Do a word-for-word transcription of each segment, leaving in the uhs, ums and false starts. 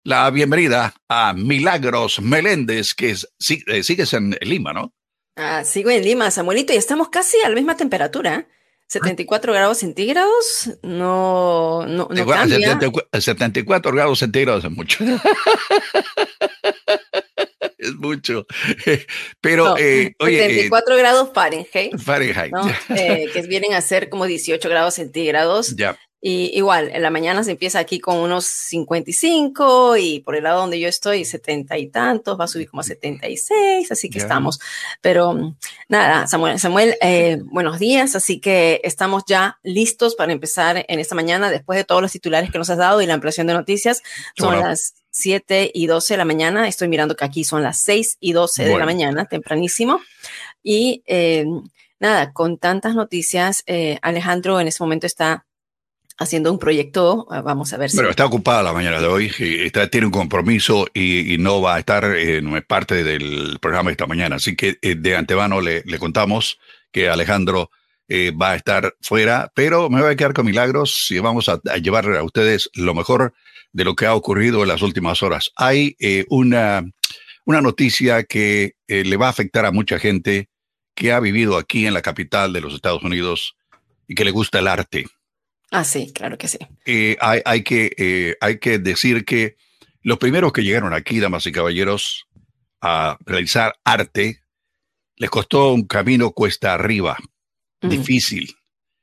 la bienvenida a Milagros Meléndez, que es, sí, eh, sigues en Lima, ¿no? Ah, sigo en Lima, Samuelito, y estamos casi a la misma temperatura. ¿eh? setenta y cuatro grados centígrados, no, no, no Igual, cambia. setenta y cuatro setenta y cuatro grados centígrados es mucho. Es mucho. Pero, No, eh, oye, eh, setenta y cuatro grados Fahrenheit, Fahrenheit. ¿no? Eh, que vienen a ser como dieciocho grados centígrados. Ya, Y igual, en la mañana se empieza aquí con unos cincuenta y cinco y por el lado donde yo estoy, setenta y tantos, va a subir como a setenta y seis, así que ya. estamos. Pero mm, nada, Samuel, Samuel eh, buenos días, así que estamos ya listos para empezar en esta mañana, después de todos los titulares que nos has dado y la ampliación de noticias. Son Bueno, las siete y doce de la mañana, estoy mirando que aquí son las seis y doce de la bueno. mañana, tempranísimo. Y eh, nada, con tantas noticias, eh, Alejandro en ese momento está haciendo un proyecto, vamos a ver Bueno, si... está ocupada la mañana de hoy, y está, tiene un compromiso y, y no va a estar, eh, no es parte del programa de esta mañana. Así que eh, de antemano le, le contamos que Alejandro eh, va a estar fuera, pero me voy a quedar con Milagros y vamos a, a llevar a ustedes lo mejor de lo que ha ocurrido en las últimas horas. Hay eh, una, una noticia que eh, le va a afectar a mucha gente que ha vivido aquí en la capital de los Estados Unidos y que le gusta el arte. Ah, sí, claro que sí. Eh, hay, hay que, eh, hay que decir que los primeros que llegaron aquí, damas y caballeros, a realizar arte, les costó un camino cuesta arriba, Mm. difícil.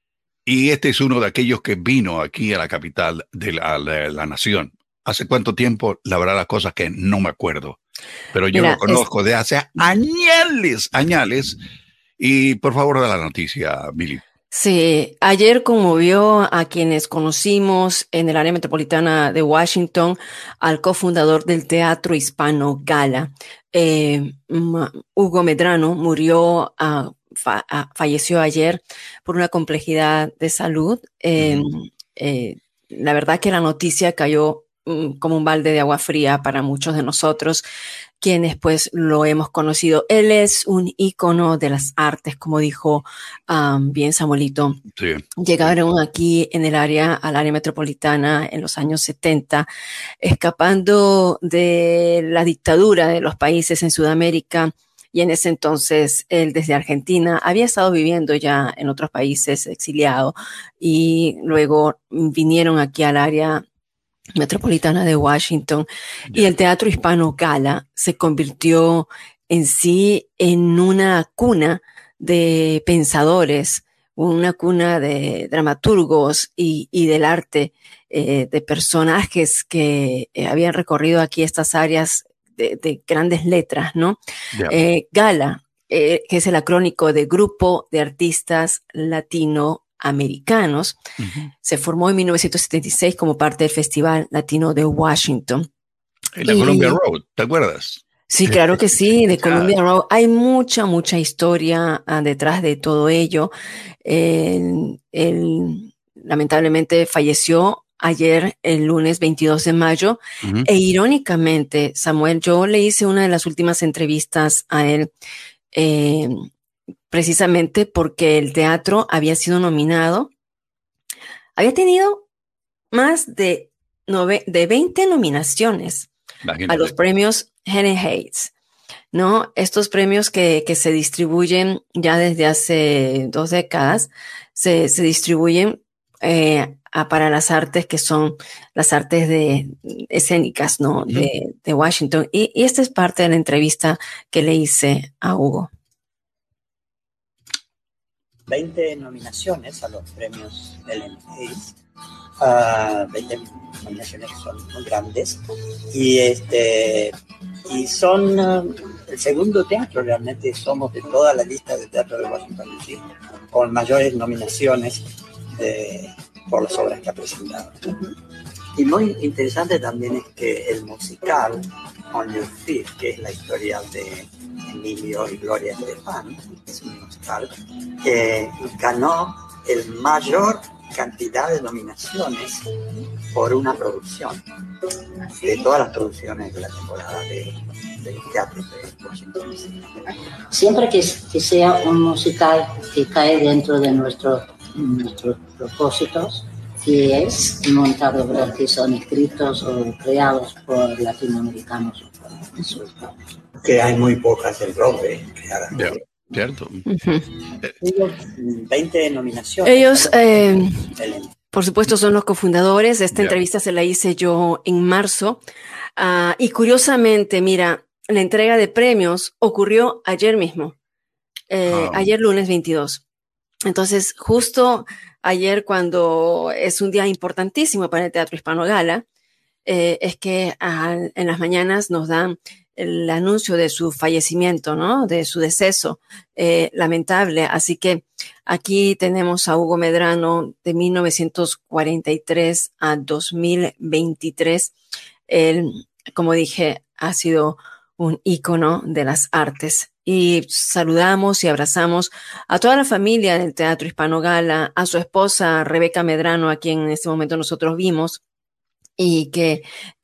Y este es uno de aquellos que vino aquí a la capital de la, la- la nación. ¿Hace cuánto tiempo? La verdad, las cosas que no me acuerdo. Pero yo lo Mira, es, conozco de hace añales, añales. Y por favor, da la noticia, Mili. sí, ayer conmovió a quienes conocimos en el área metropolitana de Washington al cofundador del Teatro Hispano Gala. Eh, Ma- Hugo Medrano murió, ah, fa- ah, falleció ayer por una complejidad de salud. Eh, Ujú. eh, la verdad que la noticia cayó mm, como un balde de agua fría para muchos de nosotros, quienes pues lo hemos conocido. Él es un ícono de las artes, como dijo um, bien Samuelito. Sí, sí. Llegaron aquí en el área, al área metropolitana en los años setenta, escapando de la dictadura de los países en Sudamérica. Y en ese entonces él desde Argentina había estado viviendo ya en otros países exiliado y luego vinieron aquí al área metropolitana de Washington y Ya. el Teatro Hispano Gala se convirtió en sí en una cuna de pensadores, una cuna de dramaturgos y, y del arte, eh, de personajes que eh, habían recorrido aquí estas áreas de, de grandes letras, ¿no? Ya. Eh, Gala, eh, que es el acrónico de Grupo de Artistas Latinoamericanos, Ujú. se formó en mil novecientos setenta y seis como parte del Festival Latino de Washington. En la Columbia Y Road, ¿te acuerdas? sí, claro que sí, de Ah, Columbia Road. Hay mucha, mucha historia uh, detrás de todo ello. Él, él lamentablemente falleció ayer, el lunes veintidós de mayo. ujú. E irónicamente, Samuel, yo le hice una de las últimas entrevistas a él, eh, precisamente porque el teatro había sido nominado, había tenido más de, nove, de veinte nominaciones a los Imagínate. premios Henry Hayes, ¿no? Estos premios que, que se distribuyen ya desde hace dos décadas, se, se distribuyen eh, a, para las artes que son las artes de, escénicas, ¿no? Ujú. De, de Washington. Y, y esta es parte de la entrevista que le hice a Hugo. veinte nominaciones a los premios Ellen Hayes, uh, veinte nominaciones que son muy grandes, y, este, y son uh, el segundo teatro, realmente somos de toda la lista de teatro de Washington D C con mayores nominaciones de, por las obras que ha presentado. Y muy interesante también es que el musical On Your Feet, que es la historia de Emilio y Gloria Estefan, es un musical, que ganó el mayor cantidad de nominaciones por una producción, de todas las producciones de la temporada de, de teatro de Washington. Siempre que, que sea un musical que cae dentro de nuestro, nuestros propósitos, que es montar obras que son escritos o creados por latinoamericanos o por mexicanos. Que hay muy pocas en Broadway, Yeah, claramente. cierto. Uh-huh. Digo, veinte nominaciones. Ellos, eh, El- por supuesto, son los cofundadores. Esta Yeah. entrevista se la hice yo en marzo. Uh, y curiosamente, mira, la entrega de premios ocurrió ayer mismo, eh, Oh. ayer lunes veintidós. Entonces, justo ayer, cuando es un día importantísimo para el Teatro Hispano Gala, eh, es que a, en las mañanas nos dan el anuncio de su fallecimiento, ¿no? De su deceso, eh, lamentable. Así que aquí tenemos a Hugo Medrano de mil novecientos cuarenta y tres a dos mil veintitrés. Él, como dije, ha sido un ícono de las artes. Y saludamos y abrazamos a toda la familia del Teatro Hispano Gala, a su esposa Rebeca Medrano, a quien en este momento nosotros vimos, y que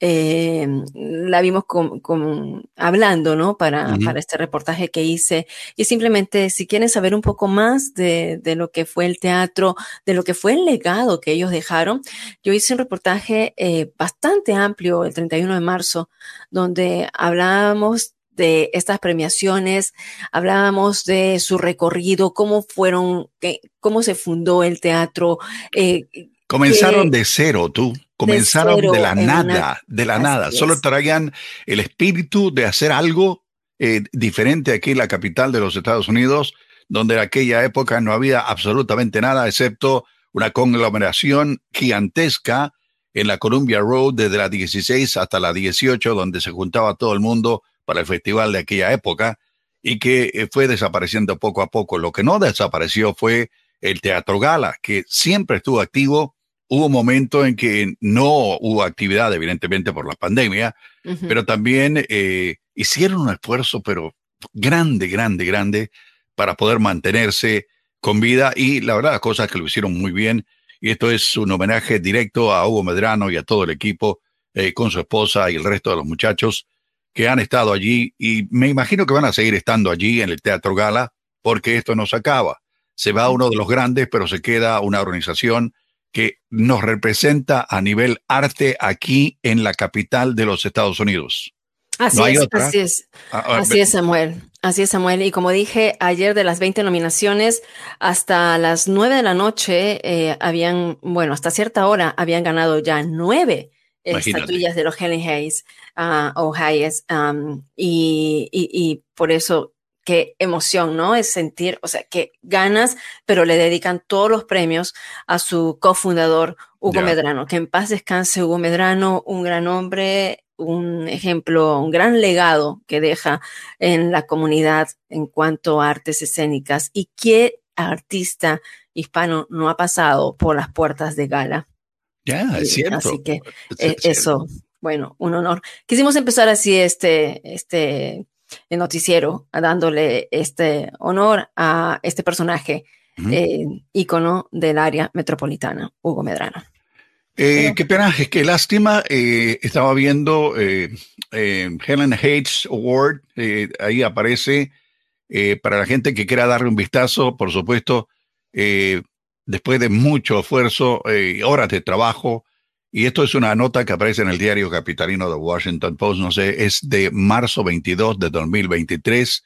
eh, la vimos con, con, hablando, ¿no? Para, uh-huh. para este reportaje que hice. Y simplemente, si quieren saber un poco más de, de lo que fue el teatro, de lo que fue el legado que ellos dejaron, yo hice un reportaje eh, bastante amplio el treinta y uno de marzo, donde hablábamos de estas premiaciones, hablábamos de su recorrido, cómo fueron, qué, cómo se fundó el teatro. Eh, Comenzaron que, de cero, tú. Comenzaron de, cero de la nada, una, de la nada. Es. Solo traían el espíritu de hacer algo eh, diferente aquí en la capital de los Estados Unidos, donde en aquella época no había absolutamente nada, excepto una conglomeración gigantesca en la Columbia Road desde la dieciséis hasta la dieciocho, donde se juntaba todo el mundo para el festival de aquella época, y que fue desapareciendo poco a poco. Lo que no desapareció fue el Teatro Gala, que siempre estuvo activo. Hubo un momento en que no hubo actividad, evidentemente por la pandemia, uh-huh. pero también eh, hicieron un esfuerzo, pero grande, grande, grande, para poder mantenerse con vida, y la verdad, cosas que lo hicieron muy bien, y esto es un homenaje directo a Hugo Medrano y a todo el equipo, eh, con su esposa y el resto de los muchachos que han estado allí, y me imagino que van a seguir estando allí en el Teatro Gala, porque esto no se acaba. Se va uno de los grandes, pero se queda una organización que nos representa a nivel arte aquí en la capital de los Estados Unidos. Así ¿No hay es, otra? así es. Ah, así es, Samuel. Así es, Samuel. Y como dije ayer, de las veinte nominaciones, hasta las nueve de la noche, eh, habían, bueno, hasta cierta hora, habían ganado ya nueve estatuillas de los Helen Hayes uh, o Hayes. Um, y, y, y por eso, qué emoción, ¿no? Es sentir, o sea, que ganas, pero le dedican todos los premios a su cofundador, Hugo yeah. Medrano. Que en paz descanse Hugo Medrano, un gran hombre, un ejemplo, un gran legado que deja en la comunidad en cuanto a artes escénicas. ¿Y qué artista hispano no ha pasado por las puertas de Gala? Ya, yeah, es cierto. Así que es, eh, es eso, bueno, un honor. Quisimos empezar así este, este el noticiero, dándole este honor a este personaje, uh-huh. eh, ícono del área metropolitana, Hugo Medrano. Eh, Pero, qué pena, es que lástima, eh, estaba viendo eh, eh, Helen Hayes Award, eh, ahí aparece, eh, para la gente que quiera darle un vistazo, por supuesto, eh, después de mucho esfuerzo, eh, horas de trabajo, y esto es una nota que aparece en el diario capitalino de Washington Post, no sé, es de marzo veintidós de dos mil veintitrés,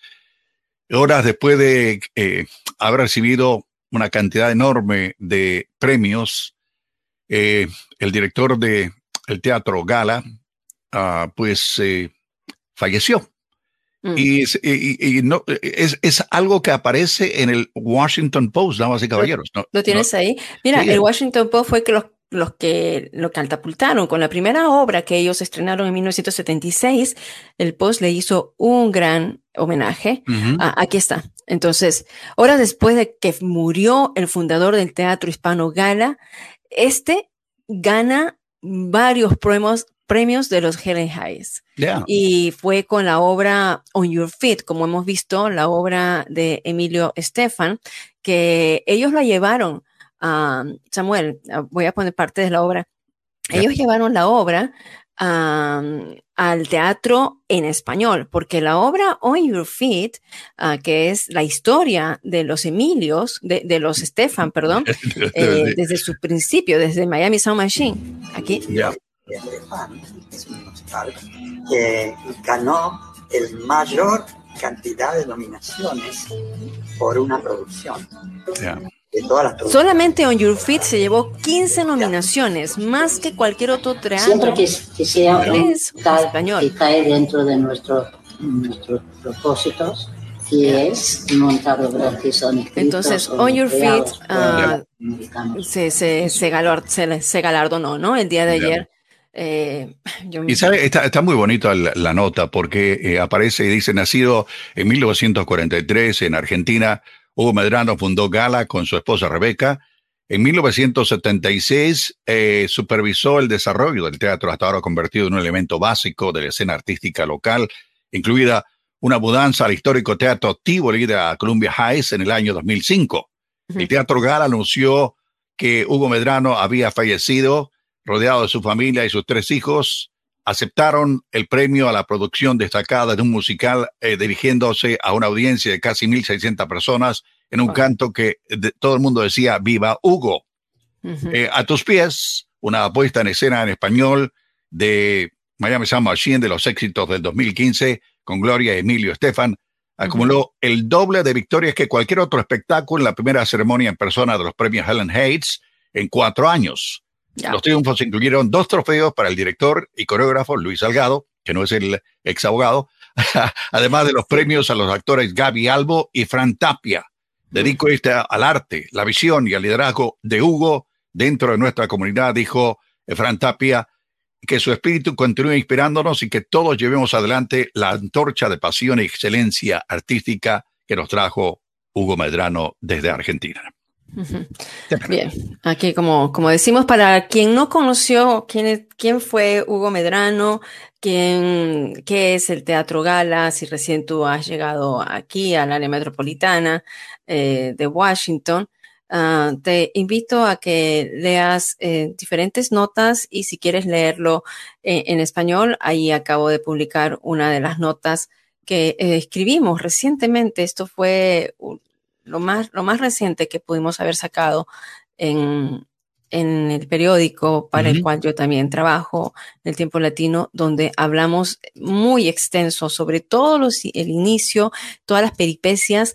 horas después de eh, haber recibido una cantidad enorme de premios. Eh, el director del Teatro Gala, uh, pues eh, falleció. Mm. Y, y, y no, es, es algo que aparece en el Washington Post, damas y caballeros. ¿Lo, ¿lo tienes no, ahí? Mira, sí, el Washington Post fue que los, los que lo catapultaron con la primera obra que ellos estrenaron en mil novecientos setenta y seis. El Post le hizo un gran homenaje. Uh-huh. Ah, aquí está. Entonces, horas después de que murió el fundador del Teatro Hispano Gala, este gana varios premios, premios de los Helen Hayes. Yeah. Y fue con la obra On Your Feet, como hemos visto, la obra de Emilio Estefan, que ellos la llevaron a, uh, Samuel, voy a poner parte de la obra, yeah. ellos llevaron la obra a, al teatro en español, porque la obra On Your Feet, uh, que es la historia de los Emilios, de, de los Estefan, perdón, eh, desde su principio, desde Miami Sound Machine, aquí. Yeah. Estefan es un musical que ganó el mayor cantidad de nominaciones por una producción. Yeah. De todas las producciones. Solamente On Your Feet se llevó quince nominaciones, más que cualquier otro teatro. Siempre que, que sea un es tal español. que cae dentro de nuestro, nuestros propósitos, que es montar obras que son escritas. Entonces, On Your Feet uh, se, se, se, galor, se, se galardonó, ¿no? El día de ayer. Eh, yo... Y sabe, está, está muy bonita la, la nota porque eh, aparece y dice, nacido en mil novecientos cuarenta y tres en Argentina, Hugo Medrano fundó Gala con su esposa Rebeca. En mil novecientos setenta y seis eh, supervisó el desarrollo del teatro, hasta ahora convertido en un elemento básico de la escena artística local, incluida una mudanza al histórico Teatro Tivoli de Columbia Heights en el año dos mil cinco. Uh-huh. El Teatro Gala anunció que Hugo Medrano había fallecido, rodeado de su familia y sus tres hijos. Aceptaron el premio a la producción destacada de un musical eh, dirigiéndose a una audiencia de casi mil seiscientas personas en un wow. canto que de, todo el mundo decía ¡Viva Hugo! Uh-huh. Eh, a tus pies, una puesta en escena en español de Miami Sound Machine de los éxitos del dos mil quince con Gloria y Emilio Estefan, acumuló uh-huh. el doble de victorias que cualquier otro espectáculo en la primera ceremonia en persona de los premios Helen Hayes en cuatro años. Ya. Los triunfos incluyeron dos trofeos para el director y coreógrafo Luis Salgado, que no es el ex abogado, además de los premios a los actores Gaby Albo y Fran Tapia. Dedico este al arte, la visión y al liderazgo de Hugo dentro de nuestra comunidad, dijo Fran Tapia, que su espíritu continúe inspirándonos y que todos llevemos adelante la antorcha de pasión y excelencia artística que nos trajo Hugo Medrano desde Argentina. Uh-huh. Bien, aquí como, como decimos, para quien no conoció quién, quién fue Hugo Medrano, quién, qué es el Teatro Gala, si recién tú has llegado aquí al área metropolitana eh, de Washington, uh, te invito a que leas eh, diferentes notas y si quieres leerlo eh, en español, ahí acabo de publicar una de las notas que eh, escribimos recientemente. Esto fue Lo más, lo más reciente que pudimos haber sacado en, en el periódico para uh-huh. el cual yo también trabajo, El Tiempo Latino, donde hablamos muy extenso sobre todo los, el inicio, todas las peripecias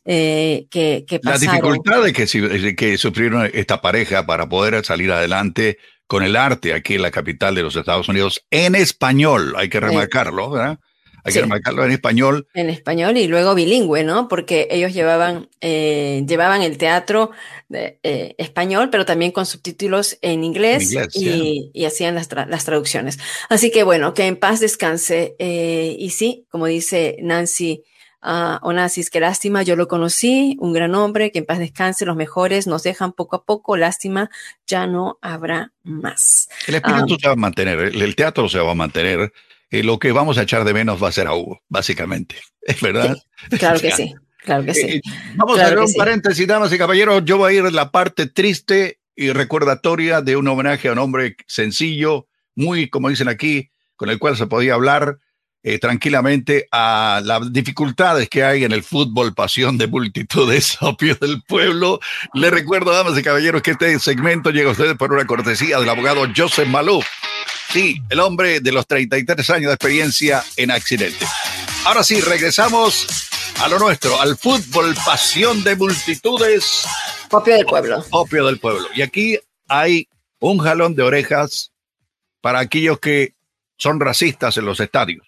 eh, que, que pasaron. Las dificultades que, que sufrieron esta pareja para poder salir adelante con el arte aquí en la capital de los Estados Unidos, en español, hay que remarcarlo, ¿verdad? Hay sí. que remarcarlo en español. En español y luego bilingüe, ¿no? Porque ellos llevaban, eh, llevaban el teatro de, eh, español, pero también con subtítulos en inglés, en inglés y, yeah. y hacían las, tra- las traducciones. Así que bueno, que en paz descanse. Eh, y sí, como dice Nancy uh, Onassis, qué lástima, yo lo conocí, un gran hombre, que en paz descanse, los mejores nos dejan poco a poco, lástima, ya no habrá más. El espíritu um, se va a mantener, el, el teatro se va a mantener. Eh, lo que vamos a echar de menos va a ser a Hugo, básicamente. ¿Es verdad? Sí, claro que sí, claro que sí. Eh, vamos claro a hacer un sí. paréntesis, damas y caballeros. Yo voy a ir en la parte triste y recordatoria de un homenaje a un hombre sencillo, muy, como dicen aquí, con el cual se podía hablar eh, tranquilamente a las dificultades que hay en el fútbol, pasión de multitudes, opio del pueblo. Les recuerdo, damas y caballeros, que este segmento llega a ustedes por una cortesía del abogado Joseph Maluf. Sí, el hombre de los treinta y tres años de experiencia en accidentes. Ahora sí, regresamos a lo nuestro, al fútbol, pasión de multitudes. Opio del pueblo. Opio del pueblo. Y aquí hay un jalón de orejas para aquellos que son racistas en los estadios.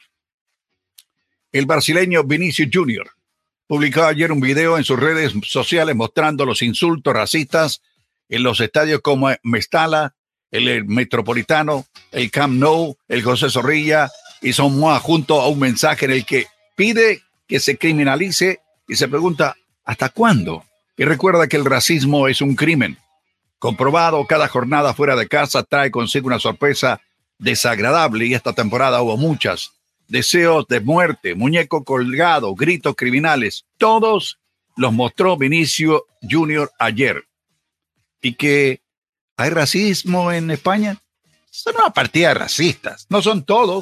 El brasileño Vinicius Junior publicó ayer un video en sus redes sociales mostrando los insultos racistas en los estadios como Mestalla, el Metropolitano, el Camp Nou, el José Zorrilla y Samoa, junto a un mensaje en el que pide que se criminalice y se pregunta ¿hasta cuándo? Y recuerda que el racismo es un crimen comprobado. Cada jornada fuera de casa trae consigo una sorpresa desagradable y esta temporada hubo muchas. Deseos de muerte, muñeco colgado, gritos criminales, todos los mostró Vinicius Junior ayer. Y que ¿hay racismo en España? Son una partida de racistas. No son todos,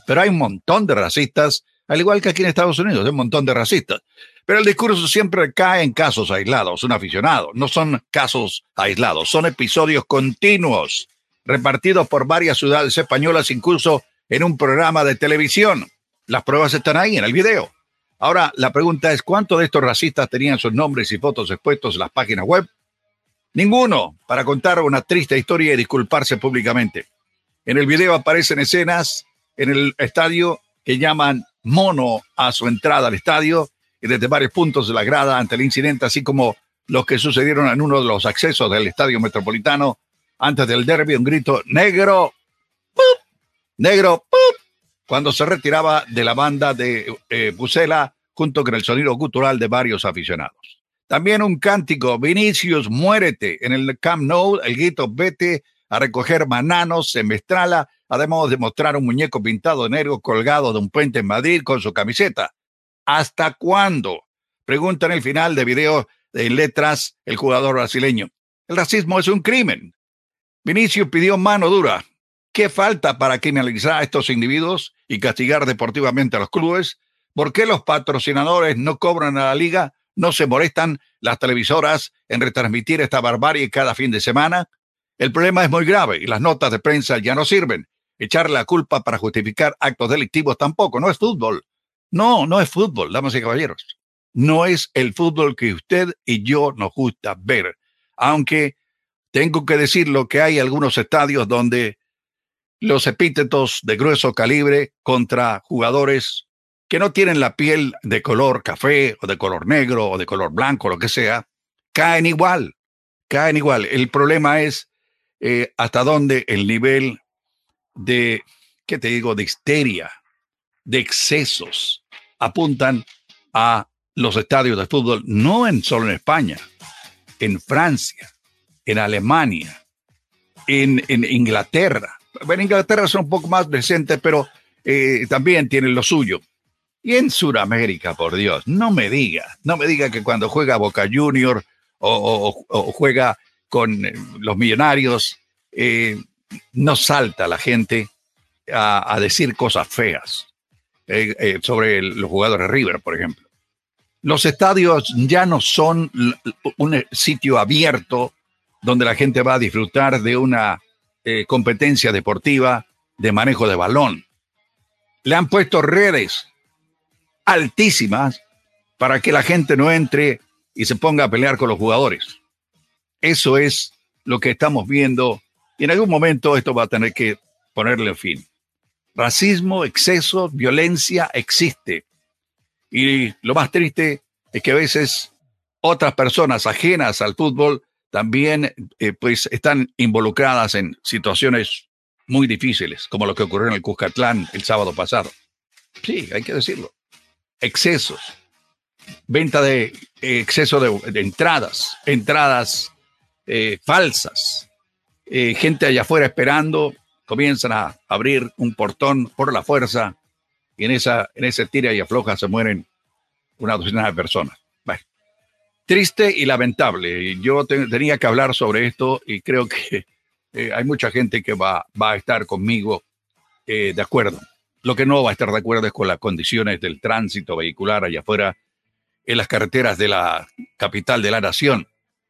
pero hay un montón de racistas, al igual que aquí en Estados Unidos, hay un montón de racistas. Pero el discurso siempre cae en casos aislados, un aficionado. No son casos aislados, son episodios continuos, repartidos por varias ciudades españolas, incluso en un programa de televisión. Las pruebas están ahí en el video. Ahora, la pregunta es, ¿cuántos de estos racistas tenían sus nombres y fotos expuestos en las páginas web? Ninguno, para contar una triste historia y disculparse públicamente. En el video aparecen escenas en el estadio que llaman mono a su entrada al estadio y desde varios puntos de la grada ante el incidente, así como los que sucedieron en uno de los accesos del Estadio Metropolitano antes del derbi, un grito negro, ¡pup! Negro, ¡pup! Cuando se retiraba de la banda de eh, Pucela junto con el sonido gutural de varios aficionados. También un cántico, Vinicius, muérete, en el Camp Nou, el grito, vete a recoger bananos en Mestrala, además de mostrar un muñeco pintado de negro colgado de un puente en Madrid con su camiseta. ¿Hasta cuándo? Pregunta en el final de video en letras el jugador brasileño. El racismo es un crimen. Vinicius pidió mano dura. ¿Qué falta para criminalizar a estos individuos y castigar deportivamente a los clubes? ¿Por qué los patrocinadores no cobran a la liga? ¿No se molestan las televisoras en retransmitir esta barbarie cada fin de semana? El problema es muy grave y las notas de prensa ya no sirven. Echar la culpa para justificar actos delictivos tampoco. No es fútbol. No, no es fútbol, damas y caballeros. No es el fútbol que usted y yo nos gusta ver. Aunque tengo que decirlo que hay algunos estadios donde los epítetos de grueso calibre contra jugadores que no tienen la piel de color café o de color negro o de color blanco, lo que sea, caen igual, caen igual. El problema es eh, hasta dónde el nivel de, ¿qué te digo?, de histeria, de excesos, apuntan a los estadios de fútbol, no en, solo en España, en Francia, en Alemania, en, en Inglaterra. Bueno, Inglaterra son un poco más decentes, pero eh, también tienen lo suyo. Y en Sudamérica, por Dios, no me diga, no me diga que cuando juega Boca Junior o, o, o juega con eh, los Millonarios, eh, no salta la gente a, a decir cosas feas eh, eh, sobre el, los jugadores de River, por ejemplo. Los estadios ya no son un sitio abierto donde la gente va a disfrutar de una eh, competencia deportiva de manejo de balón. Le han puesto redes altísimas para que la gente no entre y se ponga a pelear con los jugadores. Eso es lo que estamos viendo y en algún momento esto va a tener que ponerle fin. Racismo, exceso, violencia existe. Y lo más triste es que a veces otras personas ajenas al fútbol también eh, pues están involucradas en situaciones muy difíciles, como lo que ocurrió en el Cuscatlán el sábado pasado. Sí, hay que decirlo. Excesos, venta de eh, exceso de, de entradas, entradas eh, falsas, eh, gente allá afuera esperando, comienzan a abrir un portón por la fuerza y en esa en ese tira y afloja se mueren una docena de personas. Bueno, triste y lamentable. Yo te, tenía que hablar sobre esto y creo que eh, hay mucha gente que va, va a estar conmigo eh, de acuerdo. Lo que no va a estar de acuerdo es con las condiciones del tránsito vehicular allá afuera en las carreteras de la capital de la nación.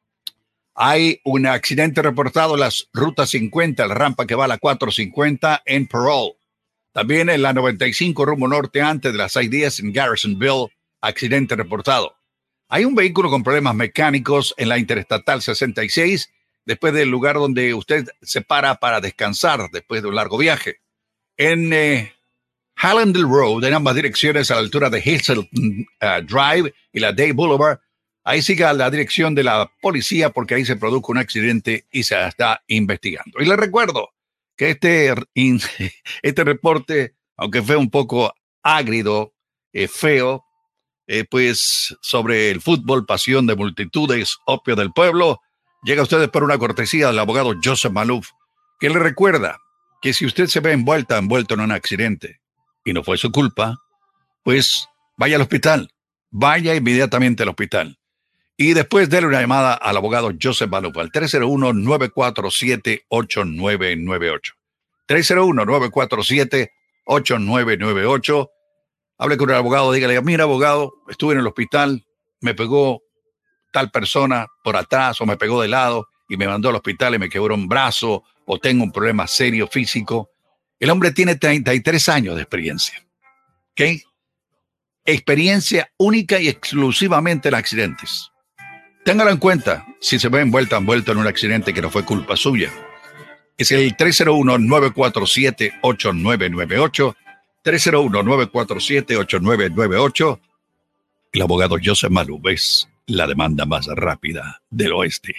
Hay un accidente reportado en las rutas cincuenta, la rampa que va a la cuatrocientos cincuenta en Parole. También en la noventa y cinco rumbo norte antes de las seis diez en Garrisonville, accidente reportado. Hay un vehículo con problemas mecánicos en la Interestatal sesenta y seis, después del lugar donde usted se para para descansar después de un largo viaje. En eh, Hallandale Road, en ambas direcciones a la altura de Hazel uh, Drive y la Day Boulevard, ahí siga la dirección de la policía porque ahí se produjo un accidente y se está investigando. Y les recuerdo que este, este reporte, aunque fue un poco ágrido, eh, feo, eh, pues sobre el fútbol, pasión de multitudes, opio del pueblo, llega a ustedes por una cortesía del abogado Joseph Maluf, que le recuerda que si usted se ve envuelta, envuelto en un accidente y no fue su culpa, pues vaya al hospital, vaya inmediatamente al hospital. Y después déle una llamada al abogado Joseph Maluf al tres cero uno, nueve cuatro siete, ocho nueve nueve ocho. tres cero uno, nueve cuatro siete, ocho nueve nueve ocho. Hable con el abogado, dígale, mira abogado, estuve en el hospital, me pegó tal persona por atrás o me pegó de lado y me mandó al hospital y me quebró un brazo o tengo un problema serio físico. El hombre tiene treinta y tres años de experiencia. ¿Ok? Experiencia única y exclusivamente en accidentes. Téngalo en cuenta si se ve envuelto, envuelto en un accidente que no fue culpa suya. Es el tres cero uno, nueve cuatro siete, ocho nueve nueve ocho. tres cero uno, nueve cuatro siete, ocho nueve nueve ocho. El abogado Joseph Maluf es la demanda más rápida del oeste.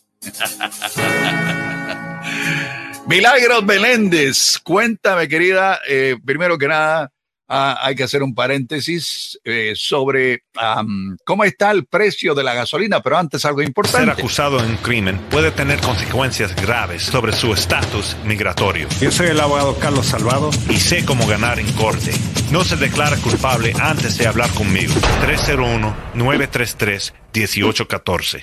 Milagros Meléndez, cuéntame, querida. Eh, primero que nada, ah, hay que hacer un paréntesis eh, sobre um, cómo está el precio de la gasolina, pero antes algo importante. Ser acusado de un crimen puede tener consecuencias graves sobre su estatus migratorio. Yo soy el abogado Carlos Salvado y sé cómo ganar en corte. No se declara culpable antes de hablar conmigo. tres cero uno, nueve tres tres, uno ocho uno cuatro.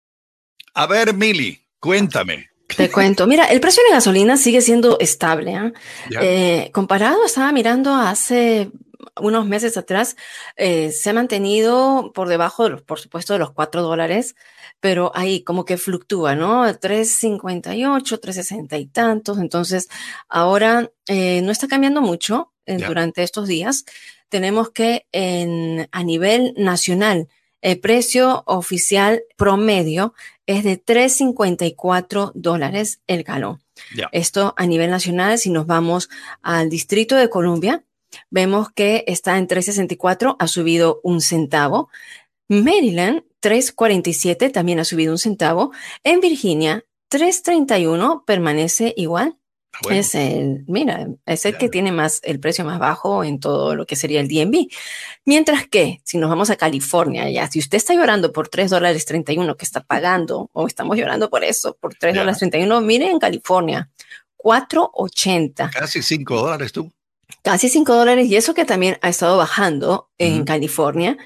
A ver, Mili, cuéntame. Te cuento. Mira, el precio de la gasolina sigue siendo estable. ¿eh? Eh, comparado, estaba mirando hace unos meses atrás, eh, se ha mantenido por debajo, de los, por supuesto, de los cuatro dólares, pero ahí como que fluctúa, ¿no? tres cincuenta y ocho, tres sesenta y tantos. Entonces, ahora eh, no está cambiando mucho eh, durante estos días. Tenemos que en, a nivel nacional, el precio oficial promedio es de tres cincuenta y cuatro dólares el galón. Yeah. Esto a nivel nacional. Si nos vamos al Distrito de Columbia, vemos que está en tres sesenta y cuatro, ha subido un centavo. Maryland, tres cuarenta y siete, también ha subido un centavo. En Virginia, tres treinta y uno, permanece igual. Bueno. Es el, mira, es el yeah. que tiene más, el precio más bajo en todo lo que sería el D M V. Mientras que, si nos vamos a California, ya, si usted está llorando por tres dólares treinta y uno que está pagando, o estamos llorando por eso, por tres dólares treinta y uno, mire en California, cuatro ochenta. Casi cinco dólares tú. Casi cinco dólares, y eso que también ha estado bajando en uh-huh. California.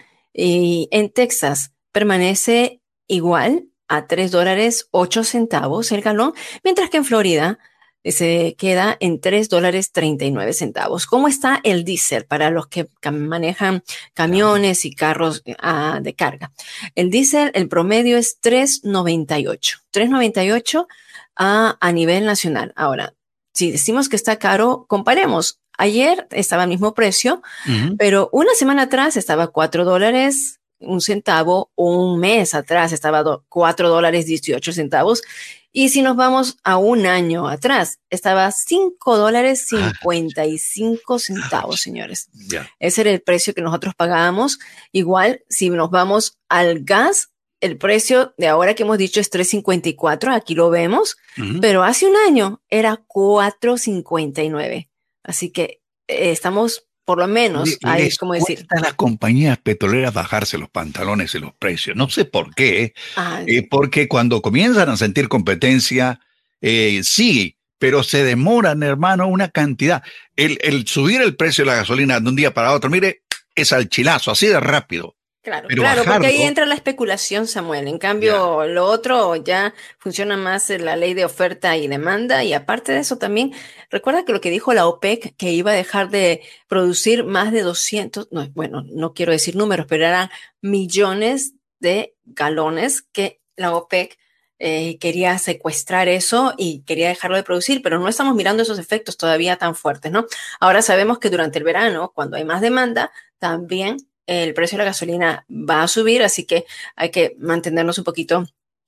Y en Texas permanece igual a tres dólares ocho centavos el galón, mientras que en Florida se queda en tres dólares treinta y nueve centavos. ¿Cómo está el diésel para los que manejan camiones y carros uh, de carga? El diésel, el promedio es tres noventa y ocho. tres noventa y ocho uh, a nivel nacional. Ahora, si decimos que está caro, comparemos. Ayer estaba al mismo precio, uh-huh. pero una semana atrás estaba cuatro dólares un centavo, un mes atrás estaba cuatro dólares dieciocho centavos. Y si nos vamos a un año atrás, estaba cinco dólares cincuenta y cinco centavos, señores. Yeah. Ese era el precio que nosotros pagábamos. Igual, si nos vamos al gas, el precio de ahora que hemos dicho es tres cincuenta y cuatro, aquí lo vemos, uh-huh. pero hace un año era cuatro cincuenta y nueve. Así que eh, estamos, por lo menos, ahí es como decir. A las compañías petroleras bajarse los pantalones y los precios. No sé por qué. Eh, porque cuando comienzan a sentir competencia, eh, sí, pero se demoran, hermano, una cantidad. El, el subir el precio de la gasolina de un día para otro, mire, es al chilazo, así de rápido. Claro, pero claro, bajarlo, porque ahí entra la especulación, Samuel. En cambio, yeah. lo otro ya funciona más en la ley de oferta y demanda. Y aparte de eso también, recuerda que lo que dijo la OPEC, que iba a dejar de producir más de doscientos, no, bueno, no quiero decir números, pero eran millones de galones que la OPEC eh, quería secuestrar eso y quería dejarlo de producir, pero no estamos mirando esos efectos todavía tan fuertes, ¿no? Ahora sabemos que durante el verano, cuando hay más demanda, también el precio de la gasolina va a subir, así que hay que mantenernos un poquito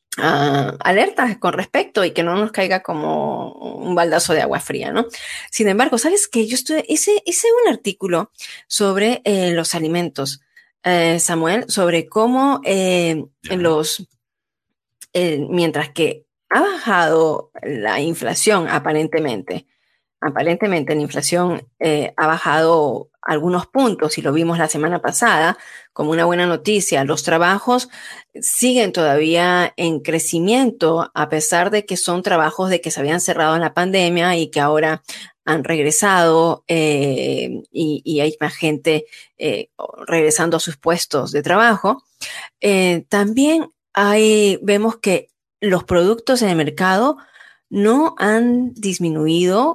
uh, alertas con respecto y que no nos caiga como un baldazo de agua fría, ¿no? Sin embargo, ¿sabes qué? Yo estuve, hice, hice un artículo sobre eh, los alimentos, eh, Samuel, sobre cómo eh, los, eh, mientras que ha bajado la inflación aparentemente, aparentemente la inflación eh, ha bajado algunos puntos y lo vimos la semana pasada como una buena noticia. Los trabajos siguen todavía en crecimiento a pesar de que son trabajos de que se habían cerrado en la pandemia y que ahora han regresado eh, y, y hay más gente eh, regresando a sus puestos de trabajo. Eh, también hay, vemos que los productos en el mercado no han disminuido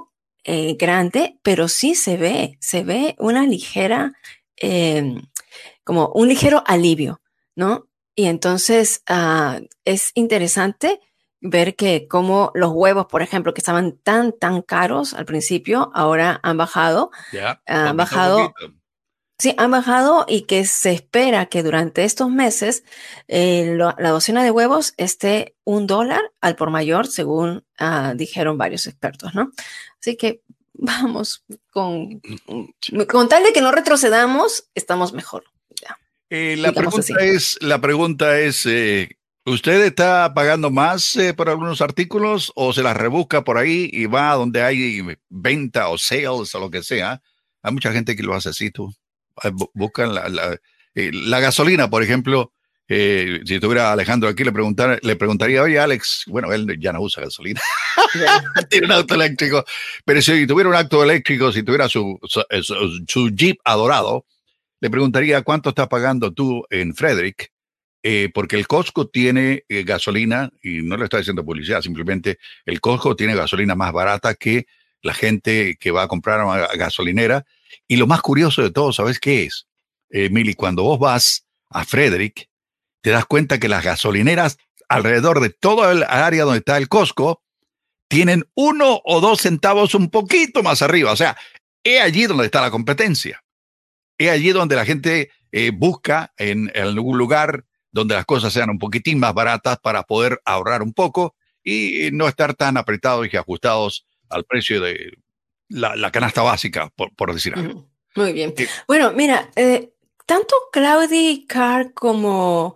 eh, grande, pero sí se ve, se ve una ligera, eh, como un ligero alivio, ¿no? Y entonces uh, es interesante ver que como los huevos, por ejemplo, que estaban tan, tan caros al principio, ahora han bajado. Ya, Han bajado. poquito. Sí, han bajado y que se espera que durante estos meses eh, lo, la docena de huevos esté un dólar al por mayor, según uh, dijeron varios expertos, ¿no? Así que vamos, con, con tal de que no retrocedamos, estamos mejor. Ya, eh, la, pregunta es, la pregunta es, eh, ¿usted está pagando más eh, por algunos artículos o se las rebusca por ahí y va a donde hay venta o sales o lo que sea? Hay mucha gente que lo hace así, tú. Buscan la, la, eh, la gasolina, por ejemplo. Eh, si tuviera Alejandro aquí, le, preguntar, le preguntaría, oye, Alex, bueno, él ya no usa gasolina. Yeah. Tiene un auto eléctrico. Pero si tuviera un auto eléctrico, si tuviera su, su, su, su Jeep adorado, le preguntaría, ¿cuánto estás pagando tú en Frederick? Eh, porque el Costco tiene eh, gasolina, y no le estoy haciendo publicidad, simplemente el Costco tiene gasolina más barata que la gente que va a comprar a una gasolinera. Y lo más curioso de todo, ¿sabes qué es? Eh, Mili, cuando vos vas a Frederick, te das cuenta que las gasolineras alrededor de toda el área donde está el Costco tienen uno o dos centavos un poquito más arriba. O sea, es allí donde está la competencia. Es allí donde la gente eh, busca en, en algún lugar donde las cosas sean un poquitín más baratas para poder ahorrar un poco y no estar tan apretados y ajustados al precio de la, la canasta básica, por, por decir algo. Muy bien. Eh, bueno, mira, eh, tanto Claudia Carr como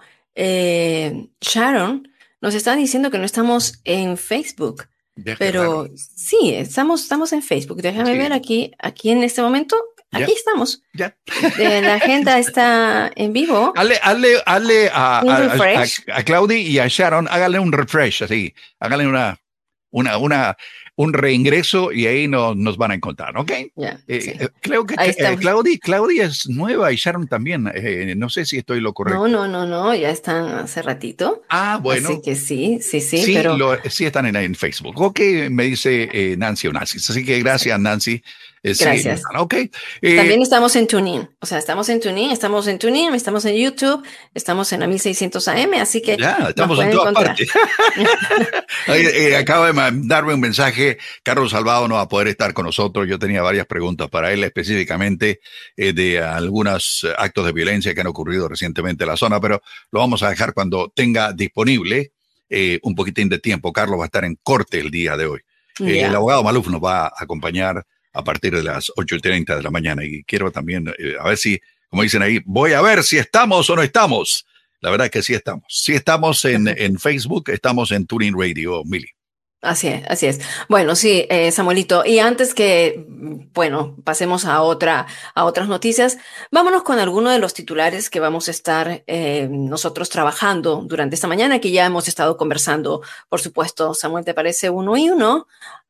eh, Sharon nos están diciendo que no estamos en Facebook. Deja pero raro. sí, estamos, estamos en Facebook. Déjame sí. ver aquí, aquí en este momento. Aquí ya. estamos. Ya. Eh, la agenda está en vivo. Hazle, hazle, hazle a, a, a, a Claudia y a Sharon, háganle un refresh, así. Háganle una, una, una, un reingreso y ahí no, nos van a encontrar, ¿ok? Yeah, eh, sí. eh, creo que, que eh, Claudia, Claudia es nueva y Sharon también. Eh, no sé si estoy lo correcto. No, no, no, no, ya están hace ratito. Ah, bueno. Así que sí, sí, sí. Sí, pero... lo, sí están en, en Facebook. Ok, me dice eh, Nancy o Nancy. Así que gracias, Nancy. Eh, Gracias. Sí, okay. eh, También estamos en TuneIn. O sea, estamos en TuneIn, estamos en TuneIn, estamos en YouTube, estamos en la mil seiscientos A M, así que ya, estamos en todas partes. eh, acaba de mandarme un mensaje. Carlos Salvado no va a poder estar con nosotros. Yo tenía varias preguntas para él, específicamente eh, de algunos actos de violencia que han ocurrido recientemente en la zona, pero lo vamos a dejar cuando tenga disponible eh, un poquitín de tiempo. Carlos va a estar en corte el día de hoy. Eh, yeah. El abogado Maluf nos va a acompañar a partir de las ocho y treinta de la mañana. Y quiero también, eh, a ver si, como dicen ahí, voy a ver si estamos o no estamos. La verdad es que sí estamos. Sí estamos en, en Facebook, estamos en TuneIn Radio, Mili. Así es, así es. Bueno, sí, eh, Samuelito. Y antes que, bueno, pasemos a otra, a otras noticias, vámonos con alguno de los titulares que vamos a estar eh, nosotros trabajando durante esta mañana, que ya hemos estado conversando, por supuesto. Samuel, ¿te parece uno y uno?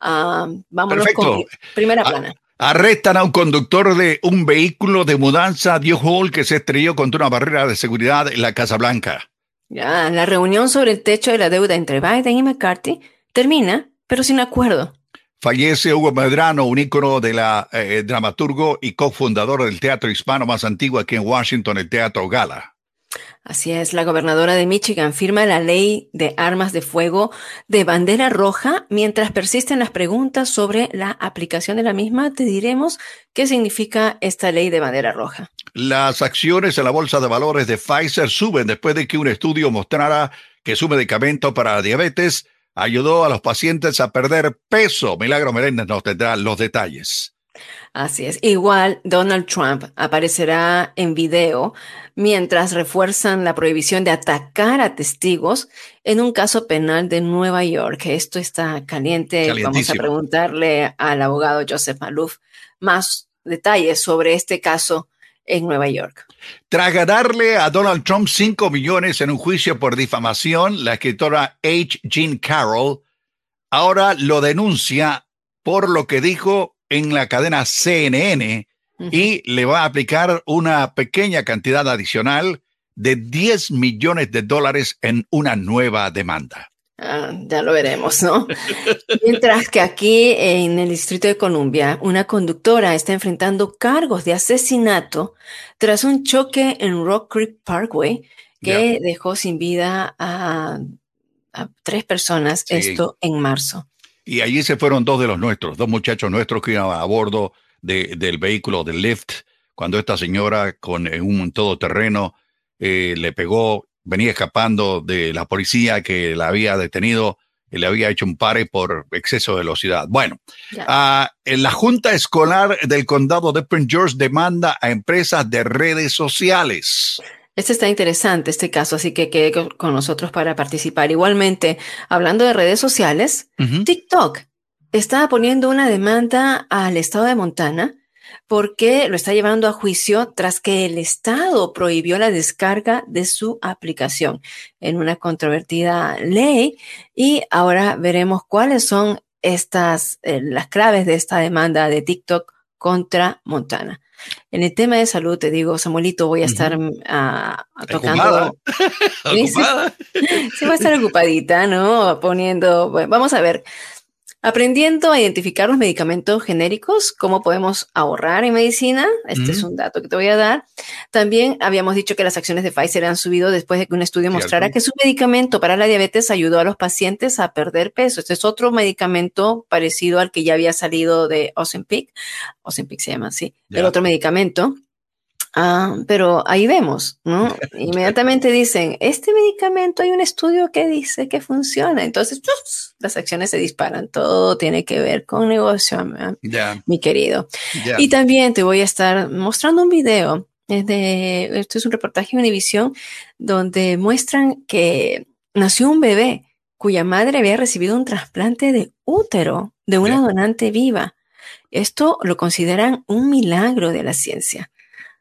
Uh, vámonos Perfecto. Con primera plana. Arrestan a un conductor de un vehículo de mudanza de U-Haul que se estrelló contra una barrera de seguridad en la Casa Blanca. Ya, la reunión sobre el techo de la deuda entre Biden y McCarthy termina, pero sin acuerdo. Fallece Hugo Medrano, un ícono de la eh, dramaturgo y cofundador del teatro hispano más antiguo aquí en Washington, el Teatro Gala. Así es, la gobernadora de Michigan firma la ley de armas de fuego de bandera roja. Mientras persisten las preguntas sobre la aplicación de la misma, te diremos qué significa esta ley de bandera roja. Las acciones en la bolsa de valores de Pfizer suben después de que un estudio mostrara que su medicamento para la diabetes ayudó a los pacientes a perder peso. Milagro Meléndez nos tendrá los detalles. Así es. Igual Donald Trump aparecerá en video mientras refuerzan la prohibición de atacar a testigos en un caso penal de Nueva York. Esto está caliente. Vamos a preguntarle al abogado Joseph Maluf más detalles sobre este caso en Nueva York. Tras ganarle a Donald Trump cinco millones en un juicio por difamación, la escritora H. Jean Carroll ahora lo denuncia por lo que dijo en la cadena C N N uh-huh. y le va a aplicar una pequeña cantidad adicional de diez millones de dólares en una nueva demanda. Ah, ya lo veremos, ¿no? Mientras que aquí en el Distrito de Columbia, una conductora está enfrentando cargos de asesinato tras un choque en Rock Creek Parkway que yeah. dejó sin vida a, a tres personas, sí. Esto en marzo. Y allí se fueron dos de los nuestros, dos muchachos nuestros que iban a bordo de, del vehículo de Lyft, cuando esta señora con un todoterreno eh, le pegó. Venía escapando de la policía que la había detenido y le había hecho un pare por exceso de velocidad. Bueno, yeah. uh, la Junta Escolar del Condado de Prince George demanda a empresas de redes sociales. Este está interesante, este caso, así que quede con nosotros para participar. Igualmente, hablando de redes sociales, uh-huh. TikTok está poniendo una demanda al estado de Montana porque lo está llevando a juicio tras que el Estado prohibió la descarga de su aplicación en una controvertida ley. Y ahora veremos cuáles son estas, eh, las claves de esta demanda de TikTok contra Montana. En el tema de salud, te digo, Samuelito, voy a estar uh, uh, tocando... ¿Ocupada? Sí, voy a estar ocupadita, ¿no? Poniendo... Bueno, vamos a ver... Aprendiendo a identificar los medicamentos genéricos, cómo podemos ahorrar en medicina. Este mm. es un dato que te voy a dar. También habíamos dicho que las acciones de Pfizer han subido después de que un estudio ¿Cierto? mostrara que su medicamento para la diabetes ayudó a los pacientes a perder peso. Este es otro medicamento parecido al que ya había salido de Ozempic. Ozempic se llama así. Yeah. El otro medicamento. Ah, pero ahí vemos, ¿no? Inmediatamente dicen, este medicamento hay un estudio que dice que funciona. Entonces, ¡puf! Las acciones se disparan. Todo tiene que ver con negocio, yeah. mi querido. Yeah. Y también te voy a estar mostrando un video. Es de, esto es un reportaje de Univisión donde muestran que nació un bebé cuya madre había recibido un trasplante de útero de una yeah. donante viva. Esto lo consideran un milagro de la ciencia.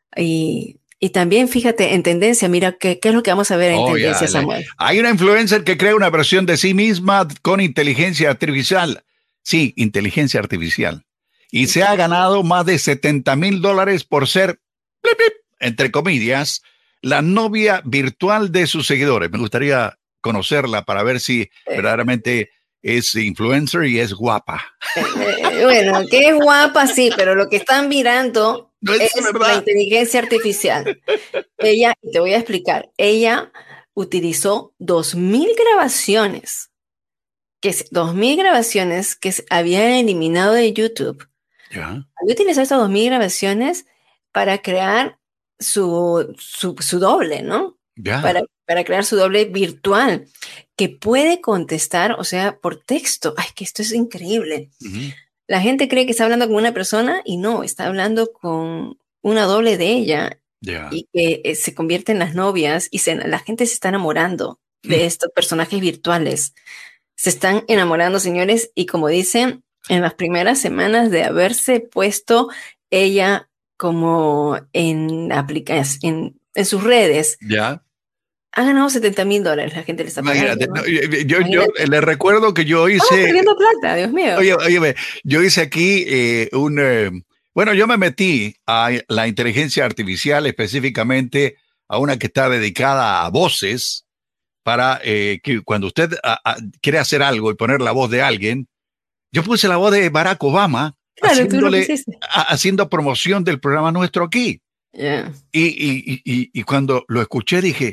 Y, y también, fíjate, en tendencia, mira, ¿qué, qué es lo que vamos a ver en oh, tendencia, yeah, Samuel? Hay una influencer que crea una versión de sí misma con inteligencia artificial. Sí, inteligencia artificial. Y se ha ganado más de setenta mil dólares por ser, blip, blip, entre comillas, la novia virtual de sus seguidores. Me gustaría conocerla para ver si eh. verdaderamente es influencer y es guapa. Eh, bueno, que es guapa, sí, pero lo que están mirando... No es, es la inteligencia artificial. Ella, te voy a explicar, ella utilizó dos mil grabaciones, que dos mil grabaciones que se habían eliminado de YouTube. Yeah. Había utilizado estas dos mil grabaciones para crear su, su, su doble, ¿no? Yeah. Para, para crear su doble virtual, que puede contestar, o sea, por texto. Ay, que esto es increíble. Uh-huh. La gente cree que está hablando con una persona y no, está hablando con una doble de ella yeah. y que eh, se convierte en las novias y se, la gente se está enamorando de estos personajes virtuales. Se están enamorando, señores, y como dicen, en las primeras semanas de haberse puesto ella como en, en, en sus redes, yeah. ha ganado setenta mil dólares, la gente le está pagando. Imagínate, ¿no? yo, yo, yo le recuerdo que yo hice... Oh, perdiendo plata, Dios mío. Oye, oye, yo hice aquí eh, un... Eh, bueno, yo me metí a la inteligencia artificial, específicamente a una que está dedicada a voces, para eh, que cuando usted a, a, quiere hacer algo y poner la voz de alguien, yo puse la voz de Barack Obama, claro, haciéndole, a, haciendo promoción del programa nuestro aquí. Yeah. Y, y, y, y cuando lo escuché dije,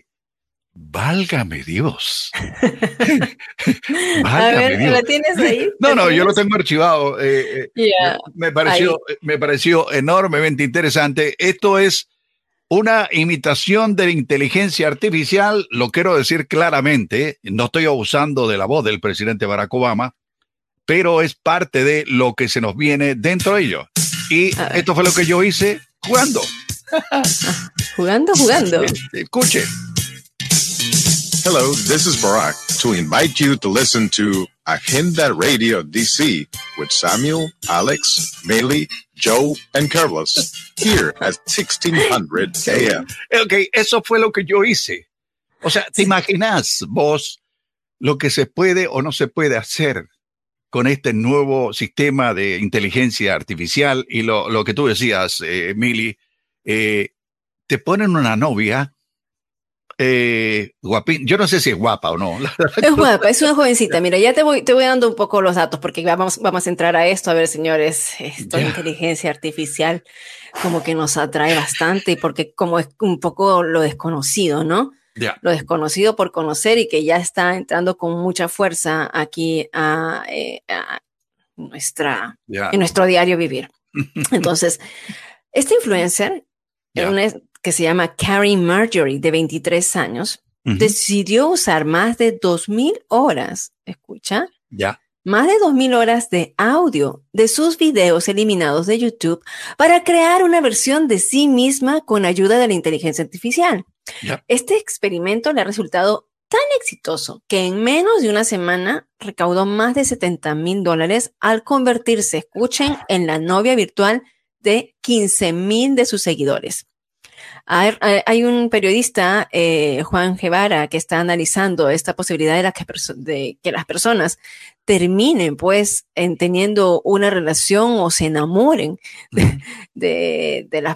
válgame Dios. Válgame a ver, Dios. ¿Lo tienes ahí? No, no, yo lo tengo archivado. Eh, yeah. me, pareció, me pareció enormemente interesante. Esto es una imitación de la inteligencia artificial, lo quiero decir claramente. No estoy abusando de la voz del presidente Barack Obama, pero es parte de lo que se nos viene dentro de ello. Y esto fue lo que yo hice jugando. Jugando, jugando. Escuche. Hello, this is Barack to invite you to listen to Agenda Radio D C with Samuel, Alex, Bailey, Joe, and Carlos here at sixteen hundred A M. Ok, eso fue lo que yo hice. O sea, ¿te imaginas vos lo que se puede o no se puede hacer con este nuevo sistema de inteligencia artificial? Y lo, lo que tú decías, eh, Mili, eh, te ponen una novia Eh, guapín. Yo no sé si es guapa o no. Es guapa, es una jovencita. Mira, ya te voy, te voy dando un poco los datos porque vamos, vamos a entrar a esto. A ver, señores, esto de Ya. inteligencia artificial como que nos atrae bastante porque como es un poco lo desconocido, ¿no? Ya. Lo desconocido por conocer y que ya está entrando con mucha fuerza aquí a, eh, a nuestra, Ya. en nuestro diario vivir. Entonces, este influencer, Ya. una, que se llama Carrie Marjorie, de veintitrés años, Ujú. decidió usar más de dos mil horas, escucha, Ya. más de dos mil horas de audio de sus videos eliminados de YouTube para crear una versión de sí misma con ayuda de la inteligencia artificial. Ya. Este experimento le ha resultado tan exitoso que en menos de una semana recaudó más de setenta mil dólares al convertirse, escuchen, en la novia virtual de quince mil de sus seguidores. Hay, hay un periodista, eh, Juan Guevara, que está analizando esta posibilidad de, la que, de que las personas terminen, pues, en teniendo una relación o se enamoren de, de, de, la,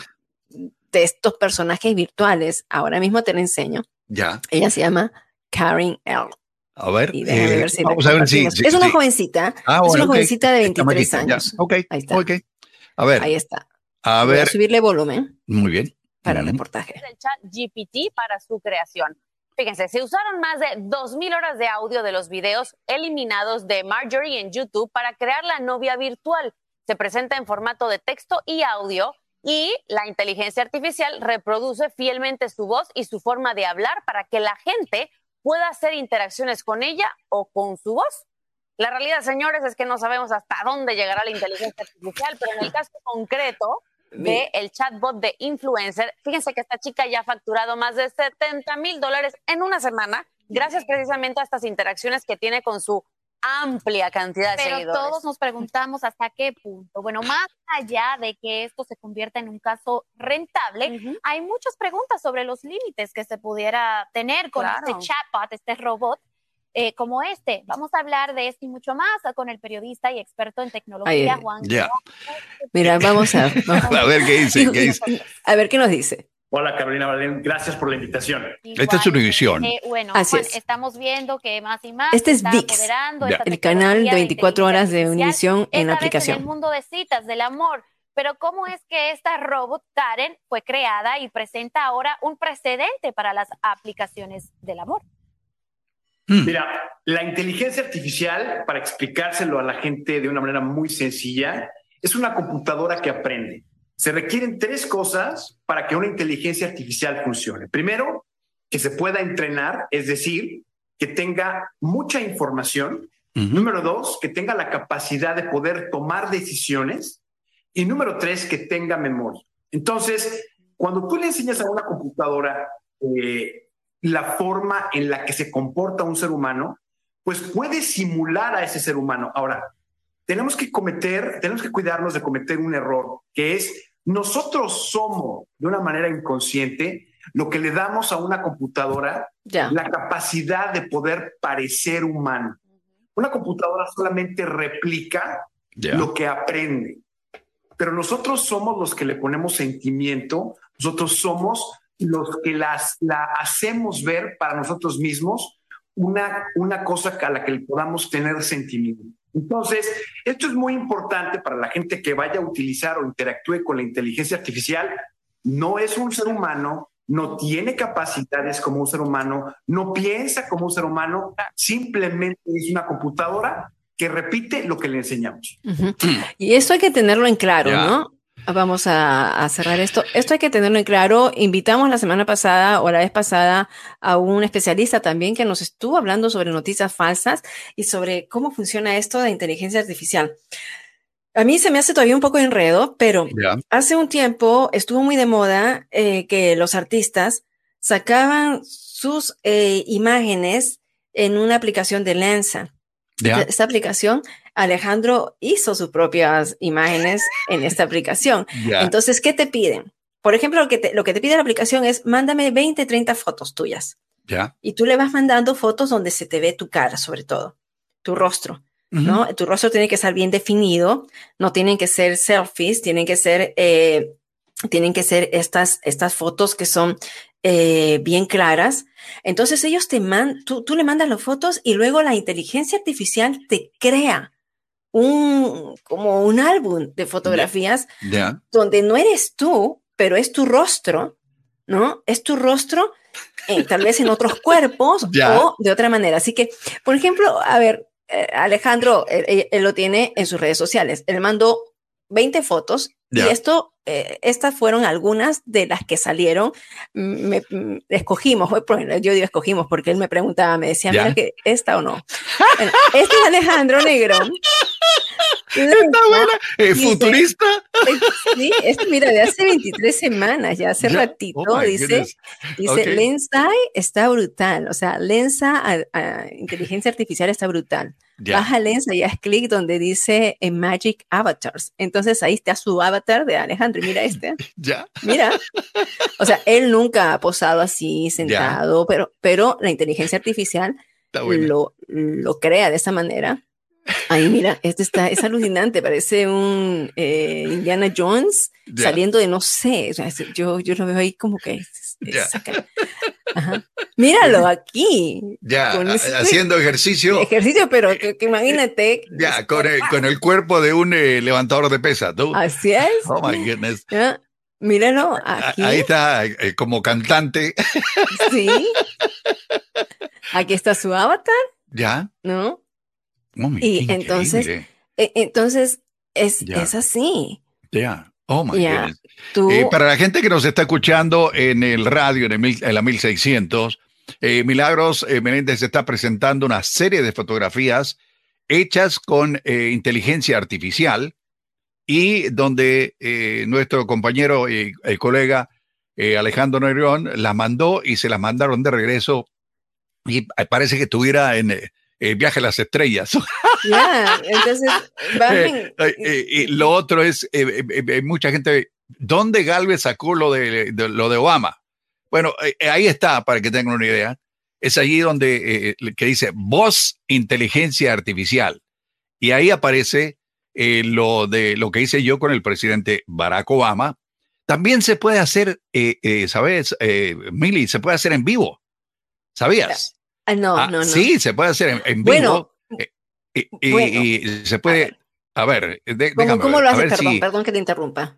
de estos personajes virtuales. Ahora mismo te la enseño. Ya. Ella se llama Karen L. A ver, Y déjame eh, ver si vamos la a ver si, si- es una si- jovencita, Ah, es bueno, una ok. jovencita de veintitrés Chamaquita, ya. años. Ok, Ahí está. ok. A ver, Ahí está. a Voy a ver. subirle volumen Muy bien. para el Ujú. reportaje. del chat G P T para su creación. Fíjense, se usaron más de dos mil horas de audio de los videos eliminados de Marjorie en YouTube para crear la novia virtual. Se presenta en formato de texto y audio y la inteligencia artificial reproduce fielmente su voz y su forma de hablar para que la gente pueda hacer interacciones con ella o con su voz. La realidad, señores, es que no sabemos hasta dónde llegará la inteligencia artificial, pero en el caso concreto de el chatbot de influencer, fíjense que esta chica ya ha facturado más de setenta mil dólares en una semana, gracias precisamente a estas interacciones que tiene con su amplia cantidad de Pero seguidores. todos nos preguntamos hasta qué punto. Bueno, más allá de que esto se convierta en un caso rentable, Ujú. hay muchas preguntas sobre los límites que se pudiera tener con Claro. este chatbot, este robot, eh, como este. Vamos a hablar de esto y mucho más con el periodista y experto en tecnología, Ay, Juan. Ya. Mira, vamos a, A ver qué dice, qué dice. a ver qué nos dice. Hola Carolina Valen, gracias por la invitación. Esta es Univisión. Eh, bueno, Así Juan, es. estamos viendo que más y más Este se es está ViX, apoderando Ya. esta El canal tecnología de veinticuatro horas de inteligencia artificial, Univisión en la esta vez aplicación. en el mundo de citas, del amor. Pero ¿cómo es que esta robot Karen fue creada y presenta ahora un precedente para las aplicaciones del amor? Mm. Mira, la inteligencia artificial, para explicárselo a la gente de una manera muy sencilla, es una computadora que aprende. Se requieren tres cosas para que una inteligencia artificial funcione. Primero, que se pueda entrenar, es decir, que tenga mucha información. Ujú. Número dos, que tenga la capacidad de poder tomar decisiones. Y número tres, que tenga memoria. Entonces, cuando tú le enseñas a una computadora eh, la forma en la que se comporta un ser humano, pues puede simular a ese ser humano. Ahora, tenemos que cometer, tenemos que cuidarnos de cometer un error, que es nosotros somos, de una manera inconsciente, lo que le damos a una computadora Ya. la capacidad de poder parecer humano. Una computadora solamente replica Ya. lo que aprende, pero nosotros somos los que le ponemos sentimiento, nosotros somos los que las, la hacemos ver para nosotros mismos una, una cosa a la que le podamos tener sentimiento. Entonces, esto es muy importante para la gente que vaya a utilizar o interactúe con la inteligencia artificial. No es un ser humano, no tiene capacidades como un ser humano, no piensa como un ser humano, simplemente es una computadora que repite lo que le enseñamos. Ujú. Y esto hay que tenerlo en claro, Ya. ¿no? Vamos a, a cerrar esto. Esto hay que tenerlo en claro. Invitamos la semana pasada o la vez pasada a un especialista también que nos estuvo hablando sobre noticias falsas y sobre cómo funciona esto de inteligencia artificial. A mí se me hace todavía un poco enredo, pero Ya. hace un tiempo estuvo muy de moda eh, que los artistas sacaban sus eh, imágenes en una aplicación de Lensa. Ya. Esta aplicación, Alejandro hizo sus propias imágenes en esta aplicación. Ya. Entonces, ¿qué te piden? Por ejemplo, lo que te, lo que te pide la aplicación es mándame veinte, treinta fotos tuyas. Ya. Y tú le vas mandando fotos donde se te ve tu cara, sobre todo, tu rostro, ¿no? Tu rostro tiene que estar bien definido, no tienen que ser selfies, tienen que ser eh, tienen que ser estas, estas fotos que son eh, bien claras. Entonces ellos te mandan, tú, tú le mandas las fotos y luego la inteligencia artificial te crea un, como un álbum de fotografías yeah. Yeah. donde no eres tú, pero es tu rostro, ¿no? Es tu rostro, eh, tal vez en otros cuerpos yeah. o de otra manera. Así que, por ejemplo, a ver, eh, Alejandro, él, él lo tiene en sus redes sociales. Él mandó veinte fotos yeah. y esto, eh, estas fueron algunas de las que salieron. Me, me, escogimos, yo digo escogimos porque él me preguntaba, me decía, yeah. mira que esta o no. Bueno, este es Alejandro Negrón. Está buena, eh, dice, futurista. Sí, esto mira, de hace veintitrés semanas, ya hace yeah. ratito, oh dice, dice okay. Lensai está brutal, o sea, Lensa a, a inteligencia artificial está brutal. Yeah. Baja Lensa y haz clic donde dice en Magic Avatars. Entonces ahí está su avatar de Alejandro. Y mira este. Ya. Mira. O sea, él nunca ha posado así, sentado, yeah. pero, pero la inteligencia artificial lo, lo crea de esa manera. Ahí mira, este está, es alucinante, parece un eh, Indiana Jones yeah. saliendo de no sé, o sea, yo, yo lo veo ahí como que es, es yeah. Ajá. Míralo aquí. Ya, yeah, haciendo ejercicio. Ejercicio, pero que, que imagínate. Ya, yeah, con, el, con el cuerpo de un eh, levantador de pesas, ¿tú? Así es. Oh my goodness. ¿Ya? Míralo aquí. Ahí está, eh, como cantante. Sí. Aquí está su avatar. Ya. ¿No? Oh, y entonces, eh, entonces es, yeah. es así. Ya. Yeah. Oh my yeah. goodness. Tú... Eh, para la gente que nos está escuchando en el radio, en, el mil, en la mil seiscientos, eh, Milagros eh, Menéndez está presentando una serie de fotografías hechas con eh, inteligencia artificial y donde eh, nuestro compañero y el colega eh, Alejandro Negrón las mandó y se las mandaron de regreso y parece que estuviera en... Eh, Eh, Viaje a las Estrellas. Yeah, entonces, eh, eh, eh, lo otro es, eh, eh, mucha gente, ¿dónde Galvez sacó lo de, de, lo de Obama? Bueno, eh, ahí está, para que tengan una idea. Es allí donde, eh, que dice, voz, inteligencia artificial. Y ahí aparece eh, lo de lo que hice yo con el presidente Barack Obama. También se puede hacer, eh, eh, ¿sabes, eh, Mili? Se puede hacer en vivo. ¿Sabías? Ah, no, ah, no, no. Sí, se puede hacer en, en bueno, vivo. Eh, y, y, bueno, y se puede. A ver, de, ¿cómo, déjame ¿cómo ver, lo haces? ver Perdón, si, perdón que te interrumpa.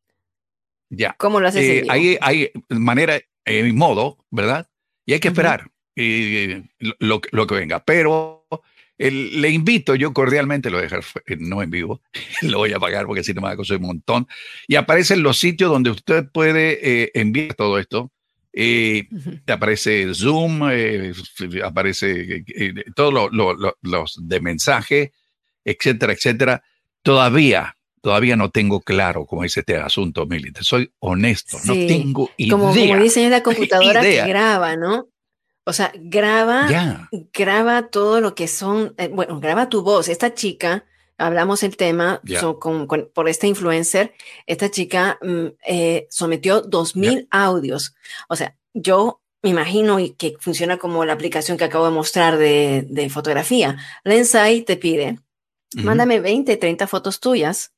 Ya. ¿Cómo lo haces? Eh, en vivo? hay, hay manera, en modo, ¿verdad? Y hay que esperar uh-huh. y, lo, lo que venga. Pero el, le invito, yo cordialmente, lo voy a dejar no en vivo, lo voy a pagar porque si no me va a costar un montón. Y aparecen los sitios donde usted puede eh, enviar todo esto. Eh, uh-huh. Aparece Zoom, eh, aparece eh, todos lo, lo, lo, los de mensaje, etcétera, etcétera. Todavía, todavía no tengo claro cómo es este asunto, Mili. Te soy honesto, sí. no tengo idea. Como, como dicen, es la computadora que graba, ¿no? O sea, graba, yeah. graba todo lo que son, eh, bueno, graba tu voz. Esta chica, hablamos el tema yeah. so, con, con, por esta influencer, esta chica mm, eh, sometió dos mil yeah. audios. O sea, yo me imagino y que funciona como la aplicación que acabo de mostrar de, de fotografía. Lensai te pide, uh-huh. mándame veinte, treinta fotos tuyas.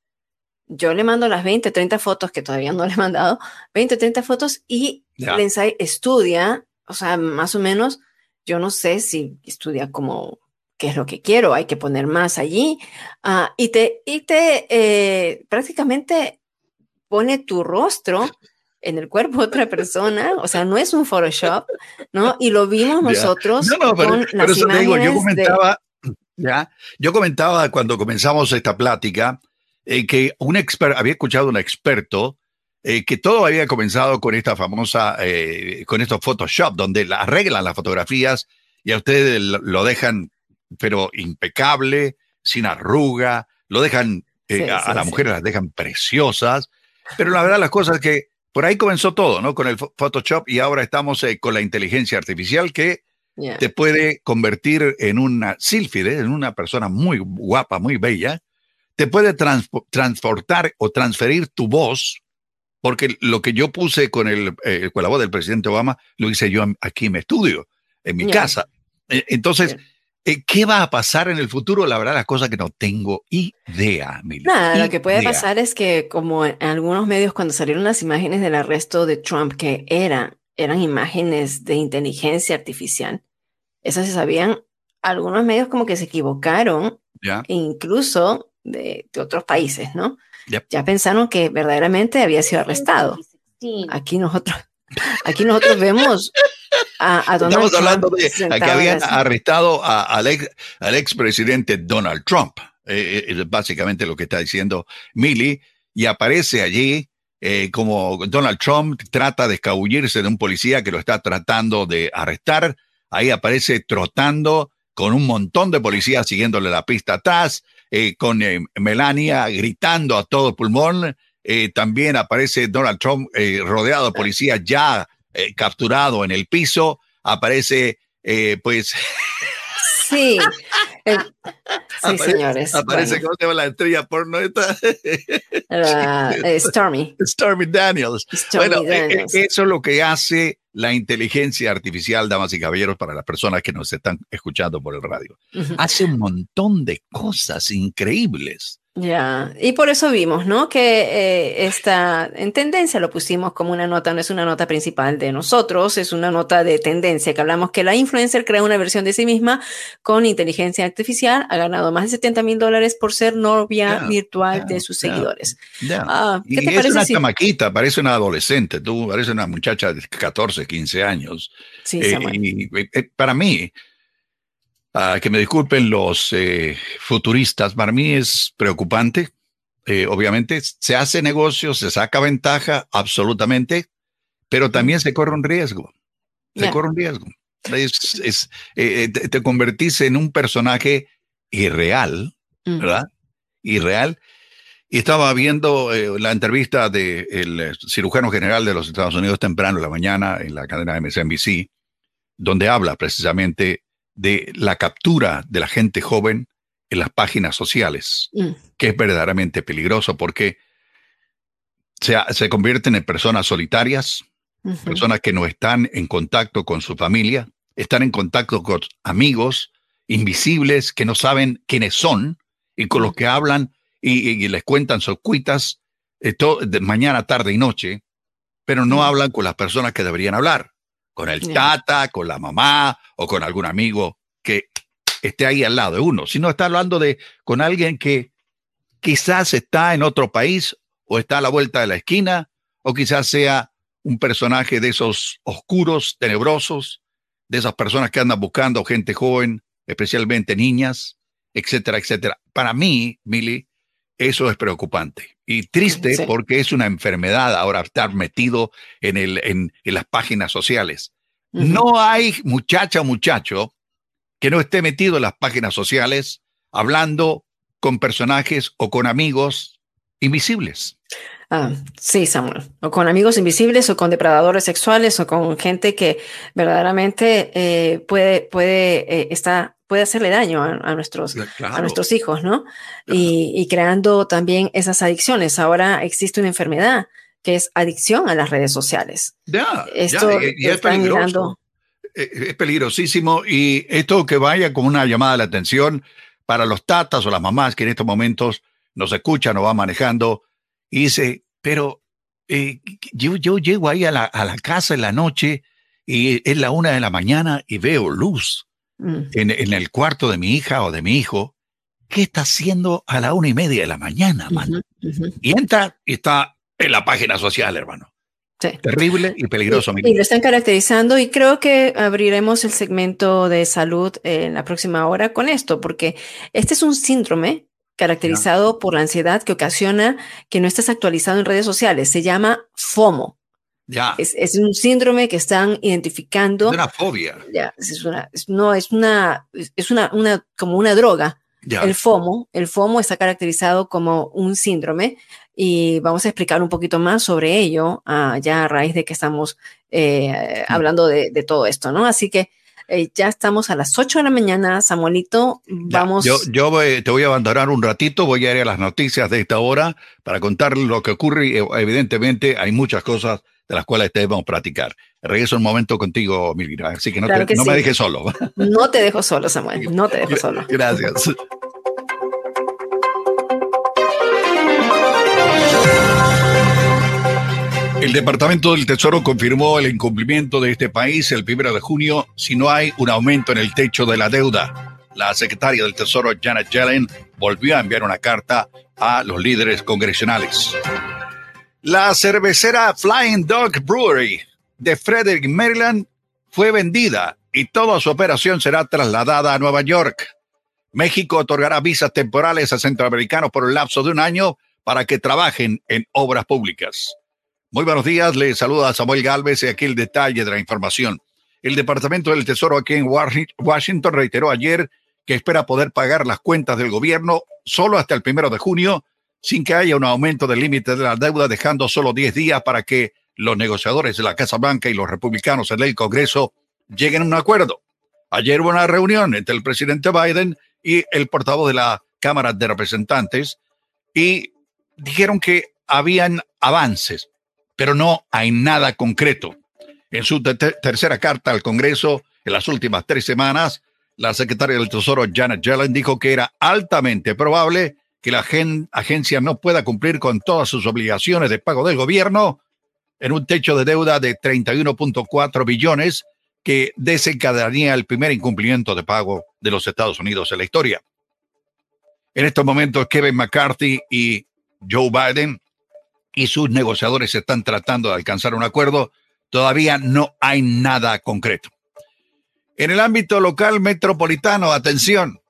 Yo le mando las veinte, treinta fotos que todavía no le he mandado, veinte, treinta fotos y yeah. Lensai estudia, o sea, más o menos, yo no sé si estudia como qué es lo que quiero, hay que poner más allí, uh, y te, y te eh, prácticamente pone tu rostro en el cuerpo de otra persona, o sea, no es un Photoshop, ¿no? Y lo vimos nosotros yeah. no, no, pero, con pero las eso te digo, yo comentaba, de... ya, yo comentaba cuando comenzamos esta plática eh, que un experto, había escuchado a un experto eh, que todo había comenzado con esta famosa, eh, con estos Photoshop, donde arreglan las fotografías y a ustedes lo dejan pero impecable, sin arruga, lo dejan, eh, sí, a, sí, a las sí. mujeres las dejan preciosas, pero la verdad las cosas es que por ahí comenzó todo, ¿no? Con el Photoshop y ahora estamos eh, con la inteligencia artificial que yeah. te puede convertir en una sílfide, en una persona muy guapa, muy bella, te puede trans transportar o transferir tu voz, porque lo que yo puse con, el, eh, con la voz del presidente Obama, lo hice yo aquí en mi estudio, en mi yeah. casa. Entonces, yeah. Eh, ¿Qué va a pasar en el futuro? La verdad, las cosas que no tengo idea. Mili. Nada, idea. lo que puede pasar es que como en algunos medios cuando salieron las imágenes del arresto de Trump, que eran, eran imágenes de inteligencia artificial, esas se sabían, algunos medios como que se equivocaron, ¿Ya? incluso de, de otros países, ¿no? Yep. Ya pensaron que verdaderamente había sido arrestado. Aquí nosotros, aquí nosotros vemos a, a Donald Estamos hablando Trump de a que habían arrestado a, al, ex, al expresidente Donald Trump. Eh, es básicamente lo que está diciendo Mili. Y aparece allí eh, como Donald Trump trata de escabullirse de un policía que lo está tratando de arrestar. Ahí aparece trotando con un montón de policías siguiéndole la pista atrás, eh, con eh, Melania gritando a todo pulmón. Eh, también aparece Donald Trump eh, rodeado de policías ya eh, capturado en el piso. Aparece, eh, pues... Sí, eh, sí, aparece, señores. Aparece, Bueno. ¿cómo se llama la estrella porno esta? Uh, eh, Stormy. Stormy Daniels. Stormy bueno, Daniels. Eh, eso es lo que hace la inteligencia artificial, damas y caballeros, para las personas que nos están escuchando por el radio. Uh-huh. Hace un montón de cosas increíbles. Ya, y por eso vimos, ¿no? Que eh, esta en tendencia lo pusimos como una nota, no es una nota principal de nosotros, es una nota de tendencia, que hablamos que la influencer crea una versión de sí misma con inteligencia artificial, ha ganado más de setenta mil dólares por ser novia yeah, virtual yeah, de sus yeah, seguidores. Yeah. Ah, ¿qué y te es parece una si... chamaquita, parece una adolescente, tú parece una muchacha de catorce, quince años. Sí, eh, y, y, para mí, uh, que me disculpen los eh, futuristas, para mí es preocupante. Eh, obviamente se hace negocio, se saca ventaja, absolutamente, pero también se corre un riesgo. Se yeah. corre un riesgo. Es, es, eh, te, te convertís en un personaje irreal, mm. ¿verdad? Irreal. Y estaba viendo eh, la entrevista del cirujano general de los Estados Unidos temprano en la mañana en la cadena M S N B C, donde habla precisamente de la captura de la gente joven en las páginas sociales, mm. que es verdaderamente peligroso porque se, se convierten en personas solitarias, uh-huh. personas que no están en contacto con su familia, están en contacto con amigos invisibles que no saben quiénes son y con uh-huh. los que hablan y, y les cuentan sus cuitas eh, todo, de mañana, tarde y noche, pero no uh-huh. hablan con las personas que deberían hablar, con el tata, con la mamá o con algún amigo que esté ahí al lado de uno, sino está hablando de con alguien que quizás está en otro país o está a la vuelta de la esquina o quizás sea un personaje de esos oscuros, tenebrosos, de esas personas que andan buscando gente joven, especialmente niñas, etcétera, etcétera. Para mí, Mili, eso es preocupante y triste sí. porque es una enfermedad ahora estar metido en, el, en, en las páginas sociales. Uh-huh. No hay muchacha o muchacho que no esté metido en las páginas sociales hablando con personajes o con amigos invisibles. Ah, sí, Samuel. O con amigos invisibles o con depredadores sexuales o con gente que verdaderamente eh, puede, puede, eh, está, puede hacerle daño a, a, nuestros, claro. a nuestros hijos, ¿no? Claro. Y, y creando también esas adicciones. Ahora existe una enfermedad que es adicción a las redes sociales. Ya, Esto ya, y, y es peligroso. Mirando, es peligrosísimo y esto que vaya como una llamada de atención para los tatas o las mamás que en estos momentos nos escuchan o van manejando y dice, pero eh, yo, yo llego ahí a la, a la casa en la noche y es la una de la mañana y veo luz mm. en, en el cuarto de mi hija o de mi hijo. ¿Qué está haciendo a la una y media de la mañana, mano? Uh-huh, uh-huh. Y entra y está en la página social, hermano. Sí. Terrible y peligroso. Y, y lo están caracterizando y creo que abriremos el segmento de salud en la próxima hora con esto, porque este es un síndrome caracterizado yeah. por la ansiedad que ocasiona que no estés actualizado en redes sociales. Se llama FOMO. Yeah. Es, es un síndrome que están identificando. Es una fobia. Ya, es una, es, no, es una, es una, una, como una droga. Yeah. El FOMO, el FOMO está caracterizado como un síndrome. Y vamos a explicar un poquito más sobre ello uh, ya a raíz de que estamos eh, sí. hablando de, de todo esto, ¿no? Así que eh, ya estamos a las ocho de la mañana, Samuelito, vamos... Ya, yo yo voy, te voy a abandonar un ratito, voy a ir a las noticias de esta hora para contar lo que ocurre y evidentemente hay muchas cosas de las cuales debemos practicar. Regreso un momento contigo, Mildred, así que no, claro te, que no sí. me dejes solo. No te dejo solo, Samuel, no te dejo solo. Gracias. El Departamento del Tesoro confirmó el incumplimiento de este país el primero de junio si no hay un aumento en el techo de la deuda. La secretaria del Tesoro, Janet Yellen, volvió a enviar una carta a los líderes congresionales. La cervecera Flying Dog Brewery de Frederick, Maryland, fue vendida y toda su operación será trasladada a Nueva York. México otorgará visas temporales a centroamericanos por el lapso de un año para que trabajen en obras públicas. Muy buenos días, les saluda Samuel Gálvez y aquí el detalle de la información. El Departamento del Tesoro aquí en Washington reiteró ayer que espera poder pagar las cuentas del gobierno solo hasta el primero de junio, sin que haya un aumento del límite de la deuda, dejando solo diez días para que los negociadores de la Casa Blanca y los republicanos en el Congreso lleguen a un acuerdo. Ayer hubo una reunión entre el presidente Biden y el portavoz de la Cámara de Representantes y dijeron que habían avances, pero no hay nada concreto. En su te- tercera carta al Congreso, en las últimas tres semanas, la secretaria del Tesoro, Janet Yellen, dijo que era altamente probable que la gen- agencia no pueda cumplir con todas sus obligaciones de pago del gobierno en un techo de deuda de treinta y uno punto cuatro billones que desencadenaría el primer incumplimiento de pago de los Estados Unidos en la historia. En estos momentos, Kevin McCarthy y Joe Biden y sus negociadores están tratando de alcanzar un acuerdo. Todavía no hay nada concreto. En el ámbito local metropolitano, atención,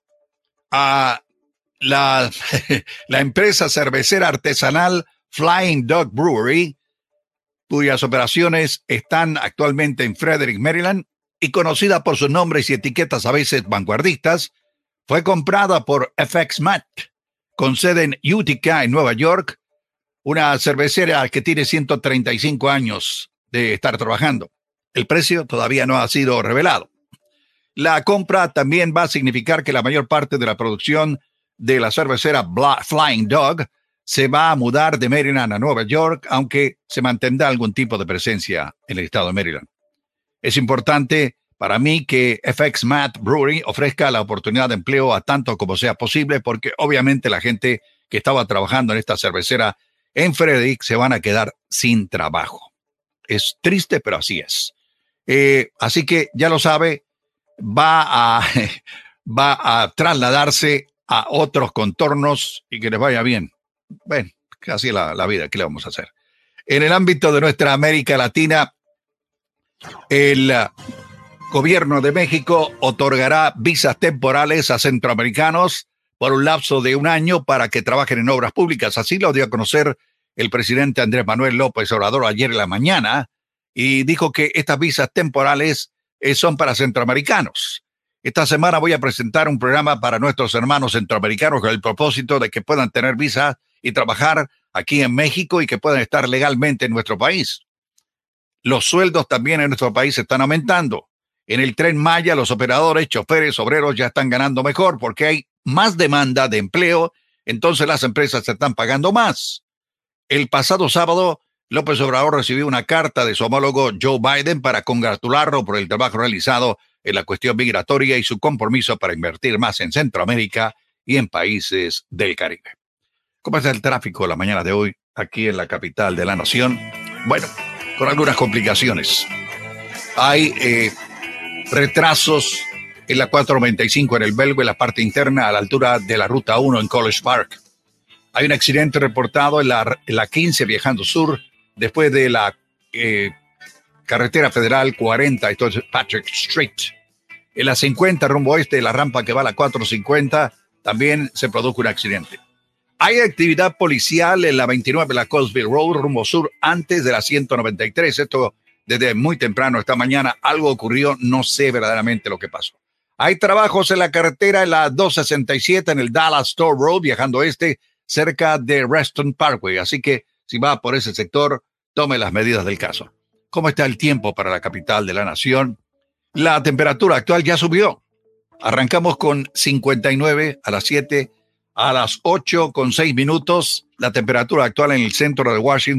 a la, la empresa cervecera artesanal Flying Dog Brewery, cuyas operaciones están actualmente en Frederick, Maryland, y conocida por sus nombres y etiquetas a veces vanguardistas, fue comprada por F X Matt, con sede en Utica, en Nueva York, una cervecera que tiene ciento treinta y cinco años de estar trabajando. El precio todavía no ha sido revelado. La compra también va a significar que la mayor parte de la producción de la cervecera Bla- Flying Dog se va a mudar de Maryland a Nueva York, aunque se mantendrá algún tipo de presencia en el estado de Maryland. Es importante para mí que F X Matt Brewery ofrezca la oportunidad de empleo a tanto como sea posible, porque obviamente la gente que estaba trabajando en esta cervecera en Frederick se van a quedar sin trabajo. Es triste, pero así es. Eh, así que ya lo sabe, va a, va a trasladarse a otros contornos y que les vaya bien. Bueno, casi la, la vida, ¿qué le vamos a hacer? En el ámbito de nuestra América Latina, el uh, gobierno de México otorgará visas temporales a centroamericanos por un lapso de un año para que trabajen en obras públicas. Así lo dio a conocer el presidente Andrés Manuel López Obrador ayer en la mañana y dijo que estas visas temporales eh, son para centroamericanos. Esta semana voy a presentar un programa para nuestros hermanos centroamericanos con el propósito de que puedan tener visas y trabajar aquí en México y que puedan estar legalmente en nuestro país. Los sueldos también en nuestro país están aumentando. En el Tren Maya, los operadores, choferes, obreros ya están ganando mejor porque hay más demanda de empleo, entonces las empresas se están pagando más. El pasado sábado, López Obrador recibió una carta de su homólogo Joe Biden para congratularlo por el trabajo realizado en la cuestión migratoria y su compromiso para invertir más en Centroamérica y en países del Caribe. ¿Cómo está el tráfico la mañana de hoy aquí en la capital de la nación? Bueno, con algunas complicaciones. Hay eh, retrasos en la cuatrocientos noventa y cinco en el Belgo, en la parte interna a la altura de la Ruta uno en College Park. Hay un accidente reportado en la, en la quince viajando sur después de la eh, carretera federal cuarenta, esto es Patrick Street. En la cincuenta rumbo oeste de la rampa que va a la cuatrocientos cincuenta también se produjo un accidente. Hay actividad policial en la veintinueve, la Cosby Road, rumbo sur, antes de la ciento noventa y tres. Esto desde muy temprano esta mañana. Algo ocurrió, no sé verdaderamente lo que pasó. Hay trabajos en la carretera en la doscientos sesenta y siete en el Dallas Store Road, viajando este, cerca de Reston Parkway. Así que si va por ese sector, tome las medidas del caso. ¿Cómo está el tiempo para la capital de la nación? La temperatura actual ya subió. Arrancamos con cincuenta y nueve a las siete. A las ocho con seis minutos, la temperatura actual en el centro de Washington,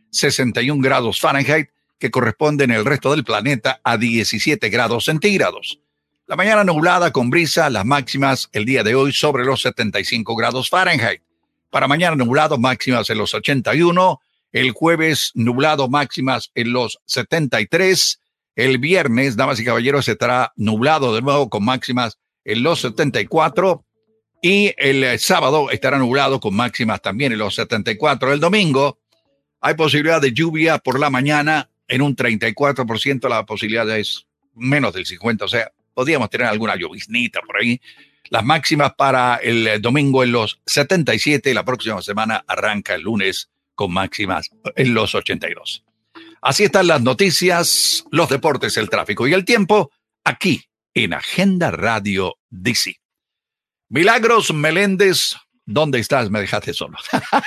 sesenta y un grados Fahrenheit, que corresponden en el resto del planeta a diecisiete grados centígrados. La mañana nublada con brisa, las máximas el día de hoy sobre los setenta y cinco grados Fahrenheit. Para mañana nublado, máximas en los ochenta y uno. El jueves nublado, máximas en los setenta y tres. El viernes, damas y caballeros, estará nublado de nuevo con máximas en los setenta y cuatro. Y el sábado estará nublado con máximas también en los setenta y cuatro. El domingo hay posibilidad de lluvia por la mañana en un treinta y cuatro por ciento. La posibilidad es menos del cincuenta por ciento. O sea, podríamos tener alguna lloviznita por ahí. Las máximas para el domingo en los setenta y siete. La próxima semana arranca el lunes con máximas en los ochenta y dos. Así están las noticias, los deportes, el tráfico y el tiempo aquí en Agenda Radio D C. Milagros Meléndez, ¿dónde estás? Me dejaste solo.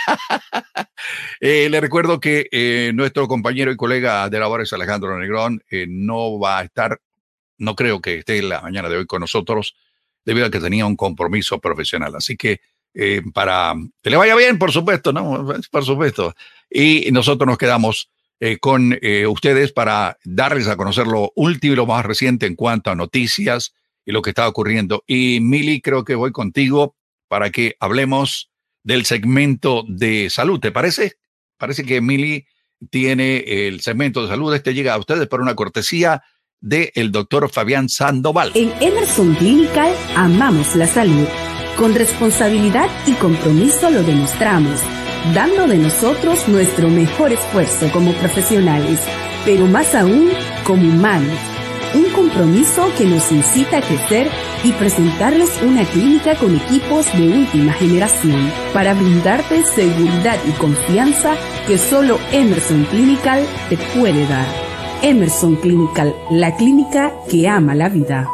eh, le recuerdo que eh, nuestro compañero y colega de labores, Alejandro Negrón, eh, no va a estar, no creo que esté la mañana de hoy con nosotros, debido a que tenía un compromiso profesional. Así que eh, para que le vaya bien, por supuesto, ¿no? Por supuesto. Y nosotros nos quedamos eh, con eh, ustedes para darles a conocer lo último y lo más reciente en cuanto a noticias y lo que está ocurriendo. Y Mili, creo que voy contigo para que hablemos del segmento de salud. ¿Te parece? Parece que Mili tiene el segmento de salud. Este llega a ustedes por una cortesía del doctor Fabián Sandoval. En Emerson Clinical amamos la salud. Con responsabilidad y compromiso lo demostramos, dando de nosotros nuestro mejor esfuerzo como profesionales, pero más aún como humanos. Un compromiso que nos incita a crecer y presentarles una clínica con equipos de última generación para brindarte seguridad y confianza que solo Emerson Clinical te puede dar. Emerson Clinical, la clínica que ama la vida.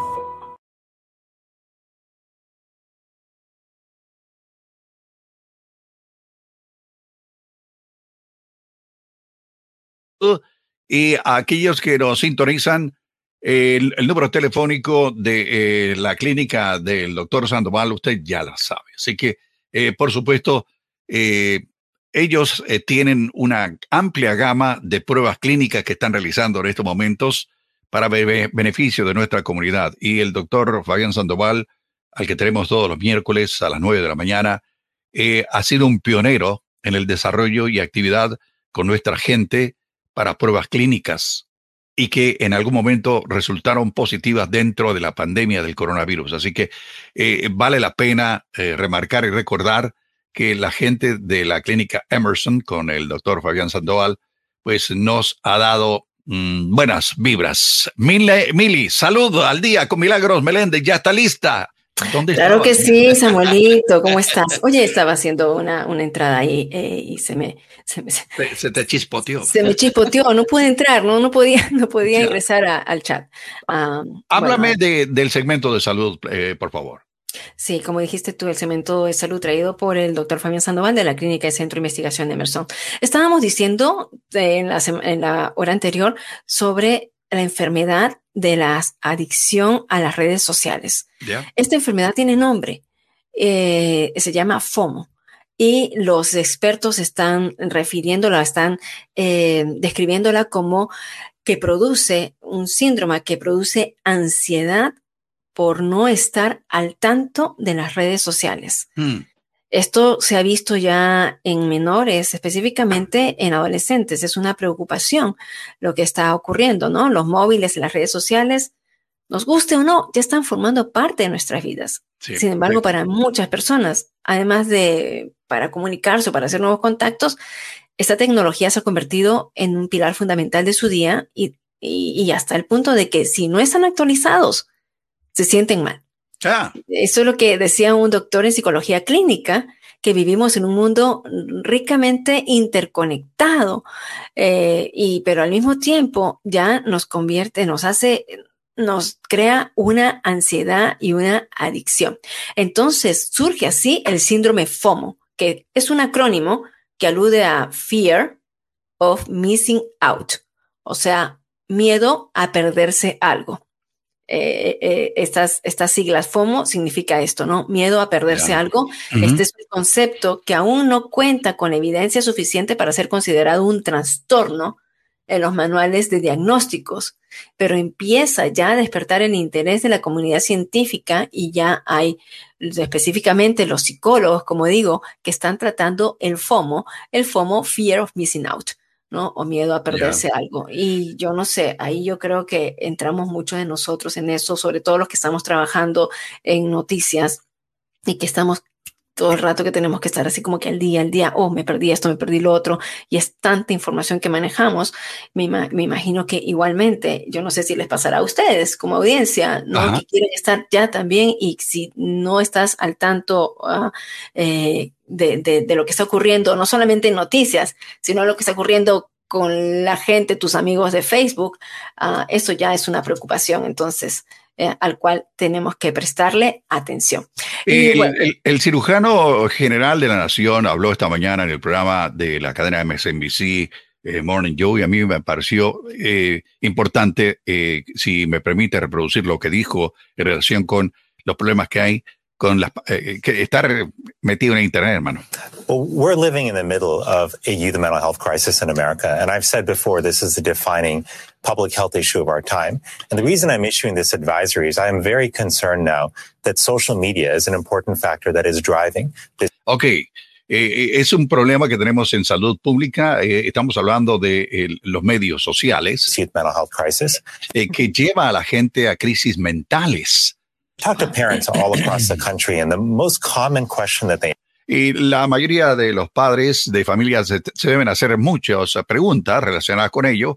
Y a aquellos que nos sintonizan, el, el número telefónico de eh, la clínica del doctor Sandoval, usted ya la sabe. Así que, eh, por supuesto, eh, ellos eh, tienen una amplia gama de pruebas clínicas que están realizando en estos momentos para be- beneficio de nuestra comunidad. Y el doctor Fabián Sandoval, al que tenemos todos los miércoles a las nueve de la mañana, eh, ha sido un pionero en el desarrollo y actividad con nuestra gente para pruebas clínicas y que en algún momento resultaron positivas dentro de la pandemia del coronavirus. Así que eh, vale la pena eh, remarcar y recordar que la gente de la clínica Emerson con el doctor Fabián Sandoval pues nos ha dado mmm, buenas vibras. Mili, Mili, saludo al día con Milagros Meléndez, ya está lista. ¿Dónde Claro estabas? que sí, Samuelito, ¿cómo estás? Oye, estaba haciendo una, una entrada ahí eh, y se me, se me, Se, se te chispoteó. Se me chispoteó, no pude entrar, no, no podía, no podía Ya. ingresar a, al chat. Um, Háblame bueno, de, del segmento de salud, eh, por favor. Sí, como dijiste tú, el segmento de salud traído por el doctor Fabián Sandoval de la Clínica de Centro de Investigación de Emerson. Estábamos diciendo eh, en, la, en la hora anterior sobre la enfermedad de la adicción a las redes sociales. Yeah. Esta enfermedad tiene nombre, eh, se llama FOMO. Y los expertos están refiriéndola, están eh, describiéndola como que produce un síndrome que produce ansiedad por no estar al tanto de las redes sociales. Hmm. Esto se ha visto ya en menores, específicamente en adolescentes. Es una preocupación lo que está ocurriendo, ¿no? Los móviles, las redes sociales, nos guste o no, ya están formando parte de nuestras vidas. Sí, Sin embargo, correcto. para muchas personas, además de para comunicarse o para hacer nuevos contactos, esta tecnología se ha convertido en un pilar fundamental de su día y, y, y hasta el punto de que si no están actualizados, se sienten mal. Ah. Eso es lo que decía un doctor en psicología clínica, que vivimos en un mundo ricamente interconectado, eh, y, pero al mismo tiempo ya nos convierte, nos hace, nos crea una ansiedad y una adicción. Entonces surge así el síndrome FOMO, que es un acrónimo que alude a Fear of Missing Out, o sea, miedo a perderse algo. Eh, eh, estas, estas siglas FOMO significa esto, ¿no? Miedo a perderse yeah. algo. Uh-huh. Este es un concepto que aún no cuenta con evidencia suficiente para ser considerado un trastorno en los manuales de diagnósticos, pero empieza ya a despertar el interés de la comunidad científica y ya hay específicamente los psicólogos, como digo, que están tratando el FOMO, el FOMO, Fear of Missing Out, ¿no? O miedo a perderse yeah. algo. Y yo no sé, ahí yo creo que entramos muchos de nosotros en eso, sobre todo los que estamos trabajando en noticias y que estamos todo el rato que tenemos que estar así como que al día, al día, oh, me perdí esto, me perdí lo otro, y es tanta información que manejamos, me, me imagino que igualmente, yo no sé si les pasará a ustedes como audiencia, ¿no? Ajá. Que quieren estar ya también, y si no estás al tanto uh, eh, de, de, de lo que está ocurriendo, no solamente en noticias, sino lo que está ocurriendo con la gente, tus amigos de Facebook, uh, eso ya es una preocupación, entonces... Eh, al cual tenemos que prestarle atención. Y el, bueno, el, el cirujano general de la Nación habló esta mañana en el programa de la cadena M S N B C, eh, Morning Joe, y a mí me pareció eh, importante, eh, si me permite reproducir lo que dijo en relación con los problemas que hay con las, eh, que estar metido en Internet, hermano. Well, we're living in the middle of a youth mental health crisis in America. And I've said before, this is the defining public health issue of our time. And the reason I'm issuing this advisory is I am very concerned now that social media is an important factor that is driving this. Okay. Eh, es un problema que tenemos en salud pública. Eh, estamos hablando de eh, los medios sociales. Youth mental health crisis. Eh, que lleva a la gente a crisis mentales. Talk to parents all across the country, and the most common question that they Y la mayoría de los padres de familias se, se deben hacer muchas preguntas relacionadas con ello.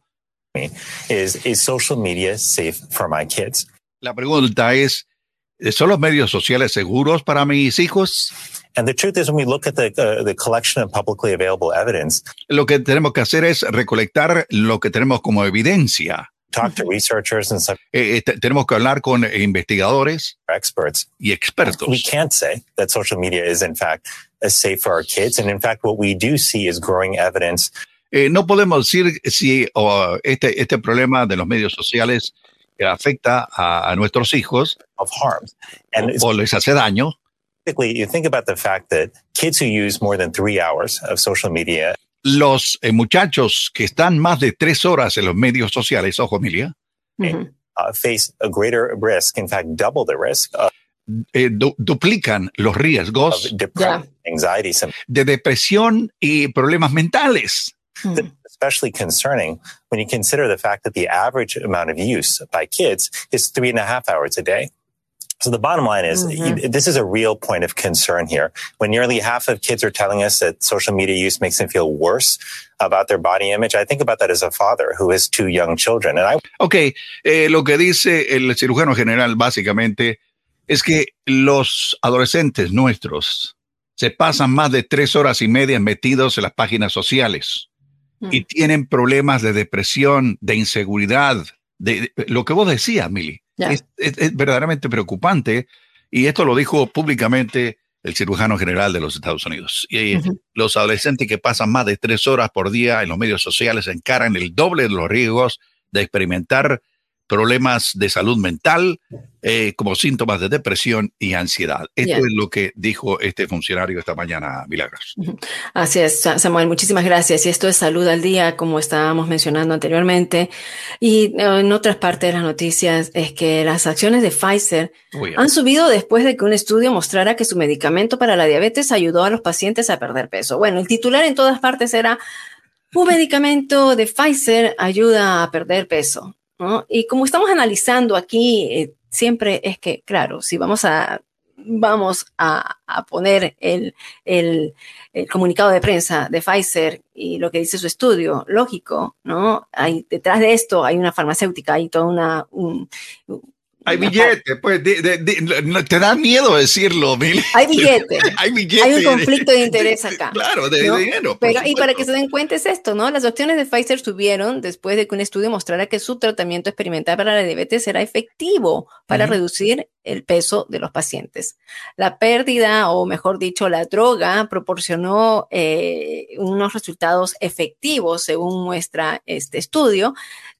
Is, is social media safe for my kids? La pregunta es, ¿son los medios sociales seguros para mis hijos? And the truth is, when we look at the, uh, the collection of publicly available evidence, lo que tenemos que hacer es recolectar lo que tenemos como evidencia. Talk to researchers and some, eh, eh, tenemos que hablar con investigadores, experts, y expertos. We can't say that social media is in fact as safe for our kids, and in fact, what we do see is growing evidence. Eh, no podemos decir si oh, este este problema de los medios sociales eh, afecta a, a nuestros hijos of harms and o, o les hace daño. Typically, you think about the fact that kids who use more than three hours of social media. Los eh, muchachos que están más de tres horas en los medios sociales, ojo, Emilia, uh-huh. uh, face a greater risk, in fact, double the risk of, eh, du- duplican los riesgos of depression, yeah. anxiety, de depresión y problemas mentales. Uh-huh. Especially concerning when you consider the fact that the average amount of use by kids is three and a half hours a day. So the bottom line is, mm-hmm. you, this is a real point of concern here. When nearly half of kids are telling us that social media use makes them feel worse about their body image, I think about that as a father who has two young children. And I okay, eh, lo que dice el cirujano general básicamente es que los adolescentes nuestros se pasan más de tres horas y media metidos en las páginas sociales mm. y tienen problemas de depresión, de inseguridad, de, de lo que vos decías, Mili. Yeah. Es, es, es verdaderamente preocupante, y esto lo dijo públicamente el cirujano general de los Estados Unidos. Y uh-huh. los adolescentes que pasan más de tres horas por día en los medios sociales encaran el doble de los riesgos de experimentar problemas de salud mental eh, como síntomas de depresión y ansiedad. Esto yeah. es lo que dijo este funcionario esta mañana, Milagros. Así es, Samuel, muchísimas gracias. Y esto es Salud al Día, como estábamos mencionando anteriormente. Y en otras partes de las noticias es que las acciones de Pfizer oh, yeah. han subido después de que un estudio mostrara que su medicamento para la diabetes ayudó a los pacientes a perder peso. Bueno, el titular en todas partes era: un medicamento de Pfizer ayuda a perder peso, ¿no? Y como estamos analizando aquí, eh, siempre es que, claro, si vamos a vamos a, a poner el, el, el comunicado de prensa de Pfizer y lo que dice su estudio, lógico, ¿no? Hay, detrás de esto hay una farmacéutica, hay toda una... Un, Hay billete, pues, de, de, de, te da miedo decirlo, Mili. Hay billete. Hay billete. Hay un conflicto de interés acá. Claro, de, ¿no? de dinero. Pero, y para que se den cuenta es esto, ¿no? Las acciones de Pfizer subieron después de que un estudio mostrara que su tratamiento experimental para la diabetes era efectivo para uh-huh. reducir el peso de los pacientes. La pérdida, o mejor dicho, la droga, proporcionó eh, unos resultados efectivos, según muestra este estudio,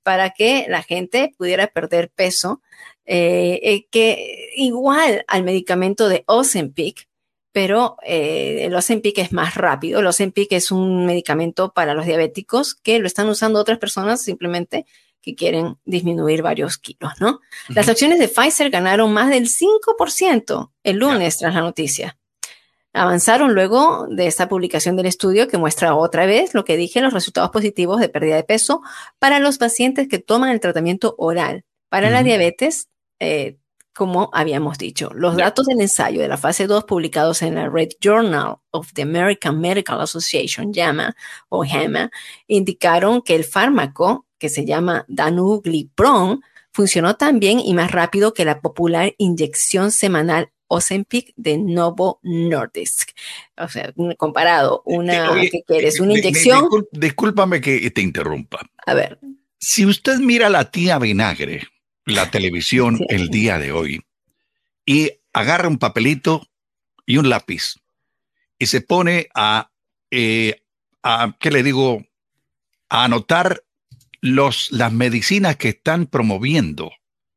para que la gente pudiera perder peso, eh, eh, que igual al medicamento de Ozempic, pero eh, el Ozempic es más rápido. El Ozempic es un medicamento para los diabéticos que lo están usando otras personas simplemente que quieren disminuir varios kilos, ¿no? Uh-huh. Las acciones de Pfizer ganaron más del cinco por ciento el lunes yeah. tras la noticia. Avanzaron luego de esta publicación del estudio que muestra otra vez lo que dije, los resultados positivos de pérdida de peso para los pacientes que toman el tratamiento oral para uh-huh. la diabetes, eh, como habíamos dicho. Los yeah. datos del ensayo de la fase dos publicados en la Red Journal of the American Medical Association, JAMA, o JAMA, indicaron que el fármaco, que se llama danuglipron, funcionó tan bien y más rápido que la popular inyección semanal Ozempic de Novo Nordisk. O sea, comparado, una, Oye, ¿qué quieres? ¿Una inyección? Discul- discúlpame que te interrumpa. A ver. Si usted mira a la tía Vinagre, la televisión sí. el día de hoy, y agarra un papelito y un lápiz, y se pone a, eh, a ¿qué le digo? A anotar los, las medicinas que están promoviendo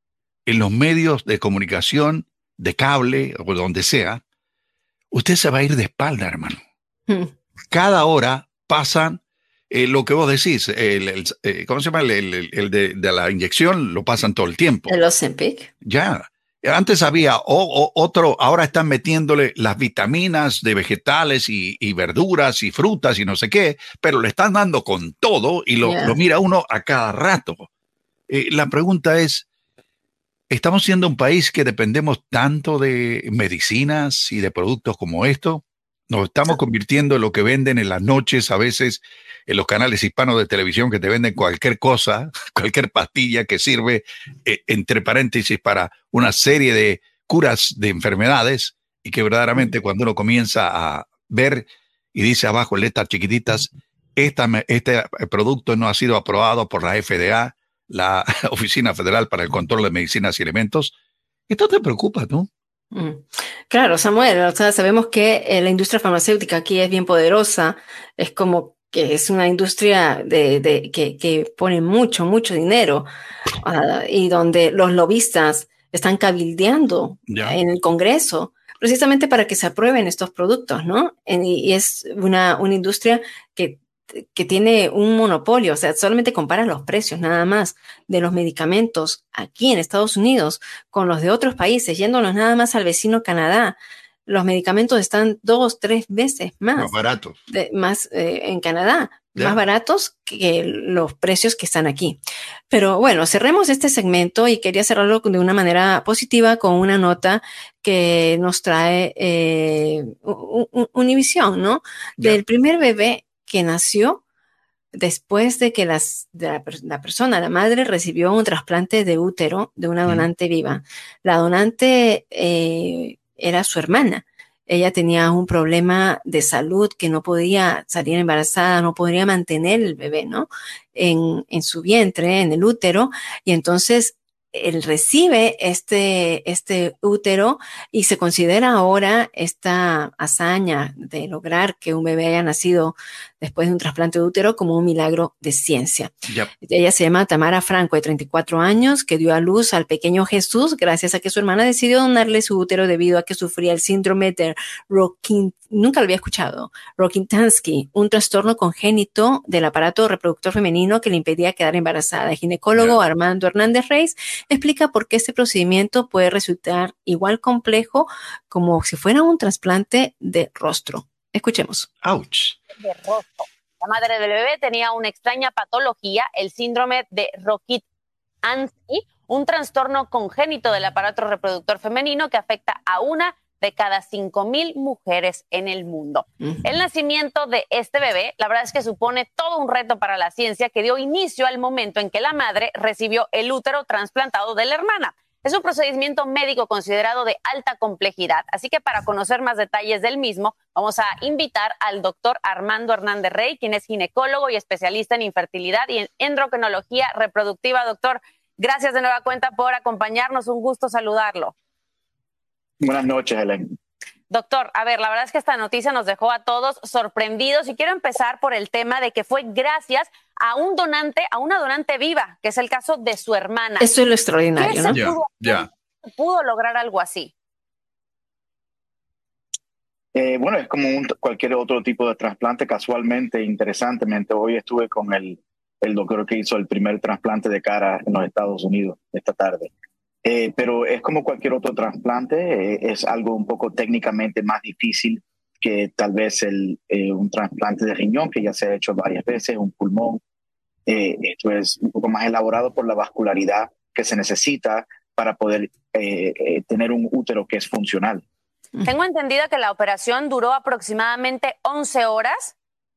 en los medios de comunicación, de cable o donde sea, usted se va a ir de espalda, hermano. Hmm. Cada hora pasan eh, lo que vos decís, el, el, eh, ¿cómo se llama? El, el, el de, de la inyección lo pasan todo el tiempo. El Ozempic. Ya. Antes había o, o, otro, ahora están metiéndole las vitaminas de vegetales y, y verduras y frutas y no sé qué, pero le están dando con todo y lo, yeah. lo mira uno a cada rato. Eh, la pregunta es, ¿estamos siendo un país que dependemos tanto de medicinas y de productos como esto? Nos estamos convirtiendo en lo que venden en las noches, a veces en los canales hispanos de televisión que te venden cualquier cosa, cualquier pastilla que sirve, eh, entre paréntesis, para una serie de curas de enfermedades y que verdaderamente cuando uno comienza a ver y dice abajo en letras chiquititas, esta, este producto no ha sido aprobado por la F D A, la Oficina Federal para el Control de Medicinas y Alimentos. Esto te preocupa, ¿no? Mm. Claro, Samuel, o sea, sabemos que eh, la industria farmacéutica aquí es bien poderosa, es como que es una industria de, de, que, que pone mucho, mucho dinero uh, y donde los lobistas están cabildeando yeah. en el Congreso precisamente para que se aprueben estos productos, ¿no? En, y es una, una industria que que tiene un monopolio, o sea, solamente compara los precios nada más de los medicamentos aquí en Estados Unidos con los de otros países, yéndonos nada más al vecino Canadá. Los medicamentos están dos, tres veces más. Más baratos. De, más eh, en Canadá, yeah. más baratos que los precios que están aquí. Pero bueno, cerremos este segmento y quería cerrarlo de una manera positiva con una nota que nos trae eh, Univisión, ¿no? Yeah. Del primer bebé que nació después de que las, de la, la persona, la madre, recibió un trasplante de útero de una donante mm. viva. La donante eh, era su hermana. Ella tenía un problema de salud que no podía salir embarazada, no podría mantener el bebé, ¿no? En, en su vientre, en el útero, y entonces él recibe este, este útero y se considera ahora esta hazaña de lograr que un bebé haya nacido después de un trasplante de útero como un milagro de ciencia. Yep. Ella se llama Tamara Franco, de treinta y cuatro años, que dio a luz al pequeño Jesús gracias a que su hermana decidió donarle su útero debido a que sufría el síndrome de Rokitansky, nunca lo había escuchado, Rokitansky, un trastorno congénito del aparato reproductor femenino que le impedía quedar embarazada. El ginecólogo yep. Armando Hernández Reis explica por qué este procedimiento puede resultar igual complejo como si fuera un trasplante de rostro. Escuchemos. Ouch. De rostro. La madre del bebé tenía una extraña patología, el síndrome de Rokitansky, un trastorno congénito del aparato reproductor femenino que afecta a una de cada cinco mil mujeres en el mundo. Uh-huh. El nacimiento de este bebé, la verdad es que supone todo un reto para la ciencia que dio inicio al momento en que la madre recibió el útero trasplantado de la hermana. Es un procedimiento médico considerado de alta complejidad, así que para conocer más detalles del mismo, vamos a invitar al doctor Armando Hernández Rey, quien es ginecólogo y especialista en infertilidad y en endocrinología reproductiva. Doctor, gracias de nueva cuenta por acompañarnos, un gusto saludarlo. Buenas noches, Helen. Doctor, a ver, la verdad es que esta noticia nos dejó a todos sorprendidos y quiero empezar por el tema de que fue gracias a un donante, a una donante viva, que es el caso de su hermana. Eso es lo extraordinario, ¿no? ¿Qué se pudo, Ya, yeah. pudo lograr algo así? Eh, bueno, es como un, cualquier otro tipo de trasplante. Casualmente, interesantemente, hoy estuve con el, el doctor que hizo el primer trasplante de cara en los Estados Unidos esta tarde. Eh, pero es como cualquier otro trasplante, eh, es algo un poco técnicamente más difícil que tal vez el, eh, un trasplante de riñón, que ya se ha hecho varias veces, un pulmón. Eh, esto es un poco más elaborado por la vascularidad que se necesita para poder eh, eh, tener un útero que es funcional. Tengo entendido que la operación duró aproximadamente once horas.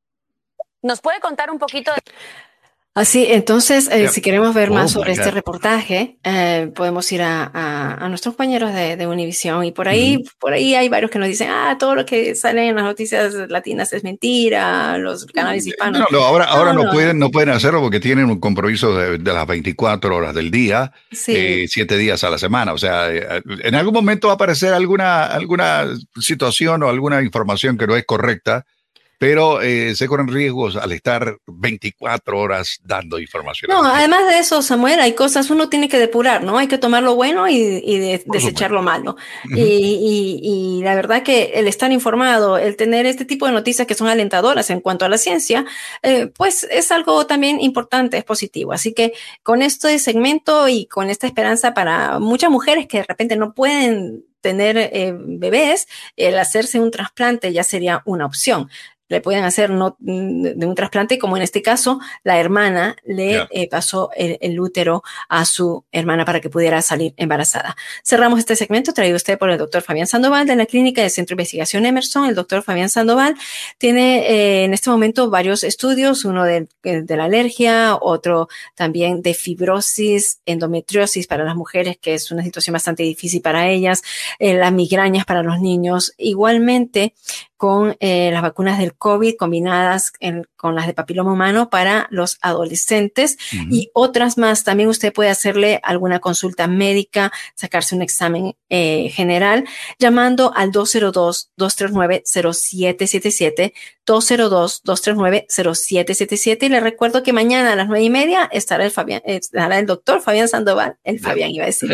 ¿Nos puede contar un poquito de... Así, entonces, eh, yeah. si queremos ver más oh sobre este reportaje, eh, podemos ir a, a, a nuestros compañeros de, de Univision y por ahí, mm-hmm. por ahí hay varios que nos dicen, ah, todo lo que sale en las noticias latinas es mentira, los canales hispanos. No, no ahora, ahora no, no, no pueden, no pueden hacerlo porque tienen un compromiso de, de las veinticuatro horas del día, sí. eh, siete días a la semana. O sea, en algún momento va a aparecer alguna, alguna situación o alguna información que no es correcta. Pero eh, se corren riesgos al estar veinticuatro horas dando información. No, además de eso, Samuel, hay cosas, uno tiene que depurar, ¿no? Hay que tomar lo bueno y, y de, desechar lo malo. Uh-huh. y, y, y la verdad que el estar informado, el tener este tipo de noticias que son alentadoras en cuanto a la ciencia, eh, pues es algo también importante, es positivo. Así que con este segmento y con esta esperanza para muchas mujeres que de repente no pueden tener eh, bebés, el hacerse un trasplante ya sería una opción. Le pueden hacer no, de un trasplante, como en este caso, la hermana le yeah. eh, pasó el, el útero a su hermana para que pudiera salir embarazada. Cerramos este segmento traído usted por el doctor Fabián Sandoval de la Clínica del Centro de Investigación Emerson. El doctor Fabián Sandoval tiene eh, en este momento varios estudios, uno de, de la alergia, otro también de fibrosis, endometriosis para las mujeres, que es una situación bastante difícil para ellas, eh, las migrañas para los niños, igualmente con eh, las vacunas del COVID combinadas en, con las de papiloma humano para los adolescentes uh-huh. y otras más. También usted puede hacerle alguna consulta médica, sacarse un examen eh, general, llamando al dos cero dos, dos tres nueve, cero siete siete siete, dos cero dos, dos tres nueve, cero siete siete siete. Y le recuerdo que mañana a las nueve y media estará el, Fabián, estará el doctor Fabián Sandoval, el Fabián iba a decir,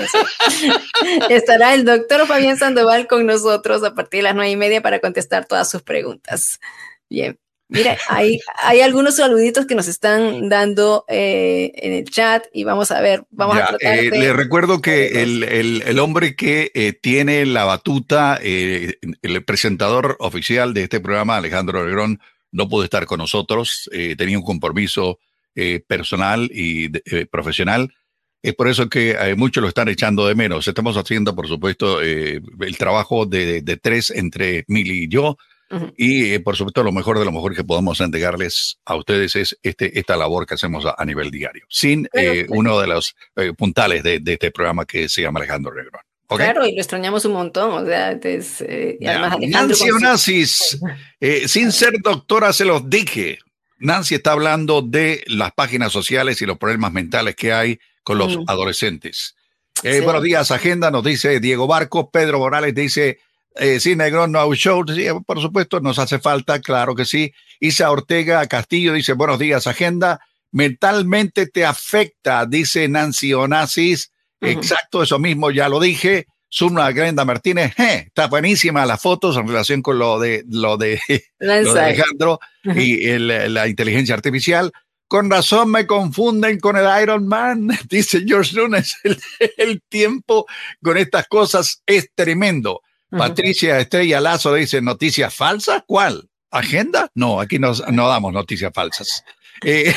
estará el doctor Fabián Sandoval con nosotros a partir de las nueve y media para contestar todas sus preguntas. Bien, mira, hay, hay algunos saluditos que nos están dando eh, en el chat y vamos a ver, vamos ya, a tratar eh, de... Le recuerdo que el, el, el hombre que eh, tiene la batuta, eh, el presentador oficial de este programa, Alejandro Negrón, no pudo estar con nosotros, eh, tenía un compromiso eh, personal y eh, profesional. Es por eso que eh, muchos lo están echando de menos. Estamos haciendo, por supuesto, eh, el trabajo de, de tres entre Mili y yo. Uh-huh. Y, eh, por supuesto, lo mejor de lo mejor que podamos entregarles a ustedes es este, esta labor que hacemos a, a nivel diario. Sin eh, uno de los eh, puntales de, de este programa que se llama Alejandro Negrón. ¿Okay? Claro, y lo extrañamos un montón. O sea, es, eh, y además Nancy Onassis, eh, sin ser doctora, se los dije. Nancy está hablando de las páginas sociales y los problemas mentales que hay con los mm. adolescentes. Eh, sí. Buenos días, Agenda, nos dice Diego Barco. Pedro Morales dice, eh, sí, Negrón, no show. Sí, por supuesto, nos hace falta, claro que sí. Isa Ortega Castillo dice, buenos días, Agenda. Mentalmente te afecta, dice Nancy Onassis. Uh-huh. Exacto, eso mismo, ya lo dije. Sumna Glenda Martínez, eh, está buenísima las fotos en relación con lo de, lo de, lo de Alejandro uh-huh. y el, la inteligencia artificial. Con razón me confunden con el Iron Man, dice George Lunes. El, el tiempo con estas cosas es tremendo. Uh-huh. Patricia Estrella Lazo dice, ¿noticias falsas? ¿Cuál? ¿Agenda? No, aquí no, no damos noticias falsas. Eh,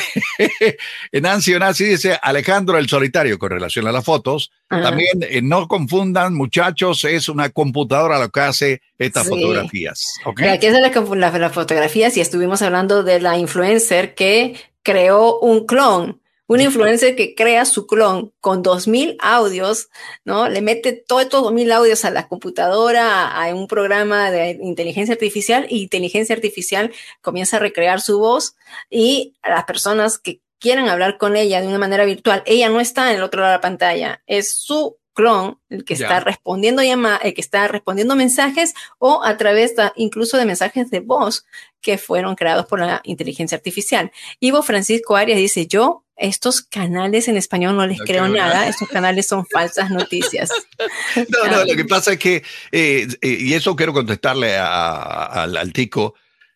Nancy Onassi dice, Alejandro el solitario con relación a las fotos. Uh-huh. También eh, no confundan, muchachos, es una computadora lo que hace estas sí. fotografías. ¿Okay? Aquí es de las la, la fotografías y estuvimos hablando de la influencer que creó un clon, una influencer que crea su clon con dos mil audios, ¿no? Le mete todos estos dos mil audios a la computadora, a, a un programa de inteligencia artificial, y inteligencia artificial comienza a recrear su voz, y a las personas que quieran hablar con ella de una manera virtual, ella no está en el otro lado de la pantalla, es su clon, el que Ya. está respondiendo llama, el que está respondiendo mensajes o a través de, incluso de mensajes de voz que fueron creados por la inteligencia artificial. Ivo Francisco Arias dice, yo estos canales en español no les No creo creo nada, nada. estos canales son falsas noticias. No, no, lo que pasa es que, eh, eh, y eso quiero contestarle a- a- al, al tico,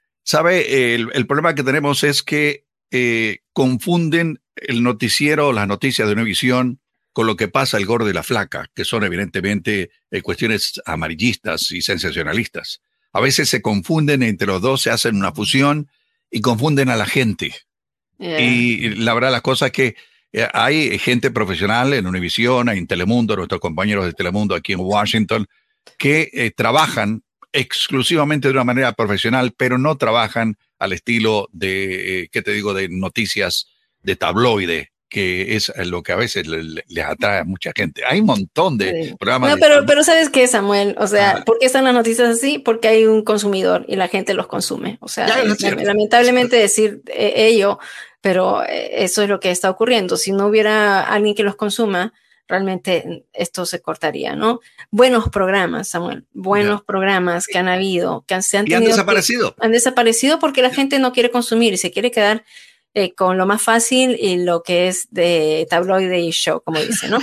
¿sabe? El, el problema que tenemos es que eh, confunden el noticiero, las noticias de Univisión, con lo que pasa el gordo y la flaca, que son evidentemente eh, cuestiones amarillistas y sensacionalistas. A veces se confunden entre los dos, se hacen una fusión y confunden a la gente. Yeah. Y la verdad, las cosas es que eh, hay gente profesional en Univisión, en Telemundo, nuestros compañeros de Telemundo aquí en Washington, que eh, trabajan exclusivamente de una manera profesional, pero no trabajan al estilo de, eh, ¿qué te digo?, de noticias de tabloide, que es lo que a veces le- le- les atrae a mucha gente. Hay un montón de Sí. programas No, de pero, tabloide. pero ¿sabes qué, Samuel? O sea, Ah. ¿por qué están las noticias así? Porque hay un consumidor y la gente los consume. O sea, Ya, es es cierto. lamentablemente decir eh, ello, pero eh, eso es lo que está ocurriendo. Si no hubiera alguien que los consuma, realmente esto se cortaría, ¿no? Buenos programas, Samuel, buenos Ya. programas que han habido, que han, se han Y han tenido que- desaparecido. han desaparecido porque la gente no quiere consumir y se quiere quedar eh, con lo más fácil y lo que es de tabloide y show, como dice, ¿no?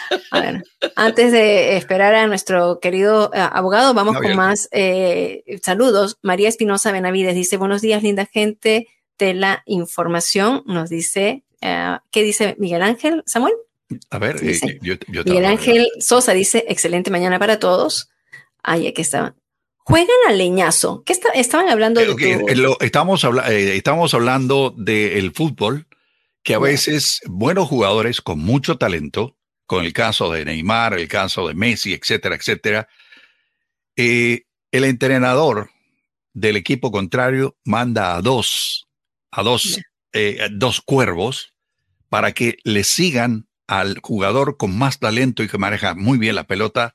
A ver, antes de esperar a nuestro querido eh, abogado, vamos No, con ya. más eh, saludos. María Espinosa Benavides dice, buenos días, linda gente de la información. Nos dice, eh, ¿qué dice Miguel Ángel, Samuel? A ver, Dice, eh, yo, yo Miguel estaba- Ángel Sosa dice, excelente mañana para todos. Ay, aquí estaban. Juegan al leñazo. ¿Qué está- estaban hablando Eh, de ok, tu... eh, lo- estamos, habla- eh, estamos hablando del fútbol, que a Ya. veces buenos jugadores con mucho talento, con el caso de Neymar, el caso de Messi, etcétera, etcétera, eh, el entrenador del equipo contrario manda a dos, a dos, eh, a dos cuervos para que le sigan al jugador con más talento y que maneja muy bien la pelota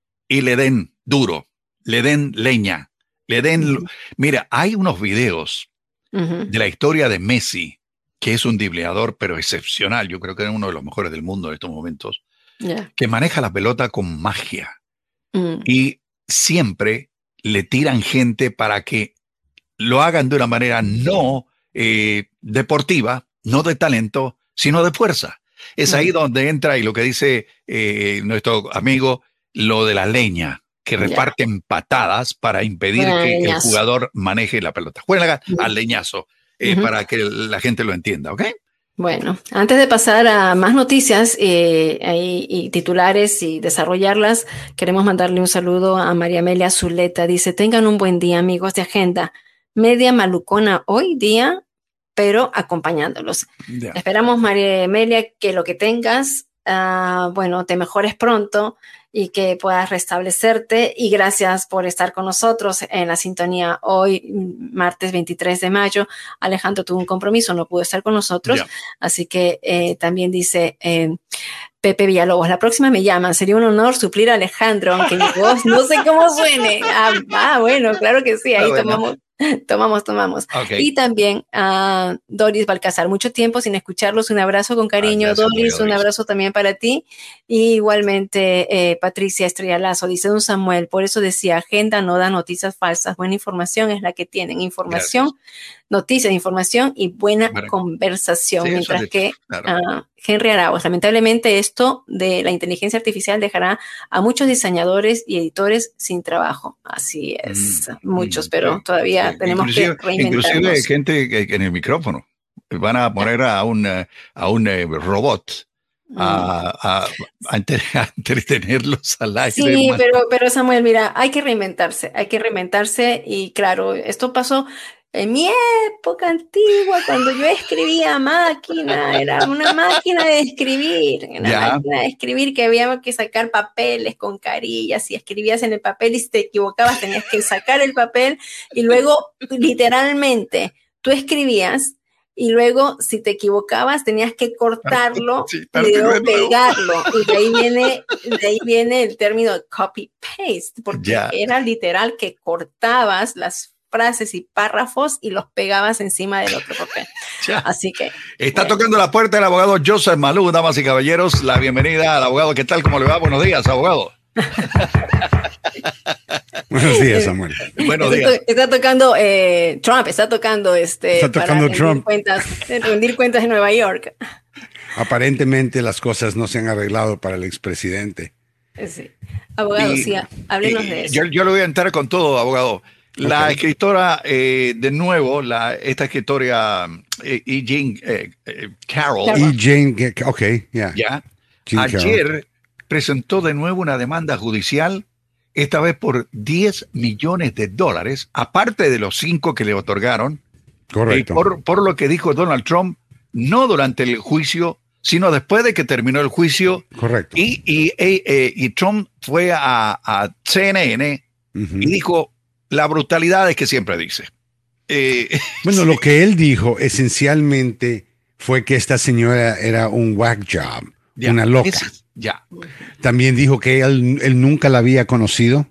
y le den duro, le den leña, le den... Ujú. Mira, hay unos videos Ujú. de la historia de Messi, que es un dribleador, pero excepcional. Yo creo que es uno de los mejores del mundo en estos momentos, Ya. que maneja la pelota con magia Mm. y siempre le tiran gente para que lo hagan de una manera no eh, deportiva, no de talento, sino de fuerza. Es ahí Ujú. donde entra y lo que dice eh, nuestro amigo, lo de la leña, que Ya. reparten patadas para impedir Juegan al que el leñazo. jugador maneje la pelota. Juegan Ujú. al leñazo, eh, Ujú. para que la gente lo entienda, ¿ok? Bueno, antes de pasar a más noticias eh, y, y titulares y desarrollarlas, queremos mandarle un saludo a María Amelia Zuleta. Dice, tengan un buen día, amigos de Agenda. Media malucona hoy día, pero acompañándolos. Ya. Esperamos, María Amelia, que lo que tengas, ah, bueno, te mejores pronto y que puedas restablecerte. Y gracias por estar con nosotros en la sintonía hoy, martes veintitrés de mayo. Alejandro tuvo un compromiso, no pudo estar con nosotros, Ya. así que eh, también dice eh, Pepe Villalobos, la próxima me llaman, sería un honor suplir a Alejandro, aunque mi voz no sé cómo suene. Ah, ah, bueno, claro que sí, ahí Ah, bueno. tomamos. Tomamos, tomamos. Ok. Y también a Doris Balcazar, mucho tiempo sin escucharlos, un abrazo con cariño, Ah, gracias, Doris, María un Doris. abrazo también para ti. Y igualmente eh, Patricia Estrella Lazo, dice don Samuel, por eso decía, Agenda no da noticias falsas, buena información es la que tienen, información, noticias, información y buena Bueno, conversación, sí, eso mientras es que claro. ah, Henry Arauz, lamentablemente esto de la inteligencia artificial dejará a muchos diseñadores y editores sin trabajo, así es, Mm, muchos, mm, pero sí, todavía sí. tenemos Inclusive, que reinventarnos. inclusive gente que, que en el micrófono van a poner a un, eh, a un eh, robot a, a, a entre- a entretenerlos al aire. Sí, man. pero, pero Samuel, mira, hay que reinventarse, hay que reinventarse y claro, esto pasó en mi época antigua, cuando yo escribía a máquina, era una máquina de escribir, una Ya. máquina de escribir que había que sacar papeles con carillas y escribías en el papel y si te equivocabas tenías que sacar el papel y luego literalmente tú escribías y luego si te equivocabas tenías que cortarlo Sí, y parte luego de nuevo. pegarlo y de ahí viene de ahí viene el término copy paste porque Ya. era literal que cortabas las frases y párrafos y los pegabas encima del otro papel. Así que... Está bueno. tocando la puerta el abogado Joseph Malou, damas y caballeros. La bienvenida al abogado. ¿Qué tal? ¿Cómo le va? Buenos días, abogado. Buenos días, Samuel. Buenos está, días. to está tocando eh, Trump, está tocando este Está tocando para Trump. rendir cuentas, rendir cuentas en Nueva York. Aparentemente las cosas no se han arreglado para el expresidente. Sí. Abogado, Y- sí, háblenos y de eso. Yo, yo le voy a entrar con todo, abogado. La Ok. escritora, eh, de nuevo, la, esta escritora eh, E. Jean eh, eh, Carroll, Y Jane, ok, ya. ya, Jean ayer Carroll. presentó de nuevo una demanda judicial, esta vez por diez millones de dólares, aparte de los cinco que le otorgaron, Correcto. eh, por, por lo que dijo Donald Trump, no durante el juicio, sino después de que terminó el juicio. Correcto. Y, y, eh, eh, y Trump fue a, a C N N Ujú. y dijo la brutalidad es que siempre dice. Eh, Bueno, lo que él dijo esencialmente fue que esta señora era un whack job, ya, una loca. es- ya. También dijo que él, él nunca la había conocido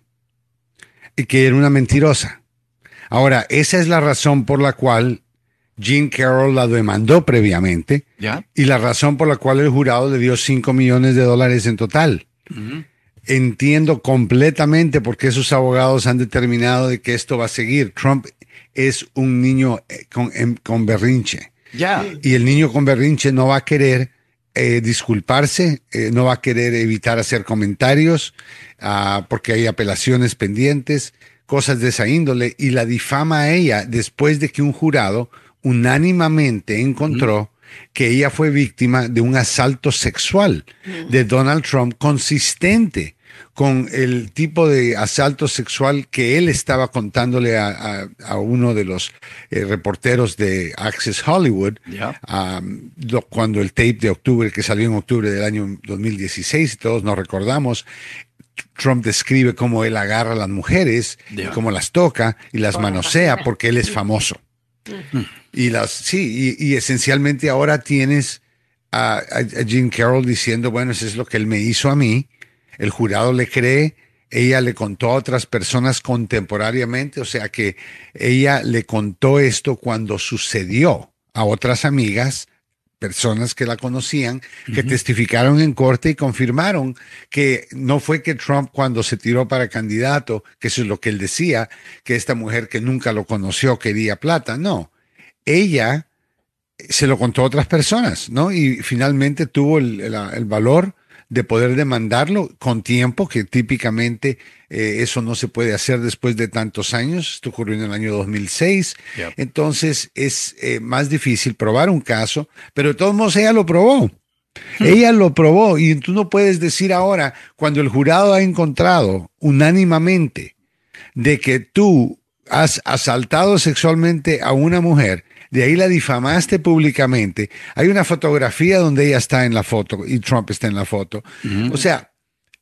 y que era una mentirosa. Ahora, esa es la razón por la cual Jean Carroll la demandó previamente Ya. y la razón por la cual el jurado le dio cinco millones de dólares en total. Ujú. Entiendo completamente por qué sus abogados han determinado de que esto va a seguir. Trump es un niño eh, con, em- con berrinche. Ya. Y el niño con berrinche no va a querer eh, disculparse, eh, no va a querer evitar hacer comentarios, ah, porque hay apelaciones pendientes, cosas de esa índole, y la difama a ella después de que un jurado unánimemente encontró que ella fue víctima de un asalto sexual de Donald Trump consistente con el tipo de asalto sexual que él estaba contándole a, a- a uno de los eh, reporteros de Access Hollywood, Ya. um, lo- cuando el tape de octubre, que salió en octubre del año dos mil dieciséis, y todos nos recordamos, Trump describe cómo él agarra a las mujeres, Ya. y cómo las toca y las manosea porque él es famoso. Y las, sí, y, y esencialmente ahora tienes a, a, a Jean Carroll diciendo, bueno, eso es lo que él me hizo a mí. El jurado le cree, ella le contó a otras personas contemporáneamente, o sea que ella le contó esto cuando sucedió a otras amigas, personas que la conocían, que testificaron en corte y confirmaron que no fue que Trump cuando se tiró para candidato, que eso es lo que él decía, que esta mujer que nunca lo conoció quería plata, no. Ella se lo contó a otras personas, ¿no? Y finalmente tuvo el, el- el valor de poder demandarlo con tiempo, que típicamente eh, eso no se puede hacer después de tantos años. Esto ocurrió en el año dos mil seis. Yep. Entonces es eh, más difícil probar un caso, pero de todos modos ella lo probó. Ella lo probó y tú no puedes decir ahora, cuando el jurado ha encontrado unánimamente de que tú has asaltado sexualmente a una mujer, de ahí la difamaste públicamente. Hay una fotografía donde ella está en la foto y Trump está en la foto. O sea,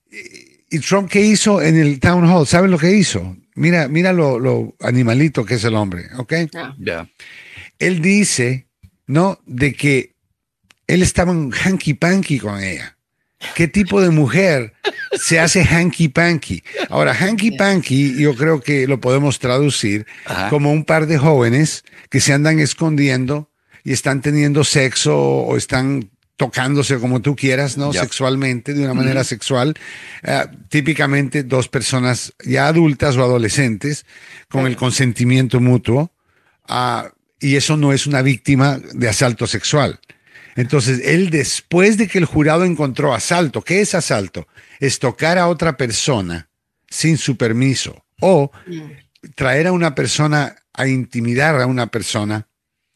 y y Trump, ¿qué hizo en el town hall? ¿Saben lo que hizo? Mira, mira lo, lo animalito que es el hombre, ¿ok? Ah. Ya. Él dice, ¿no? De que él estaba en hanky-panky con ella. ¿Qué tipo de mujer se hace hanky-panky? Ahora, hanky-panky yo creo que lo podemos traducir Ajá. como un par de jóvenes que se andan escondiendo y están teniendo sexo o están tocándose como tú quieras, ¿no? Ya. Sexualmente, de una manera sexual. Eh, típicamente dos personas ya adultas o adolescentes con el consentimiento mutuo. ah, y eso no es una víctima de asalto sexual. Entonces, él después de que el jurado encontró asalto, ¿qué es asalto? Es tocar a otra persona sin su permiso o traer a una persona a intimidar a una persona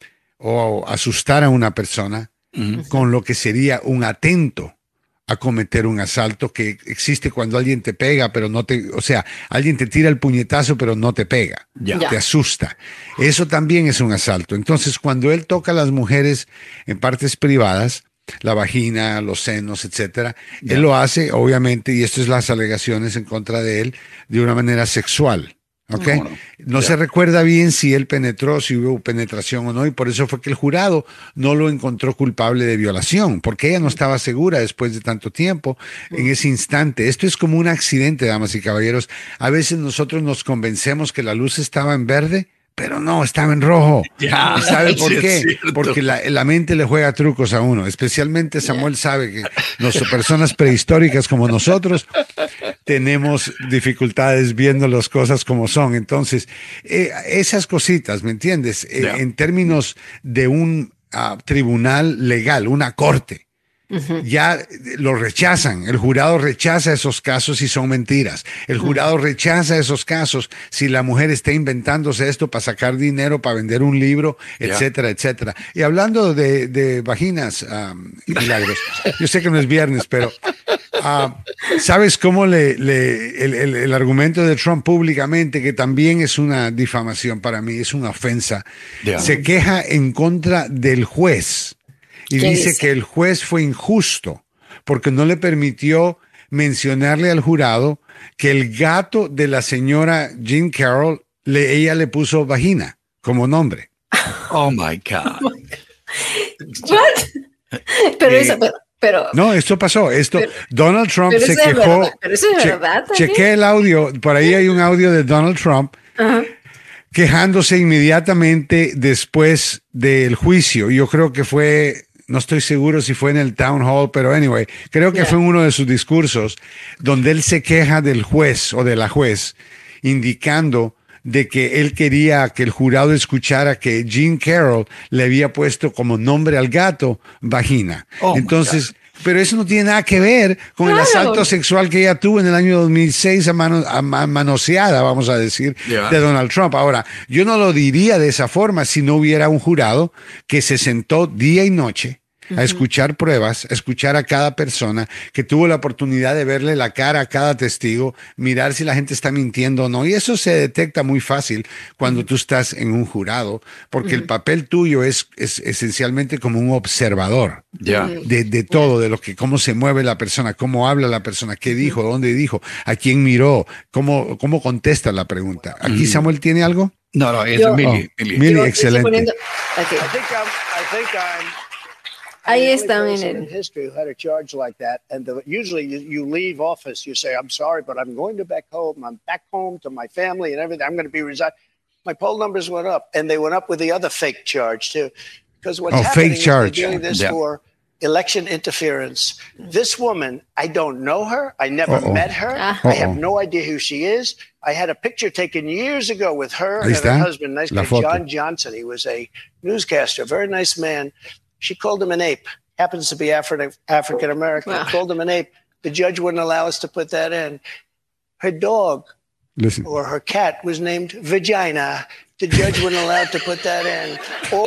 o asustar a una persona Ujú. con lo que sería un atento a cometer un asalto, que existe cuando alguien te pega, pero no te, o sea, alguien te tira el puñetazo, pero no te pega, Ya. Ya. te asusta. Eso también es un asalto. Entonces, cuando él toca a las mujeres en partes privadas, la vagina, los senos, etcétera, Ya. él lo hace, obviamente, y esto es las alegaciones en contra de él, de una manera sexual. ¿Ok? ¿Cómo no? No Ya. se recuerda bien si él penetró, si hubo penetración o no, y por eso fue que el jurado no lo encontró culpable de violación, porque ella no estaba segura después de tanto tiempo en ese instante. Esto es como un accidente, damas y caballeros. A veces nosotros nos convencemos que la luz estaba en verde, pero no, estaba en rojo. Ya, ¿Y sabe por sí, qué? es cierto. Porque la, la mente le juega trucos a uno. Especialmente Samuel sabe que las personas prehistóricas como nosotros tenemos dificultades viendo las cosas como son. Entonces, eh, esas cositas, ¿me entiendes? Eh, Ya. En términos de un uh, tribunal legal, una corte. Uh-huh. Ya lo rechazan, el jurado rechaza esos casos si son mentiras, el jurado uh-huh. rechaza esos casos si la mujer está inventándose esto para sacar dinero, para vender un libro, yeah. etcétera, etcétera. Y hablando de, de vaginas um, y milagros, yo sé que no es viernes, pero uh, ¿sabes cómo le, le el, el, el argumento de Trump públicamente, que también es una difamación para mí, es una ofensa, yeah. se queja en contra del juez? Y dice, dice que el juez fue injusto porque no le permitió mencionarle al jurado que el gato de la señora Jean Carroll, le, ella le puso vagina como nombre. Oh my God. What? Pero eso, pero, pero, no, esto pasó. Esto, pero, Donald Trump pero se eso quejó. Es verdad, pero eso es che, verdad. Chequé el audio, por ahí hay un audio de Donald Trump. Uh-huh. Quejándose inmediatamente después del juicio. Yo creo que fue, no estoy seguro si fue en el Town Hall, pero anyway, creo que yeah. fue en uno de sus discursos donde él se queja del juez o de la juez, indicando de que él quería que el jurado escuchara que Jean Carroll le había puesto como nombre al gato vagina. Oh, entonces, pero eso no tiene nada que ver con claro. el asalto sexual que ella tuvo en el año dos mil seis a, mano, a, a manoseada, vamos a decir, yeah. de Donald Trump. Ahora, yo no lo diría de esa forma si no hubiera un jurado que se sentó día y noche a escuchar pruebas, a escuchar a cada persona, que tuvo la oportunidad de verle la cara a cada testigo, mirar si la gente está mintiendo o no. Y eso se detecta muy fácil cuando uh-huh. tú estás en un jurado, porque uh-huh. el papel tuyo es, es esencialmente como un observador yeah. de, de todo, de lo que, cómo se mueve la persona, cómo habla la persona, qué dijo, dónde dijo, a quién miró, cómo, cómo contesta la pregunta. ¿Aquí uh-huh. Samuel tiene algo? No, no, es Yo, Mili. Oh, Mili, excelente. Poniendo, okay. I think I'm, I think I'm Ahí están en el history who had a charge like that, and the, usually you, you leave office, you say, "I'm sorry, but I'm going to back home. I'm back home to my family and everything. I'm going to be resigning." My poll numbers went up, and they went up with the other fake charge too, because what's oh, happening fake charge. is they're doing this yeah. for election interference. This woman, I don't know her. I never Uh-oh. met her. Uh-oh. I have no idea who she is. I had a picture taken years ago with her and her husband, nice guy, John Johnson. He was a newscaster, very nice man. She called him an ape. Happens to be Afri- African American. Wow. Called him an ape. The judge wouldn't allow us to put that in. Her dog Listen. or her cat was named Vagina. The judge wouldn't allow to put that in. Or-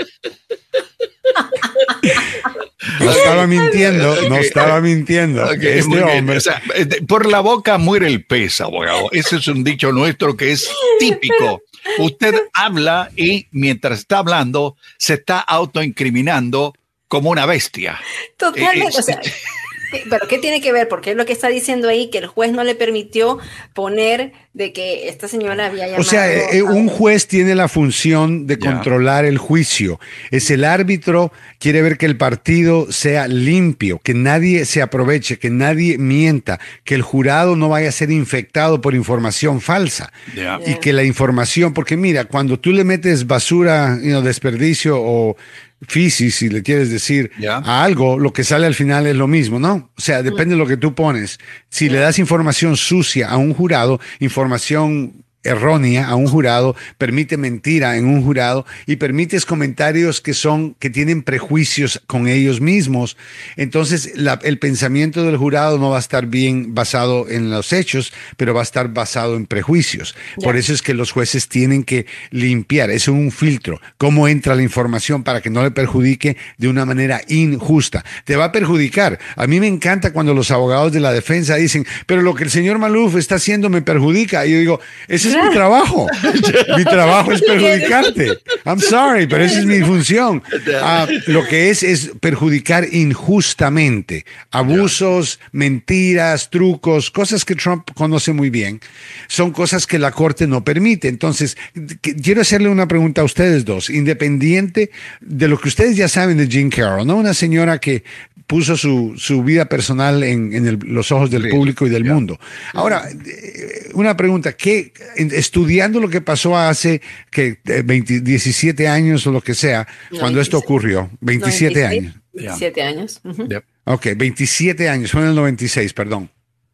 No estaba mintiendo, okay. no estaba mintiendo. Okay, este hombre. O sea, por la boca muere el pez, abogado. Ese es un dicho nuestro que es típico. Usted habla y mientras está hablando se está autoincriminando como una bestia. Totalmente. Eh, o sea, pero ¿qué tiene que ver? Porque es lo que está diciendo ahí, que el juez no le permitió poner de que esta señora había llamado. O sea, eh, un juez tiene la función de yeah. controlar el juicio. Es el árbitro, quiere ver que el partido sea limpio, que nadie se aproveche, que nadie mienta, que el jurado no vaya a ser infectado por información falsa. Yeah. Y yeah. que la información, porque mira, cuando tú le metes basura, you know, desperdicio o fisis, si le quieres decir yeah. a algo, lo que sale al final es lo mismo, ¿no? O sea, depende de lo que tú pones. Si yeah. le das información sucia a un jurado, información errónea a un jurado, permite mentira en un jurado y permites comentarios que son, que tienen prejuicios con ellos mismos. Entonces, la, el pensamiento del jurado no va a estar bien basado en los hechos, pero va a estar basado en prejuicios. Yeah. Por eso es que los jueces tienen que limpiar, es un filtro, cómo entra la información para que no le perjudique de una manera injusta. Te va a perjudicar. A mí me encanta cuando los abogados de la defensa dicen, pero lo que el señor Maluf está haciendo me perjudica. Y yo digo, ese es mi trabajo. Mi trabajo es perjudicarte. I'm sorry, pero esa es mi función. Uh, lo que es es perjudicar injustamente. Abusos, mentiras, trucos, cosas que Trump conoce muy bien. Son cosas que la corte no permite. Entonces, que, quiero hacerle una pregunta a ustedes dos. Independiente de lo que ustedes ya saben de Jean Carroll, ¿no? Una señora que puso su, su vida personal en, en el, los ojos del público y del yeah. mundo. Ahora, una pregunta, ¿qué, estudiando lo que pasó hace que veinte, diecisiete años o lo que sea, no, cuando veintiséis. Esto ocurrió, veintisiete no, años. veintisiete años. Uh-huh. Yep. Ok, veintisiete años, fue en el noventa y seis, perdón.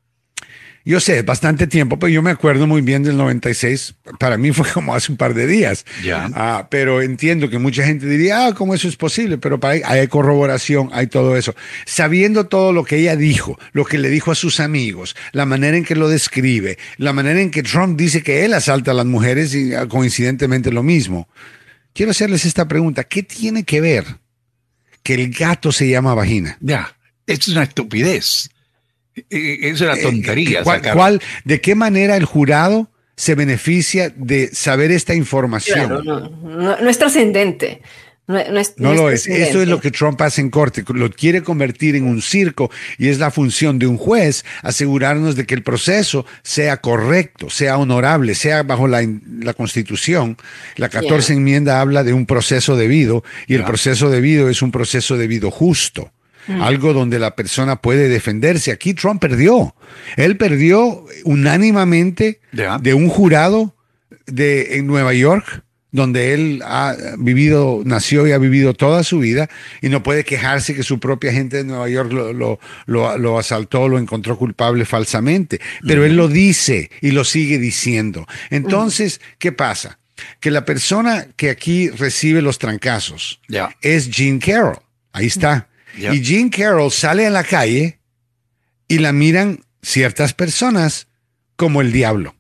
Yo sé, bastante tiempo, pero yo me acuerdo muy bien del noventa y seis. Para mí fue como hace un par de días. Yeah. Ah, pero entiendo que mucha gente diría, ah, ¿cómo eso es posible? Pero para ahí hay corroboración, hay todo eso. Sabiendo todo lo que ella dijo, lo que le dijo a sus amigos, la manera en que lo describe, la manera en que Trump dice que él asalta a las mujeres y coincidentemente lo mismo. Quiero hacerles esta pregunta. ¿Qué tiene que ver que el gato se llama vagina? Ya, yeah. Es una estupidez. Es una tontería. ¿Cuál, cuál, ¿De qué manera el jurado se beneficia de saber esta información? Claro, no, no, no es trascendente. No, no, es, no, no lo es. Esto es lo que Trump hace en corte. Lo quiere convertir en un circo y es la función de un juez asegurarnos de que el proceso sea correcto, sea honorable, sea bajo la, la Constitución. La catorce yeah. enmienda habla de un proceso debido y yeah. el proceso debido es un proceso debido justo. Mm. Algo donde la persona puede defenderse. Aquí Trump perdió. Él perdió unánimamente yeah. de un jurado de, en Nueva York, donde él ha vivido, nació y ha vivido toda su vida, y no puede quejarse que su propia gente de Nueva York lo, lo, lo, lo asaltó, lo encontró culpable falsamente. Pero mm. él lo dice y lo sigue diciendo. Entonces, mm. ¿qué pasa? Que la persona que aquí recibe los trancazos yeah. es Jean Carroll. Ahí está. Yep. Y Jean Carroll sale a la calle y la miran ciertas personas como el diablo.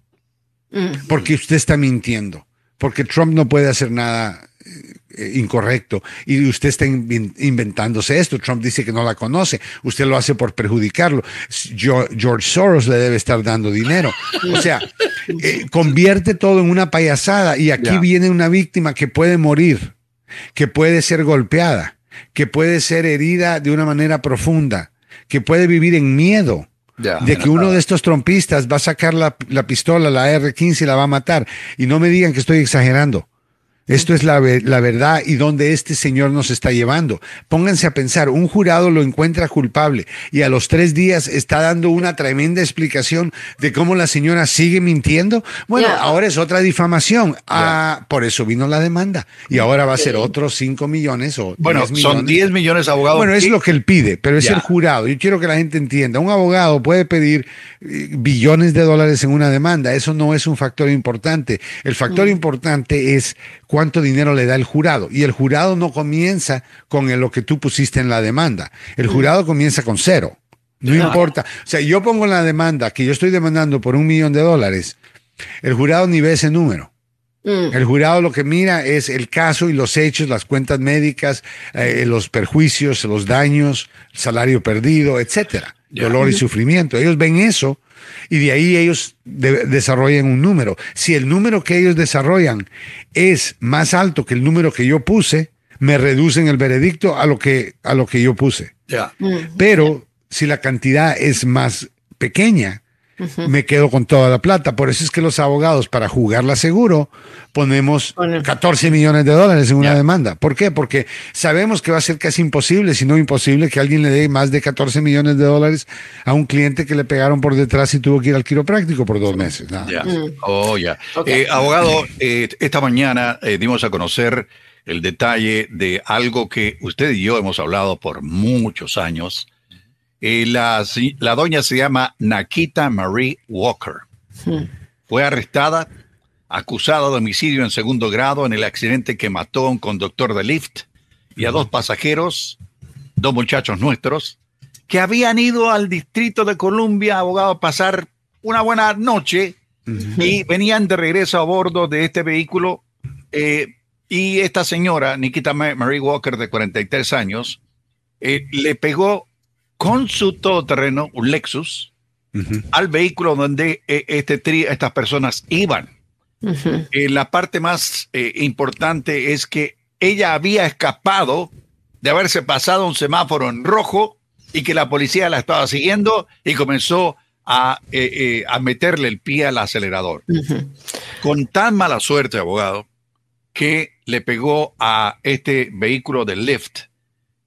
Mm. Porque usted está mintiendo. Porque Trump no puede hacer nada eh, incorrecto. Y usted está in- inventándose esto. Trump dice que no la conoce. Usted lo hace por perjudicarlo. Yo, George Soros le debe estar dando dinero. O sea, eh, convierte todo en una payasada. Y aquí yeah. viene una víctima que puede morir, que puede ser golpeada, que puede ser herida de una manera profunda, que puede vivir en miedo yeah, de que uno de estos trompistas va a sacar la, la pistola, la erre quince, y la va a matar. Y no me digan que estoy exagerando. Esto es la, la verdad y donde este señor nos está llevando. Pónganse a pensar, un jurado lo encuentra culpable y a los tres días está dando una tremenda explicación de cómo la señora sigue mintiendo. Bueno, yeah. ahora es otra difamación. Yeah. Ah, por eso vino la demanda. Y ahora va a ser otros cinco millones o bueno, diez millones. Son diez millones de abogados. Bueno, es lo que él pide, pero es yeah. el jurado. Yo quiero que la gente entienda. Un abogado puede pedir billones de dólares en una demanda. Eso no es un factor importante. El factor mm. importante es cuánto dinero le da el jurado. Y el jurado no comienza con lo que tú pusiste en la demanda. El jurado comienza con cero. No, no importa. O sea, yo pongo en la demanda que yo estoy demandando por un millón de dólares. El jurado ni ve ese número. Mm. El jurado lo que mira es el caso y los hechos, las cuentas médicas, eh, los perjuicios, los daños, el salario perdido, etcétera. Yeah. Dolor y sufrimiento. Ellos ven eso y de ahí ellos de- desarrollan un número. Si el número que ellos desarrollan es más alto que el número que yo puse, me reducen el veredicto a lo que, a lo que yo puse. Yeah. Mm. Pero si la cantidad es más pequeña, uh-huh. me quedo con toda la plata. Por eso es que los abogados, para jugarla seguro, ponemos catorce millones de dólares en una yeah. demanda. ¿Por qué? Porque sabemos que va a ser casi imposible, si no imposible, que alguien le dé más de catorce millones de dólares a un cliente que le pegaron por detrás y tuvo que ir al quiropráctico por dos meses. Nada yeah. mm. Oh, ya. Yeah. Okay. Eh, abogado, eh, esta mañana eh, dimos a conocer el detalle de algo que usted y yo hemos hablado por muchos años. Eh, la, la doña se llama Nakita Marie Walker. Hmm. Fue arrestada, acusada de homicidio en segundo grado en el accidente que mató a un conductor de Lyft y a dos pasajeros, dos muchachos nuestros, que habían ido al Distrito de Columbia, abogado, a pasar una buena noche uh-huh. y venían de regreso a bordo de este vehículo. Eh, y esta señora, Nakita Marie Walker, de cuarenta y tres años, eh, le pegó con su todoterreno, un Lexus, uh-huh. al vehículo donde eh, este tri- estas personas iban. Uh-huh. Eh, la parte más eh, importante es que ella había escapado de haberse pasado un semáforo en rojo y que la policía la estaba siguiendo y comenzó a, eh, eh, a meterle el pie al acelerador. Uh-huh. Con tan mala suerte, abogado, que le pegó a este vehículo de Lyft,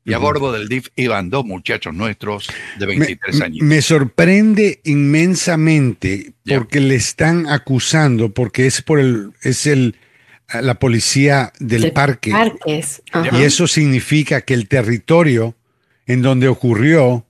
Y a bordo del D I F iban dos muchachos nuestros de veintitrés me, años. Me sorprende inmensamente porque yeah. le están acusando, porque es por el, es el, la policía del de parque. Parques. Y eso significa que el territorio en donde ocurrió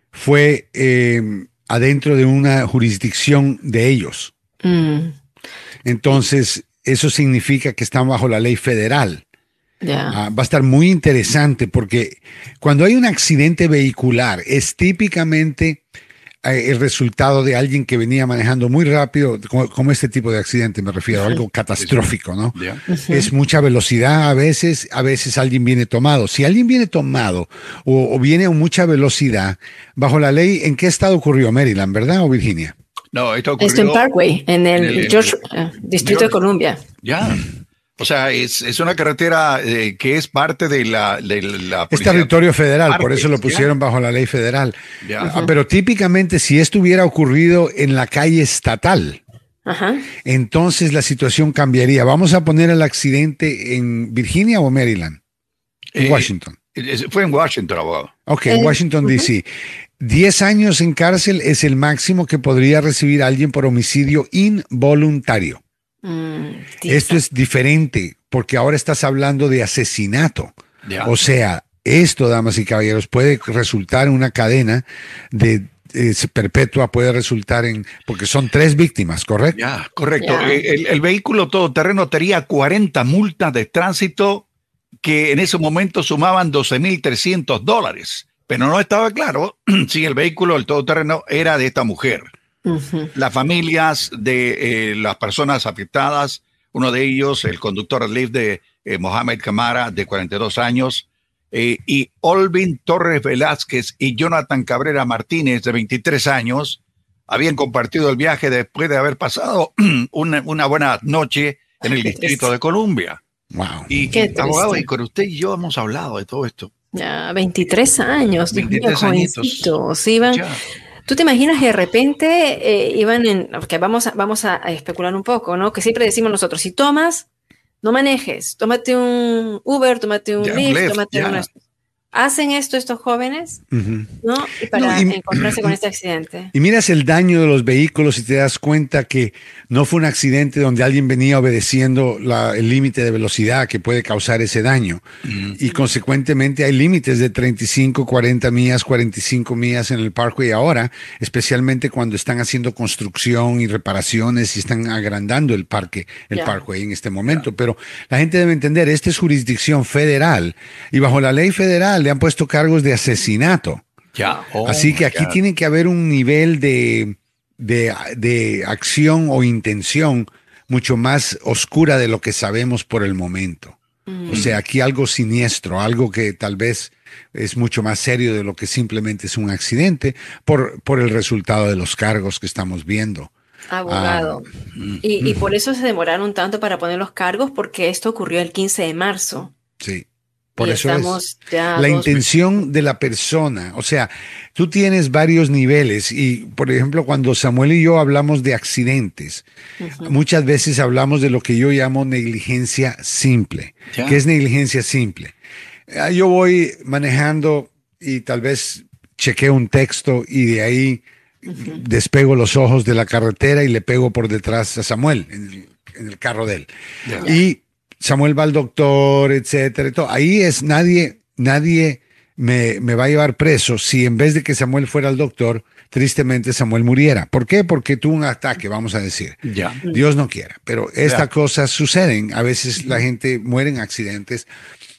fue eh, adentro de una jurisdicción de ellos. Mm. Entonces, eso significa que están bajo la ley federal. Yeah. Uh, va a estar muy interesante porque cuando hay un accidente vehicular es típicamente eh, el resultado de alguien que venía manejando muy rápido, como, como este tipo de accidente, me refiero a algo catastrófico, ¿no? Yeah. Uh-huh. Es mucha velocidad a veces, a veces alguien viene tomado. Si alguien viene tomado o, o viene a mucha velocidad, bajo la ley, ¿en qué estado ocurrió? Maryland, ¿verdad? ¿O Virginia? No, esto ocurrió esto en Parkway, en el, en el George, uh, Distrito George, de Columbia. Ya. Yeah. O sea, es, es una carretera eh, que es parte de la, de la es territorio federal, Parques, por eso lo pusieron yeah. bajo la ley federal. Yeah. Uh-huh. Ah, pero típicamente si esto hubiera ocurrido en la calle estatal, uh-huh. entonces la situación cambiaría. Vamos a poner el accidente en Virginia o Maryland, en eh, Washington. Fue en Washington, abogado. Ok, eh, en Washington, uh-huh. D C Diez años en cárcel es el máximo que podría recibir alguien por homicidio involuntario. Mm, esto es diferente porque ahora estás hablando de asesinato. Yeah. O sea, esto, damas y caballeros, puede resultar en una cadena de eh, perpetua, puede resultar en, porque son tres víctimas, ¿correcto? Ya, yeah, correcto. Yeah. El, el vehículo todoterreno tenía cuarenta multas de tránsito que en ese momento sumaban doce mil trescientos dólares. Pero no estaba claro si el vehículo, el todoterreno, era de esta mujer. Uh-huh. Las familias de eh, las personas afectadas, uno de ellos, el conductor del Lyft de eh, Mohamed Camara, de cuarenta y dos años, eh, y Olvin Torres Velázquez y Jonathan Cabrera Martínez, de veintitrés años, habían compartido el viaje después de haber pasado una, una buena noche en el Distrito de Columbia. Wow. Y, Qué abogado, y con usted y yo hemos hablado de todo esto. Ya, veintitrés años, veintitrés jovencitos, sí, iban. Ya. ¿Tú te imaginas que de repente eh, iban en, porque vamos a, vamos a especular un poco, ¿no? Que siempre decimos nosotros, si tomas, no manejes, tómate un Uber, tómate un Ya, Lyft, Lyft, tómate ya. una... Hacen esto estos jóvenes, Uh-huh. ¿no? Y para No, y- encontrarse con este accidente. Y miras el daño de los vehículos y te das cuenta que no fue un accidente donde alguien venía obedeciendo la- el límite de velocidad que puede causar ese daño. Y consecuentemente hay límites de treinta y cinco, cuarenta millas, cuarenta y cinco millas en el Parkway ahora, especialmente cuando están haciendo construcción y reparaciones y están agrandando el parque, el Ya. Parkway en este momento. Pero la gente debe entender, esta es jurisdicción federal y bajo la ley federal le han puesto cargos de asesinato. Ya. Oh, Así que aquí God. tiene que haber un nivel de, de, de acción o intención mucho más oscura de lo que sabemos por el momento. Mm. O sea, aquí algo siniestro, algo que tal vez es mucho más serio de lo que simplemente es un accidente por, por el resultado de los cargos que estamos viendo. Abogado. Ah, y, y por eso se demoraron tanto para poner los cargos, porque esto ocurrió el quince de marzo. Sí. Por Y eso estamos es ya la dos- intención de la persona. O sea, tú tienes varios niveles y, por ejemplo, cuando Samuel y yo hablamos de accidentes, Ujú. muchas veces hablamos de lo que yo llamo negligencia simple. Ya. ¿Qué es negligencia simple? Ah, Yo voy manejando y tal vez chequeo un texto y de ahí Ujú. despego los ojos de la carretera y le pego por detrás a Samuel en el, en el carro de él. Ya. Y Samuel va al doctor, etcétera. y todo. Ahí es nadie, nadie me, me va a llevar preso si en vez de que Samuel fuera al doctor, tristemente Samuel muriera. ¿Por qué? Porque tuvo un ataque, vamos a decir. Ya. Dios no quiera. Pero estas Ya. cosas suceden. A veces la gente muere en accidentes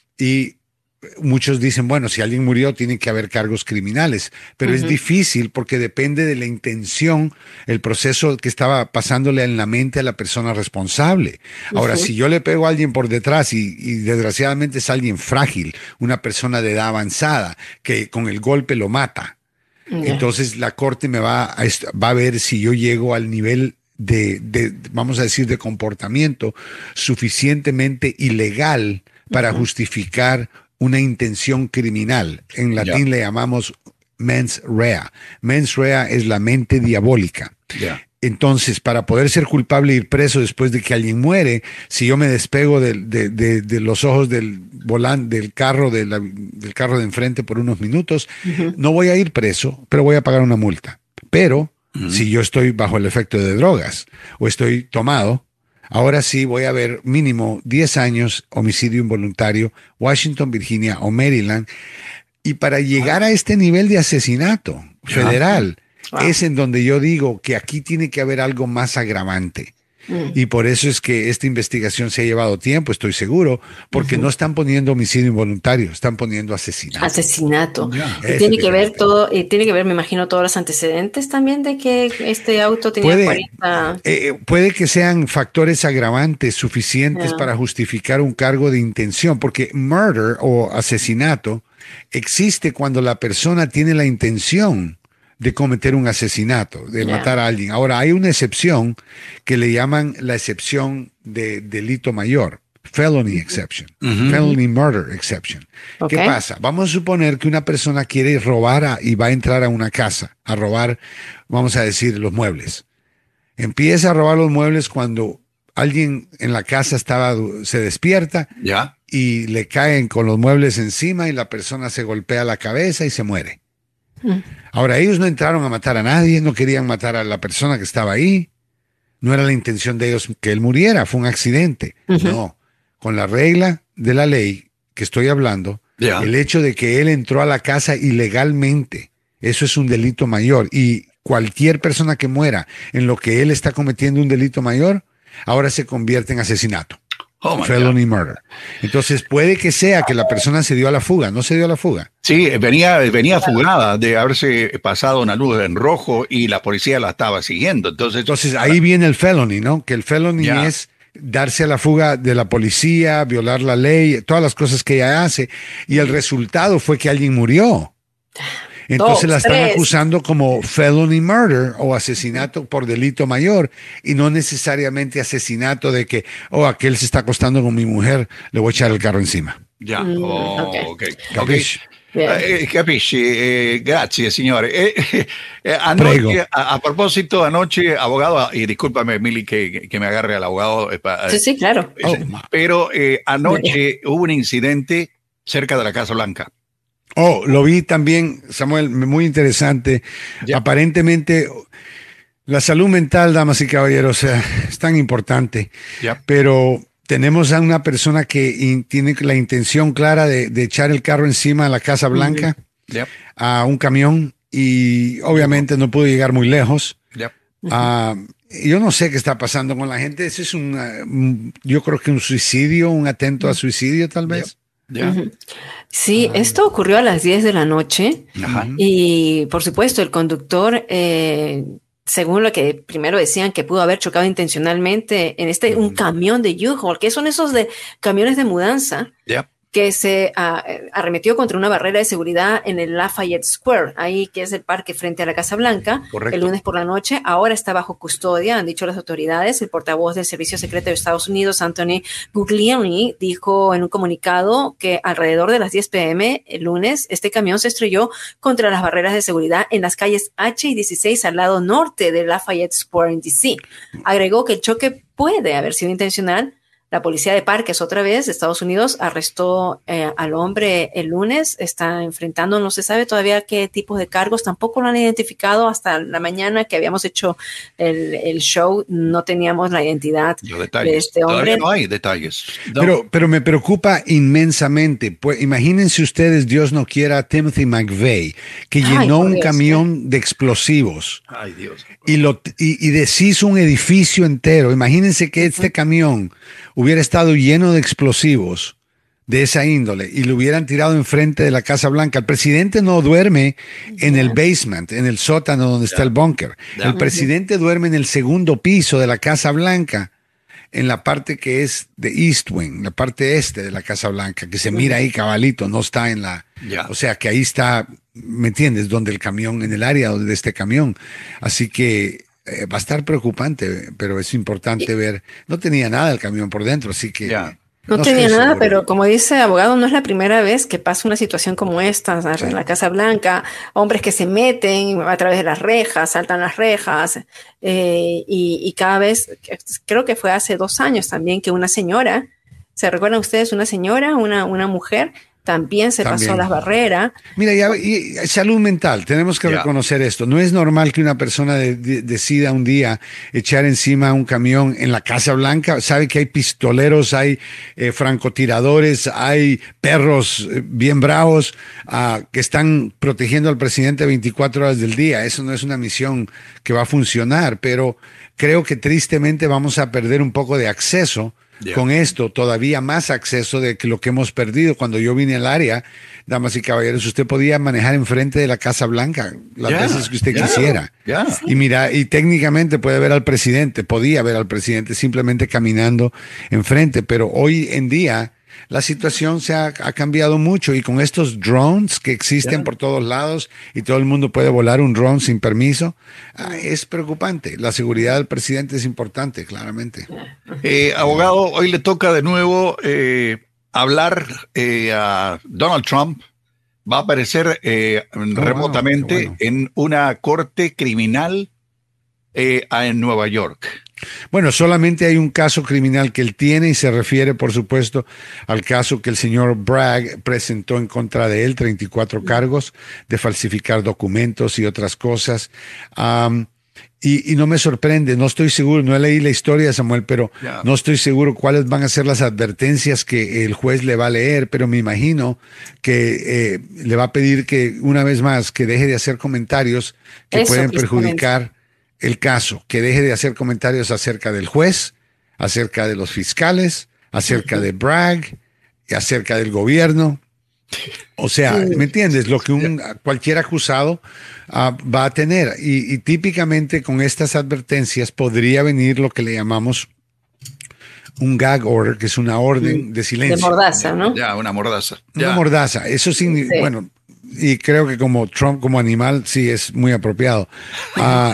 y muchos dicen, bueno, si alguien murió tiene que haber cargos criminales, pero es Ujú. difícil porque depende de la intención, el proceso que estaba pasándole en la mente a la persona responsable. Ahora, Ujú. si yo le pego a alguien por detrás y, y desgraciadamente es alguien frágil, una persona de edad avanzada, que con el golpe lo mata, Ya. entonces la corte me va a, est- va a ver si yo llego al nivel de, de, vamos a decir, de comportamiento suficientemente ilegal para Ujú. justificar una intención criminal. En latín Ya. le llamamos mens rea. Mens rea es la mente diabólica. Ya. Entonces, para poder ser culpable e ir preso después de que alguien muere, si yo me despego de, de, de, de los ojos del volante del carro de la, del carro de enfrente por unos minutos, uh-huh. no voy a ir preso, pero voy a pagar una multa. Pero uh-huh. si yo estoy bajo el efecto de drogas o estoy tomado, ahora sí voy a ver mínimo diez años, homicidio involuntario, Washington, Virginia o Maryland. Y para llegar a este nivel de asesinato federal, uh-huh. Wow. es en donde yo digo que aquí tiene que haber algo más agravante. Mm. Y por eso es que esta investigación se ha llevado tiempo, estoy seguro, porque uh-huh. no están poniendo homicidio involuntario, están poniendo asesinato. Asesinato. Yeah. Y tiene que ver todo, y tiene que ver, me imagino, todos los antecedentes también de que este auto tenía puede, cuarenta... Eh, puede que sean factores agravantes suficientes yeah. para justificar un cargo de intención, porque murder o asesinato existe cuando la persona tiene la intención de cometer un asesinato, de yeah. matar a alguien. Ahora, hay una excepción que le llaman la excepción de delito mayor, felony exception, uh-huh. felony murder exception. Okay. ¿Qué pasa? Vamos a suponer que una persona quiere robar a, y va a entrar a una casa a robar, vamos a decir, los muebles. Empieza a robar los muebles cuando alguien en la casa estaba, se despierta yeah. y le caen con los muebles encima y la persona se golpea la cabeza y se muere. Ahora, ellos no entraron a matar a nadie, no querían matar a la persona que estaba ahí, no era la intención de ellos que él muriera, fue un accidente. Uh-huh. No, con la regla de la ley que estoy hablando, yeah. el hecho de que él entró a la casa ilegalmente, eso es un delito mayor, y cualquier persona que muera en lo que él está cometiendo un delito mayor, ahora se convierte en asesinato. Oh, felony God. Murder. Entonces puede que sea que la persona se dio a la fuga, ¿no se dio a la fuga? Sí, venía, venía fugada de haberse pasado una luz en rojo y la policía la estaba siguiendo. Entonces, Entonces ahí viene el felony, ¿no? Que el felony yeah. es darse a la fuga de la policía, violar la ley, todas las cosas que ella hace. Y el resultado fue que alguien murió. Entonces Dos, la están tres. acusando como felony murder o asesinato por delito mayor y no necesariamente asesinato de que, oh, aquel se está acostando con mi mujer, le voy a echar el carro encima. Ya, mm, oh, ok. okay. Capisci? Eh, capisci, eh, grazie signore. Eh, eh, anoche, a, a propósito, anoche, abogado, y discúlpame, Mili, que, que me agarre al abogado. Eh, sí, sí, claro. Eh, oh, pero eh, anoche hubo un incidente cerca de la Casa Blanca. Oh, lo vi también, Samuel, muy interesante. Yeah. Aparentemente, la salud mental, damas y caballeros, es tan importante. Yeah. Pero tenemos a una persona que in, tiene la intención clara de, de echar el carro encima de la Casa Blanca, mm-hmm. yeah. a un camión, y obviamente no pudo llegar muy lejos. Yeah. Uh, yo no sé qué está pasando con la gente. Ese es un, yo creo que un suicidio, un atento a suicidio, tal vez. Yeah. Yeah. Uh-huh. Sí, ah. esto ocurrió a las diez de la noche. Ajá. Y por supuesto el conductor, eh, según lo que primero decían, que pudo haber chocado intencionalmente en este uh-huh. un camión de U-Haul, que son esos de camiones de mudanza. Yeah. Que se uh, arremetió contra una barrera de seguridad en el Lafayette Square, ahí que es el parque frente a la Casa Blanca. Correcto. El lunes por la noche. Ahora está bajo custodia, han dicho las autoridades. El portavoz del Servicio Secreto de Estados Unidos, Anthony Guglielmi, dijo en un comunicado que alrededor de las diez p.m. el lunes, este camión se estrelló contra las barreras de seguridad en las calles H y dieciséis al lado norte del Lafayette Square en D C. Agregó que el choque puede haber sido intencional. La policía de parques, otra vez, de Estados Unidos, arrestó eh, al hombre el lunes. Está enfrentando, no se sabe todavía qué tipo de cargos. Tampoco lo han identificado hasta la mañana que habíamos hecho el, el show. No teníamos la identidad de este hombre. Todavía no hay detalles. No. Pero, pero me preocupa inmensamente. Pues imagínense ustedes, Dios no quiera, Timothy McVeigh, que Ay, llenó un Dios, camión ¿eh? de explosivos. Ay, Dios. Y, lo, y, y deshizo un edificio entero. Imagínense que este uh-huh. camión hubiera estado lleno de explosivos de esa índole y lo hubieran tirado enfrente de la Casa Blanca. El presidente no duerme en yeah. el basement, en el sótano donde yeah. está el búnker. Yeah. El presidente duerme en el segundo piso de la Casa Blanca, en la parte que es de East Wing, la parte este de la Casa Blanca, que se mira ahí cabalito, no está en la... Yeah. O sea, que ahí está, ¿me entiendes? Donde el camión, en el área de este camión. Así que Eh, va a estar preocupante, pero es importante ver. No tenía nada el camión por dentro, así que yeah. No, no tenía nada, seguro. Pero como dice el abogado, no es la primera vez que pasa una situación como esta, ¿sabes? En la Casa Blanca, hombres que se meten a través de las rejas, saltan las rejas, eh, y, y cada vez, creo que fue hace dos años también, que una señora, ¿se recuerdan ustedes? Una señora, una, una mujer, también se también. pasó las barreras. Mira, ya, y salud mental, tenemos que yeah. reconocer esto. No es normal que una persona de, de, decida un día echar encima un camión en la Casa Blanca. Sabe que hay pistoleros, hay eh, francotiradores, hay perros eh, bien bravos uh, que están protegiendo al presidente veinticuatro horas del día. Eso no es una misión que va a funcionar, pero creo que tristemente vamos a perder un poco de acceso. Yeah. Con esto, todavía más acceso de que lo que hemos perdido. Cuando yo vine al área, damas y caballeros, usted podía manejar enfrente de la Casa Blanca las yeah. veces que usted yeah. quisiera. Yeah. Y mira, y técnicamente puede ver al presidente, podía ver al presidente simplemente caminando enfrente, pero hoy en día la situación se ha, ha cambiado mucho, y con estos drones que existen yeah. por todos lados y todo el mundo puede volar un drone sin permiso, uh, es preocupante. La seguridad del presidente es importante, claramente. Eh, abogado, hoy le toca de nuevo eh, hablar eh, a Donald Trump. Va a aparecer eh, oh, remotamente wow, bueno. en una corte criminal eh, en Nueva York. Bueno, solamente hay un caso criminal que él tiene, y se refiere, por supuesto, al caso que el señor Bragg presentó en contra de él, treinta y cuatro cargos de falsificar documentos y otras cosas. Um, y, y no me sorprende, no estoy seguro, no leí la historia, Samuel, pero yeah. no estoy seguro cuáles van a ser las advertencias que el juez le va a leer, pero me imagino que eh, le va a pedir que, una vez más, que deje de hacer comentarios que Eso, pueden perjudicar el caso, que deje de hacer comentarios acerca del juez, acerca de los fiscales, acerca uh-huh. de Bragg, y acerca del gobierno. O sea, sí. ¿me entiendes? Lo que un cualquier acusado uh, va a tener. Y, y típicamente con estas advertencias podría venir lo que le llamamos un gag order, que es una orden de silencio. De mordaza, ¿no? Ya, una mordaza. Una ya. mordaza. Eso significa, sí. bueno, y creo que como Trump como animal sí es muy apropiado. Uh,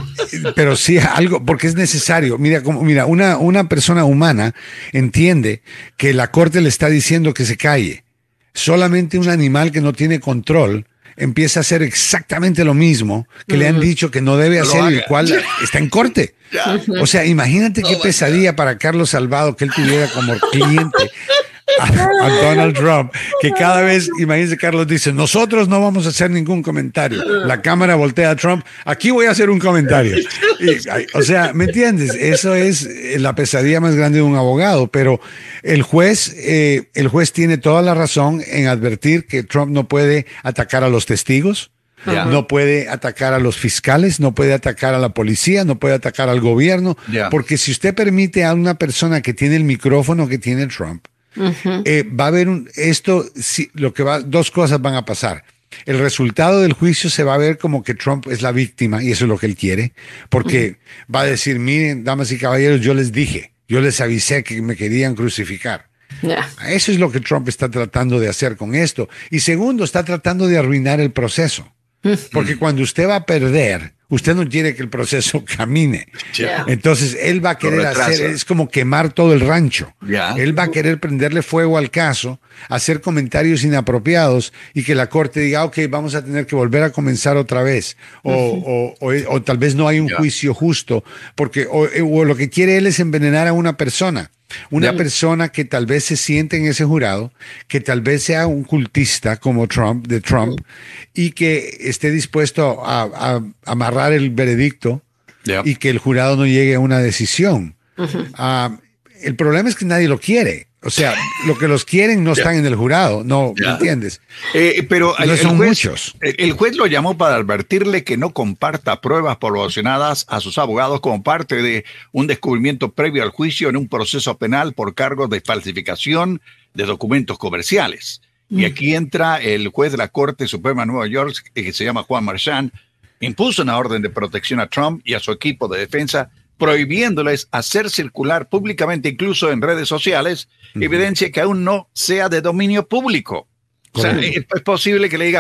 pero sí algo, porque es necesario. Mira, como, mira, una, una persona humana entiende que la corte le está diciendo que se calle. Solamente un animal que no tiene control empieza a hacer exactamente lo mismo que uh-huh. le han dicho que no debe hacer, el cual está en corte. Ya. O sea, imagínate qué pesadilla para Carlos Salvado que él tuviera como cliente a, a Donald Trump, que cada vez, imagínense, Carlos dice, nosotros no vamos a hacer ningún comentario. La cámara voltea a Trump, aquí voy a hacer un comentario. Y, o sea, ¿me entiendes? Eso es la pesadilla más grande de un abogado, pero el juez, eh, el juez tiene toda la razón en advertir que Trump no puede atacar a los testigos. Yeah. No puede atacar a los fiscales, no puede atacar a la policía, no puede atacar al gobierno, yeah. porque si usted permite a una persona que tiene el micrófono que tiene Trump, Uh-huh. Eh, va a haber un, esto, si, lo que va, dos cosas van a pasar. El resultado del juicio se va a ver como que Trump es la víctima, y eso es lo que él quiere, porque uh-huh. va a decir, miren, damas y caballeros, yo les dije, yo les avisé que me querían crucificar. Yeah. Eso es lo que Trump está tratando de hacer con esto. Y segundo, está tratando de arruinar el proceso, uh-huh. porque cuando usted va a perder, usted no quiere que el proceso camine. Yeah. Entonces, él va a querer hacer, es como quemar todo el rancho. Yeah. Él va a querer prenderle fuego al caso, hacer comentarios inapropiados y que la corte diga, ok, vamos a tener que volver a comenzar otra vez. O, uh-huh. o, o, o tal vez no hay un yeah. juicio justo, porque o, o lo que quiere él es envenenar a una persona. Una yeah. persona que tal vez se siente en ese jurado, que tal vez sea un cultista como Trump, de Trump, y que esté dispuesto a, a, a amarrar el veredicto yeah. y que el jurado no llegue a una decisión. Uh-huh. Uh, el problema es que nadie lo quiere. O sea, lo que los quieren no yeah. están en el jurado, ¿no yeah. ¿me entiendes? Eh, pero no el, son el juez, muchos. El juez lo llamó para advertirle que no comparta pruebas proporcionadas a sus abogados como parte de un descubrimiento previo al juicio en un proceso penal por cargos de falsificación de documentos comerciales. Mm. Y aquí entra el juez de la Corte Suprema de Nueva York, que se llama Juan Merchan, impuso una orden de protección a Trump y a su equipo de defensa, prohibiéndoles hacer circular públicamente, incluso en redes sociales, uh-huh. evidencia que aún no sea de dominio público. Correcto. O sea, es posible que le diga,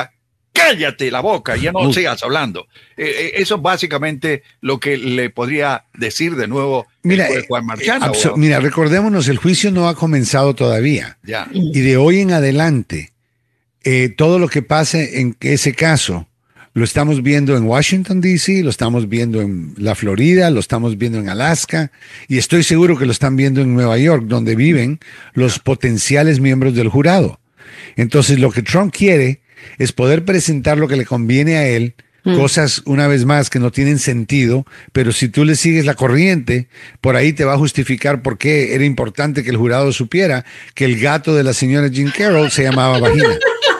cállate la boca, ya no Uf. sigas hablando. Eh, eh, eso es básicamente lo que le podría decir de nuevo Mira, el juez Juan Marchand. abso- mira, recordémonos, el juicio no ha comenzado todavía. Ya. Y de hoy en adelante, eh, todo lo que pase en ese caso, lo estamos viendo en Washington, D C, lo estamos viendo en la Florida, lo estamos viendo en Alaska, y estoy seguro que lo están viendo en Nueva York, donde viven los potenciales miembros del jurado. Entonces, lo que Trump quiere es poder presentar lo que le conviene a él, mm. cosas, una vez más, que no tienen sentido, pero si tú le sigues la corriente, por ahí te va a justificar por qué era importante que el jurado supiera que el gato de la señora Jean Carroll se llamaba Vagina.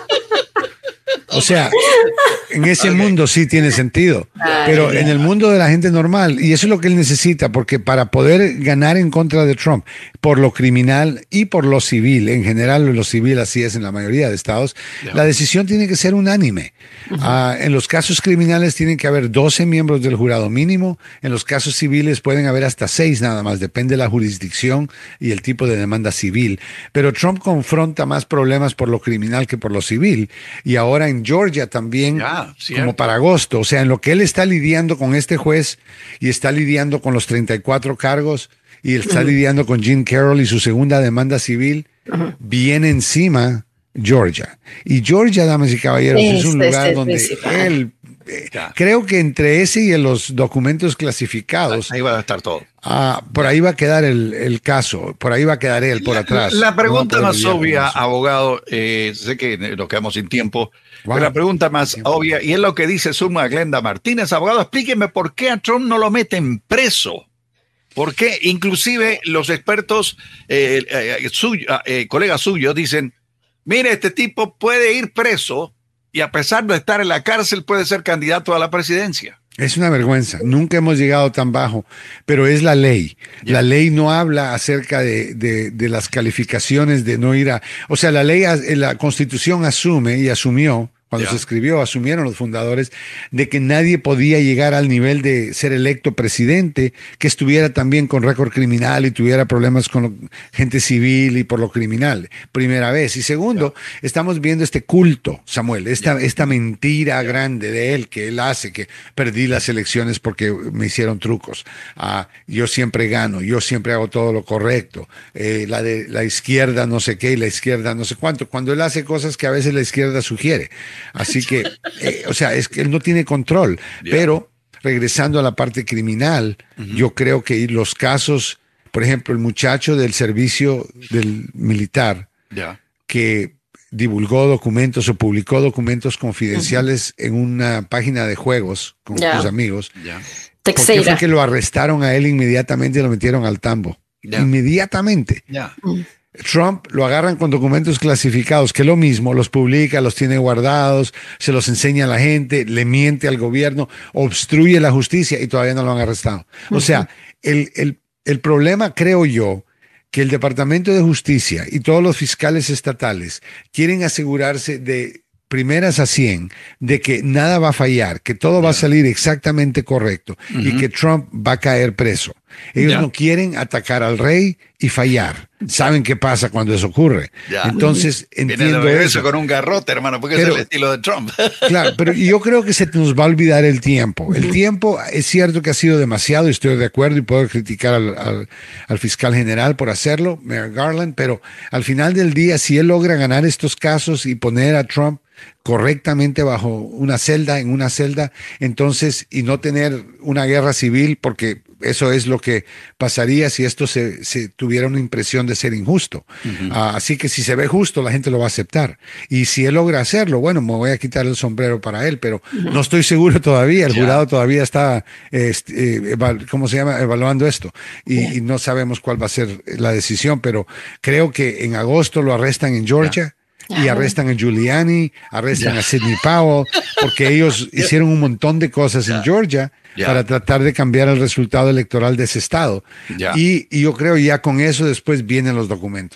O sea, en ese okay. mundo sí tiene sentido, pero en el mundo de la gente normal, y eso es lo que él necesita, porque para poder ganar en contra de Trump, por lo criminal y por lo civil, en general lo civil así es en la mayoría de estados, yeah. la decisión tiene que ser unánime. Uh-huh. Uh, en los casos criminales tienen que haber doce miembros del jurado mínimo, en los casos civiles pueden haber hasta seis nada más, depende de la jurisdicción y el tipo de demanda civil. Pero Trump confronta más problemas por lo criminal que por lo civil, y ahora en Georgia también, yeah, como para agosto, o sea, en lo que él está lidiando con este juez y está lidiando con los treinta y cuatro cargos y está uh-huh. lidiando con Jean Carroll y su segunda demanda civil, uh-huh. viene encima Georgia. Y Georgia, damas y caballeros, es, es un lugar es donde principal. él, eh, creo que entre ese y los documentos clasificados, ahí va a estar todo. Ah, por ahí va a quedar el, el caso, por ahí va a quedar él, por la, atrás. La pregunta no más obvia, abogado, eh, sé que nos quedamos sin tiempo, wow. pero la pregunta más tiempo. obvia, y es lo que dice Suma Glenda Martínez, abogado, explíqueme por qué a Trump no lo meten preso. ¿Por qué? Inclusive los expertos, eh, eh, suyo, eh, colegas suyos, dicen, mire, este tipo puede ir preso y a pesar de estar en la cárcel puede ser candidato a la presidencia. Es una vergüenza, nunca hemos llegado tan bajo, pero es la ley. Yeah. La ley no habla acerca de, de, de las calificaciones de no ir a... O sea, la ley, la Constitución asume y asumió, cuando yeah. se escribió, asumieron los fundadores, de que nadie podía llegar al nivel de ser electo presidente que estuviera también con récord criminal y tuviera problemas con lo, gente civil y por lo criminal. Primera vez. Y segundo, yeah. estamos viendo este culto, Samuel, esta, yeah. esta mentira yeah. grande de él que él hace, que perdí las elecciones porque me hicieron trucos. Ah, yo siempre gano, yo siempre hago todo lo correcto. Eh, la de la izquierda no sé qué y la izquierda no sé cuánto. Cuando él hace cosas que a veces la izquierda sugiere. Así que, eh, o sea, es que él no tiene control, yeah. pero regresando a la parte criminal, uh-huh. yo creo que los casos, por ejemplo, el muchacho del servicio del militar yeah. que divulgó documentos o publicó documentos confidenciales uh-huh. en una página de juegos con yeah. sus amigos, yeah. ¿por qué fue que lo arrestaron a él inmediatamente y lo metieron al tambo? Yeah. Inmediatamente. Yeah. Uh-huh. Trump lo agarran con documentos clasificados, que lo mismo, los publica, los tiene guardados, se los enseña a la gente, le miente al gobierno, obstruye la justicia y todavía no lo han arrestado. Uh-huh. O sea, el, el, el problema, creo yo, que el Departamento de Justicia y todos los fiscales estatales quieren asegurarse de primeras a cien, de que nada va a fallar, que todo yeah. va a salir exactamente correcto uh-huh. y que Trump va a caer preso. Ellos yeah. no quieren atacar al rey y fallar. Saben qué pasa cuando eso ocurre. Yeah. Entonces, entiendo Viene eso. con un garrote, hermano, porque pero, es el estilo de Trump. Claro, pero yo creo que se nos va a olvidar el tiempo. El tiempo es cierto que ha sido demasiado, y estoy de acuerdo, y puedo criticar al, al, al fiscal general por hacerlo, Merrick Garland, pero al final del día, si él logra ganar estos casos y poner a Trump correctamente bajo una celda, en una celda, entonces, y no tener una guerra civil, porque eso es lo que pasaría si esto se, se tuviera una impresión de ser injusto. Uh-huh. Uh, así que si se ve justo, la gente lo va a aceptar. Y si él logra hacerlo, bueno, me voy a quitar el sombrero para él, pero uh-huh. no estoy seguro todavía. El yeah. jurado todavía está, este, eh, eval- ¿cómo se llama? Evaluando esto. Y, yeah. y no sabemos cuál va a ser la decisión, pero creo que en agosto lo arrestan en Georgia. Yeah. Y arrestan a Giuliani, arrestan yeah. a Sidney Powell, porque ellos yeah. hicieron un montón de cosas yeah. en Georgia yeah. para tratar de cambiar el resultado electoral de ese estado. Yeah. Y, y yo creo ya con eso después vienen los documentos.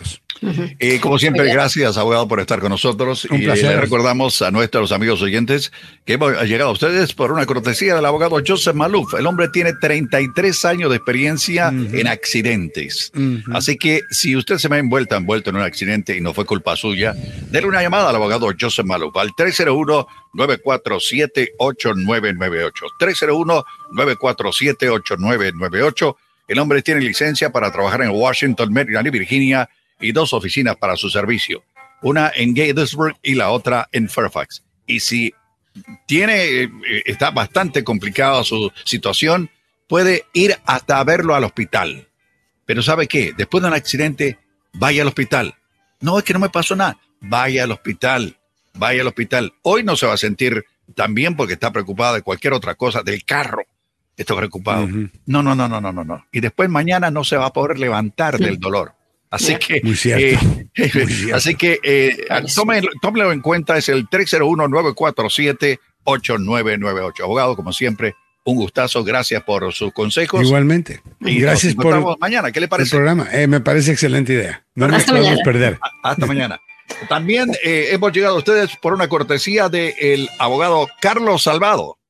Uh-huh. eh, como siempre, gracias, abogado, por estar con nosotros. Un y placer. le recordamos a nuestros amigos oyentes que hemos llegado a ustedes por una cortesía del abogado Joseph Maloof. El hombre tiene treinta y tres años de experiencia uh-huh. en accidentes. Uh-huh. Así que si usted se ve envuelta, envuelto en un accidente y no fue culpa suya, déle una llamada al abogado Joseph Maloof al tres cero uno, nueve cuatro siete, ocho nueve nueve ocho. tres cero uno, nueve cuatro siete, ocho nueve nueve ocho. El hombre tiene licencia para trabajar en Washington, Maryland y Virginia y dos oficinas para su servicio. Una en Gettysburg y la otra en Fairfax. Y si tiene, está bastante complicada su situación, puede ir hasta verlo al hospital. Pero ¿sabe qué? Después de un accidente, vaya al hospital. No, es que no me pasó nada. Vaya al hospital. Vaya al hospital. Hoy no se va a sentir tan bien porque está preocupada de cualquier otra cosa, del carro. Está preocupado. Uh-huh. No, no, no, no, no, no, no. Y después mañana no se va a poder levantar sí. del dolor. Así que, Muy cierto. Eh, Muy cierto. Así que eh, tómelo, tómelo en cuenta, es el tres cero uno, nueve cuatro siete, ocho nueve nueve ocho. Abogado, como siempre, un gustazo, gracias por sus consejos. Igualmente. Y gracias nos por mañana. ¿Qué le parece? El programa. Eh, me parece excelente idea. No nos podemos perder. Hasta mañana. También eh, hemos llegado a ustedes por una cortesía del abogado Carlos Salvado.